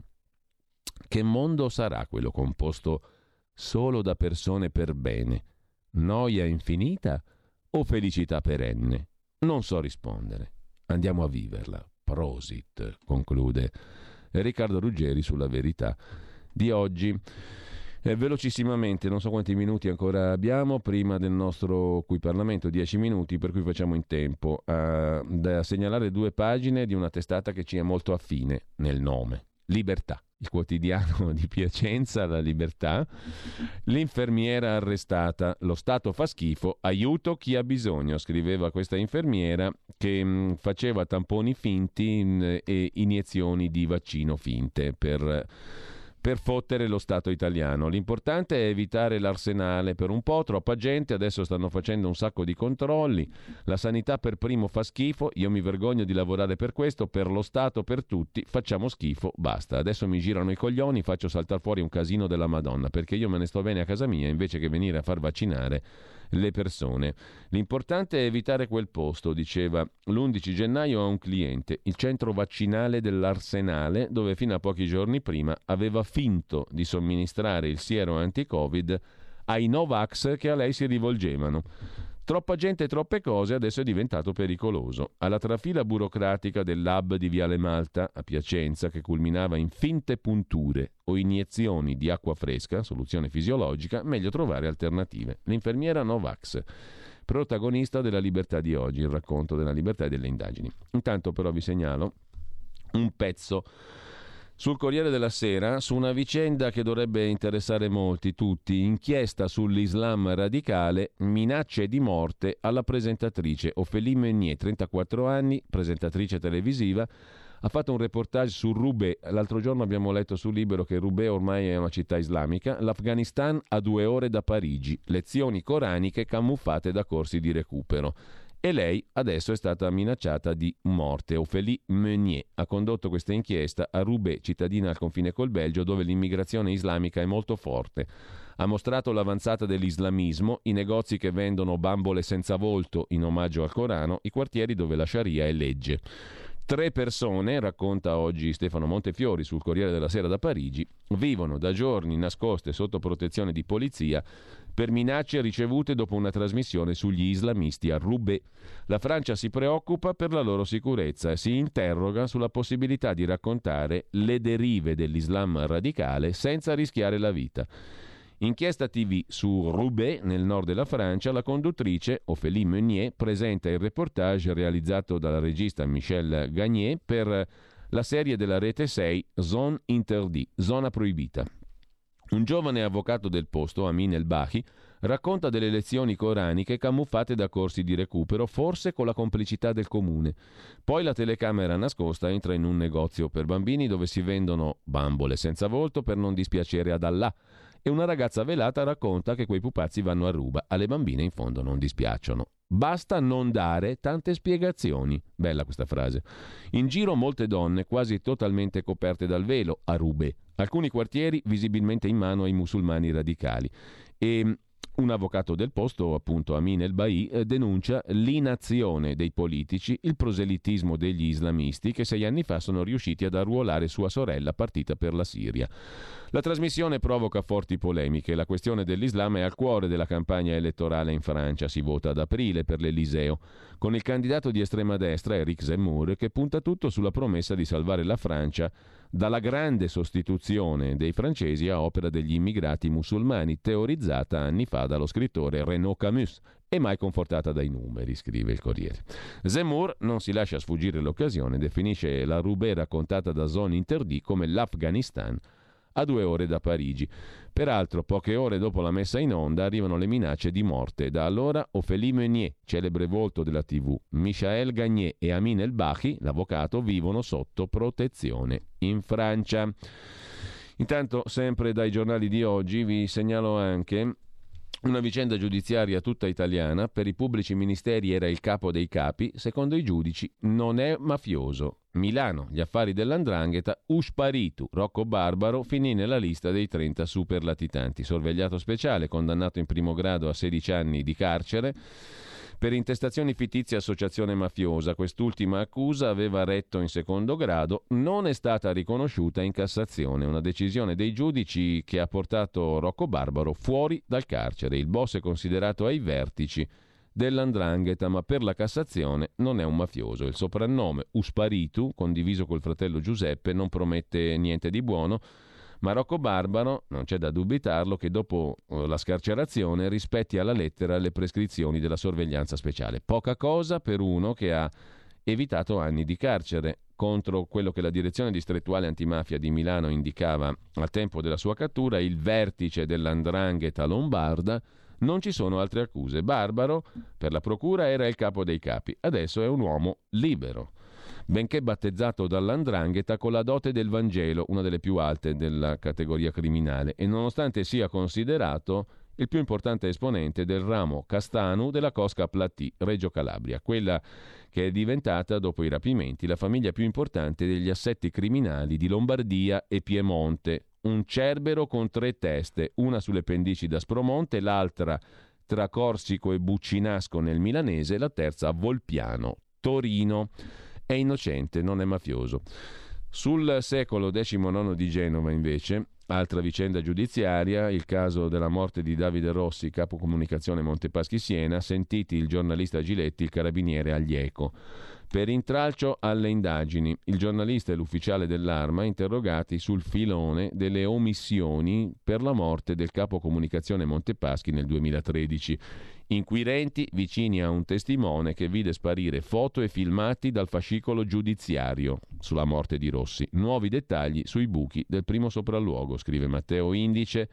Che mondo sarà quello composto solo da persone per bene? Noia infinita o felicità perenne? Non so rispondere. Andiamo a viverla. Prosit, conclude Riccardo Ruggeri sulla Verità di oggi. Eh, velocissimamente, non so quanti minuti ancora abbiamo prima del nostro qui Parlamento, dieci minuti, per cui facciamo in tempo a, da segnalare due pagine di una testata che ci è molto affine nel nome. Libertà, il quotidiano di Piacenza, La Libertà. L'infermiera arrestata, lo Stato fa schifo, aiuto chi ha bisogno, scriveva questa infermiera che mh, faceva tamponi finti mh, e iniezioni di vaccino finte per... per fottere lo Stato italiano. L'importante è evitare l'arsenale per un po', troppa gente, adesso stanno facendo un sacco di controlli, la sanità per primo fa schifo, io mi vergogno di lavorare per questo, per lo Stato, per tutti, facciamo schifo, basta. Adesso mi girano i coglioni, faccio saltare fuori un casino della Madonna, perché io me ne sto bene a casa mia invece che venire a far vaccinare le persone. L'importante è evitare quel posto, diceva l'undici gennaio a un cliente, il centro vaccinale dell'Arsenale, dove fino a pochi giorni prima aveva finto di somministrare il siero anti-Covid ai Novax che a lei si rivolgevano. Troppa gente e troppe cose, adesso è diventato pericoloso. Alla trafila burocratica del lab di Viale Malta a Piacenza, che culminava in finte punture o iniezioni di acqua fresca, soluzione fisiologica, meglio trovare alternative. L'infermiera Novax, protagonista della Libertà di oggi, il racconto della libertà e delle indagini. Intanto però vi segnalo un pezzo sul Corriere della Sera su una vicenda che dovrebbe interessare molti, tutti. Inchiesta sull'Islam radicale, minacce di morte alla presentatrice. Ophélie Meunier, trentaquattro anni, presentatrice televisiva, ha fatto un reportage su Roubaix. L'altro giorno abbiamo letto su Libero che Roubaix ormai è una città islamica. L'Afghanistan a due ore da Parigi. Lezioni coraniche camuffate da corsi di recupero. E lei adesso è stata minacciata di morte. Ophélie Meunier ha condotto questa inchiesta a Roubaix, cittadina al confine col Belgio, dove l'immigrazione islamica è molto forte. Ha mostrato l'avanzata dell'islamismo, i negozi che vendono bambole senza volto in omaggio al Corano, i quartieri dove la Sharia è legge. Tre persone, racconta oggi Stefano Montefiori sul Corriere della Sera da Parigi, vivono da giorni nascoste sotto protezione di polizia per minacce ricevute dopo una trasmissione sugli islamisti a Roubaix. La Francia si preoccupa per la loro sicurezza e si interroga sulla possibilità di raccontare le derive dell'Islam radicale senza rischiare la vita. Inchiesta tivù su Roubaix, nel nord della Francia, la conduttrice Ophélie Meunier presenta il reportage realizzato dalla regista Michel Gagné per la serie della Rete sei Zone Interdit, zona proibita. Un giovane avvocato del posto, Amin El-Bahi, racconta delle lezioni coraniche camuffate da corsi di recupero, forse con la complicità del comune. Poi la telecamera nascosta entra in un negozio per bambini dove si vendono bambole senza volto per non dispiacere ad Allah. E una ragazza velata racconta che quei pupazzi vanno a ruba. Alle bambine in fondo non dispiacciono. Basta non dare tante spiegazioni. Bella questa frase. In giro molte donne quasi totalmente coperte dal velo a Roubaix. Alcuni quartieri visibilmente in mano ai musulmani radicali. E un avvocato del posto, appunto Amin El-Bahi, eh, denuncia l'inazione dei politici, il proselitismo degli islamisti che sei anni fa sono riusciti ad arruolare sua sorella partita per la Siria. La trasmissione provoca forti polemiche. La questione dell'Islam è al cuore della campagna elettorale in Francia. Si vota ad aprile per l'Eliseo, con il candidato di estrema destra, Éric Zemmour, che punta tutto sulla promessa di salvare la Francia dalla grande sostituzione dei francesi a opera degli immigrati musulmani, teorizzata anni fa dallo scrittore Renaud Camus e mai confortata dai numeri, scrive il Corriere. Zemmour non si lascia sfuggire l'occasione, definisce la Roubaix raccontata da Zone Interdit come l'Afghanistan a due ore da Parigi. Peraltro, poche ore dopo la messa in onda arrivano le minacce di morte. Da allora Ophélie Meunier, celebre volto della tivù, Michael Gagné e Amin El-Bahi, l'avvocato, vivono sotto protezione in Francia. Intanto, sempre dai giornali di oggi, vi segnalo anche una vicenda giudiziaria tutta italiana. Per i pubblici ministeri era il capo dei capi, secondo i giudici non è mafioso. Milano, gli affari dell'Andrangheta, Usparitu, Rocco Barbaro finì nella lista dei trenta super latitanti. Sorvegliato speciale, condannato in primo grado a sedici anni di carcere per intestazioni fittizie e associazione mafiosa. Quest'ultima accusa aveva retto in secondo grado, non è stata riconosciuta in Cassazione. Una decisione dei giudici che ha portato Rocco Barbaro fuori dal carcere. Il boss è considerato ai vertici dell'Andrangheta, ma per la Cassazione non è un mafioso. Il soprannome Usparitu, condiviso col fratello Giuseppe, non promette niente di buono, ma Rocco Barbaro, non c'è da dubitarlo, che dopo la scarcerazione rispetti alla lettera le prescrizioni della sorveglianza speciale. Poca cosa per uno che ha evitato anni di carcere. Contro quello che la direzione distrettuale antimafia di Milano indicava al tempo della sua cattura, il vertice dell'Andrangheta lombarda, non ci sono altre accuse. Barbaro, per la procura, era il capo dei capi. Adesso è un uomo libero, benché battezzato dall'Andrangheta con la dote del Vangelo, una delle più alte della categoria criminale, e nonostante sia considerato il più importante esponente del ramo Castanu della Cosca Platì, Reggio Calabria, quella che è diventata, dopo i rapimenti, la famiglia più importante degli assetti criminali di Lombardia e Piemonte. Un cerbero con tre teste, una sulle pendici d'Aspromonte, l'altra tra Corsico e Buccinasco nel milanese, la terza a Volpiano, Torino. È innocente, non è mafioso. Sul secolo diciannove di Genova, invece, altra vicenda giudiziaria, il caso della morte di Davide Rossi, capo comunicazione Montepaschi Siena, sentiti il giornalista Giletti, il carabiniere Aglieco. Per intralcio alle indagini, il giornalista e l'ufficiale dell'Arma interrogati sul filone delle omissioni per la morte del capo comunicazione Montepaschi nel duemilatredici. Inquirenti vicini a un testimone che vide sparire foto e filmati dal fascicolo giudiziario sulla morte di Rossi. Nuovi dettagli sui buchi del primo sopralluogo, scrive Matteo Indice.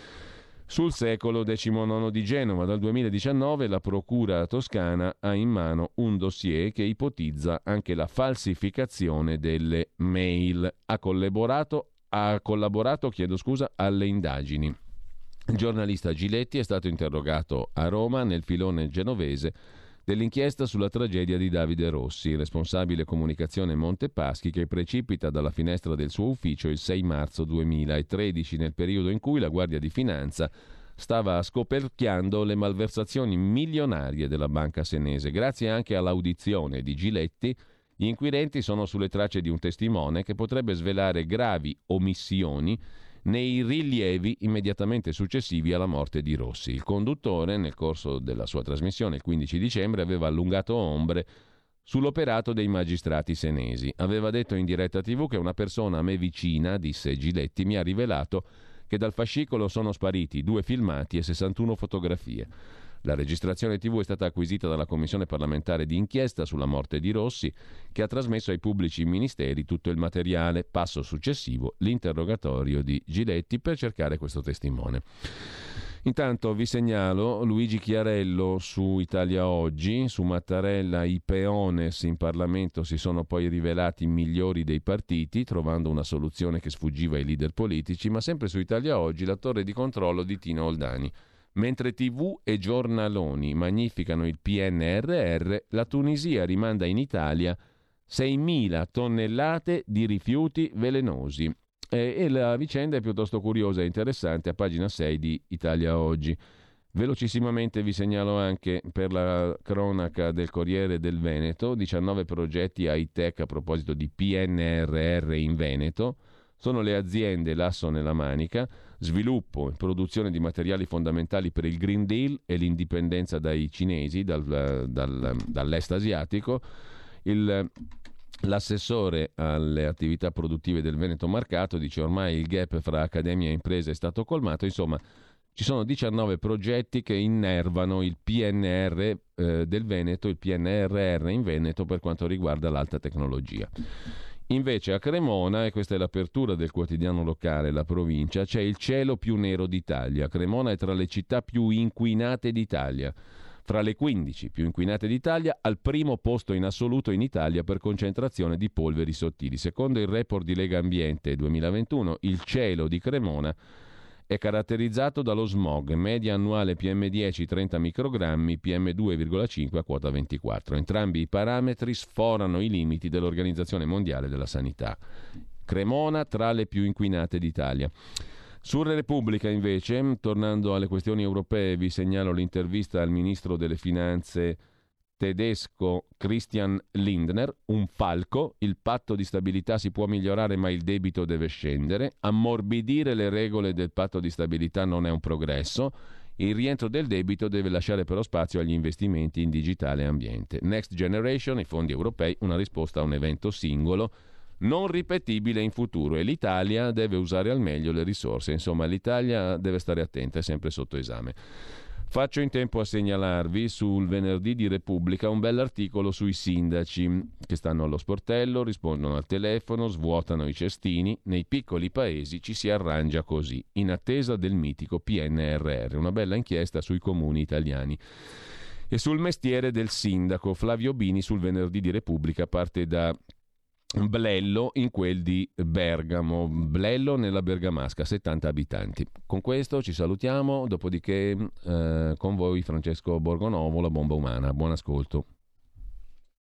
Sul secolo diciannove di Genova, dal duemiladiciannove, la Procura toscana ha in mano un dossier che ipotizza anche la falsificazione delle mail. Ha collaborato, ha collaborato chiedo scusa, alle indagini. Il giornalista Giletti è stato interrogato a Roma nel filone genovese dell'inchiesta sulla tragedia di Davide Rossi, responsabile comunicazione Montepaschi, che precipita dalla finestra del suo ufficio il sei marzo duemilatredici, nel periodo in cui la Guardia di Finanza stava scoperchiando le malversazioni milionarie della banca senese. Grazie anche all'audizione di Giletti, gli inquirenti sono sulle tracce di un testimone che potrebbe svelare gravi omissioni nei rilievi immediatamente successivi alla morte di Rossi. Il conduttore, nel corso della sua trasmissione il quindici dicembre, aveva allungato ombre sull'operato dei magistrati senesi. Aveva detto in diretta tivù che una persona a me vicina, disse Giletti, mi ha rivelato che dal fascicolo sono spariti due filmati e sessantuno fotografie. La registrazione tivù è stata acquisita dalla Commissione parlamentare di inchiesta sulla morte di Rossi, che ha trasmesso ai pubblici ministeri tutto il materiale. Passo successivo, l'interrogatorio di Giletti per cercare questo testimone. Intanto vi segnalo Luigi Chiarello su Italia Oggi. Su Mattarella i peones in Parlamento si sono poi rivelati migliori dei partiti, trovando una soluzione che sfuggiva ai leader politici, ma sempre su Italia Oggi la torre di controllo di Tino Oldani. Mentre tivù e giornaloni magnificano il P N R R, la Tunisia rimanda in Italia seimila tonnellate di rifiuti velenosi. E, e la vicenda è piuttosto curiosa e interessante a pagina sei di Italia Oggi. Velocissimamente vi segnalo anche per la cronaca del Corriere del Veneto, diciannove progetti high-tech a proposito di P N R R in Veneto. Sono le aziende l'asso nella manica, sviluppo e produzione di materiali fondamentali per il Green Deal e l'indipendenza dai cinesi, dal, dal, dall'est asiatico. Il, l'assessore alle attività produttive del Veneto Marcato dice ormai il gap fra accademia e impresa è stato colmato. Insomma, ci sono diciannove progetti che innervano il P N R eh, del Veneto, il P N R R in Veneto per quanto riguarda l'alta tecnologia. Invece a Cremona, e questa è l'apertura del quotidiano locale, La Provincia, c'è il cielo più nero d'Italia. Cremona è tra le città più inquinate d'Italia. Fra le quindici più inquinate d'Italia, al primo posto in assoluto in Italia per concentrazione di polveri sottili. Secondo il report di Lega Ambiente duemilaventuno, il cielo di Cremona è caratterizzato dallo smog, media annuale P M dieci trenta microgrammi, P M due virgola cinque a quota ventiquattro. Entrambi i parametri sforano i limiti dell'Organizzazione Mondiale della Sanità. Cremona tra le più inquinate d'Italia. Su Repubblica invece, tornando alle questioni europee, vi segnalo l'intervista al ministro delle Finanze tedesco Christian Lindner, un falco, il patto di stabilità si può migliorare ma il debito deve scendere, ammorbidire le regole del patto di stabilità non è un progresso, il rientro del debito deve lasciare però spazio agli investimenti in digitale e ambiente. Next Generation, i fondi europei, una risposta a un evento singolo, non ripetibile in futuro, e l'Italia deve usare al meglio le risorse. Insomma, l'Italia deve stare attenta, è sempre sotto esame. Faccio in tempo a segnalarvi sul Venerdì di Repubblica un bell'articolo sui sindaci che stanno allo sportello, rispondono al telefono, svuotano i cestini. Nei piccoli paesi ci si arrangia così, in attesa del mitico P N R R. Una bella inchiesta sui comuni italiani. E sul mestiere del sindaco, Flavio Bini sul Venerdì di Repubblica parte da Blello in quel di Bergamo, Blello nella Bergamasca, settanta abitanti. Con questo ci salutiamo, dopodiché eh, con voi Francesco Borgonovo, La Bomba Umana. Buon ascolto.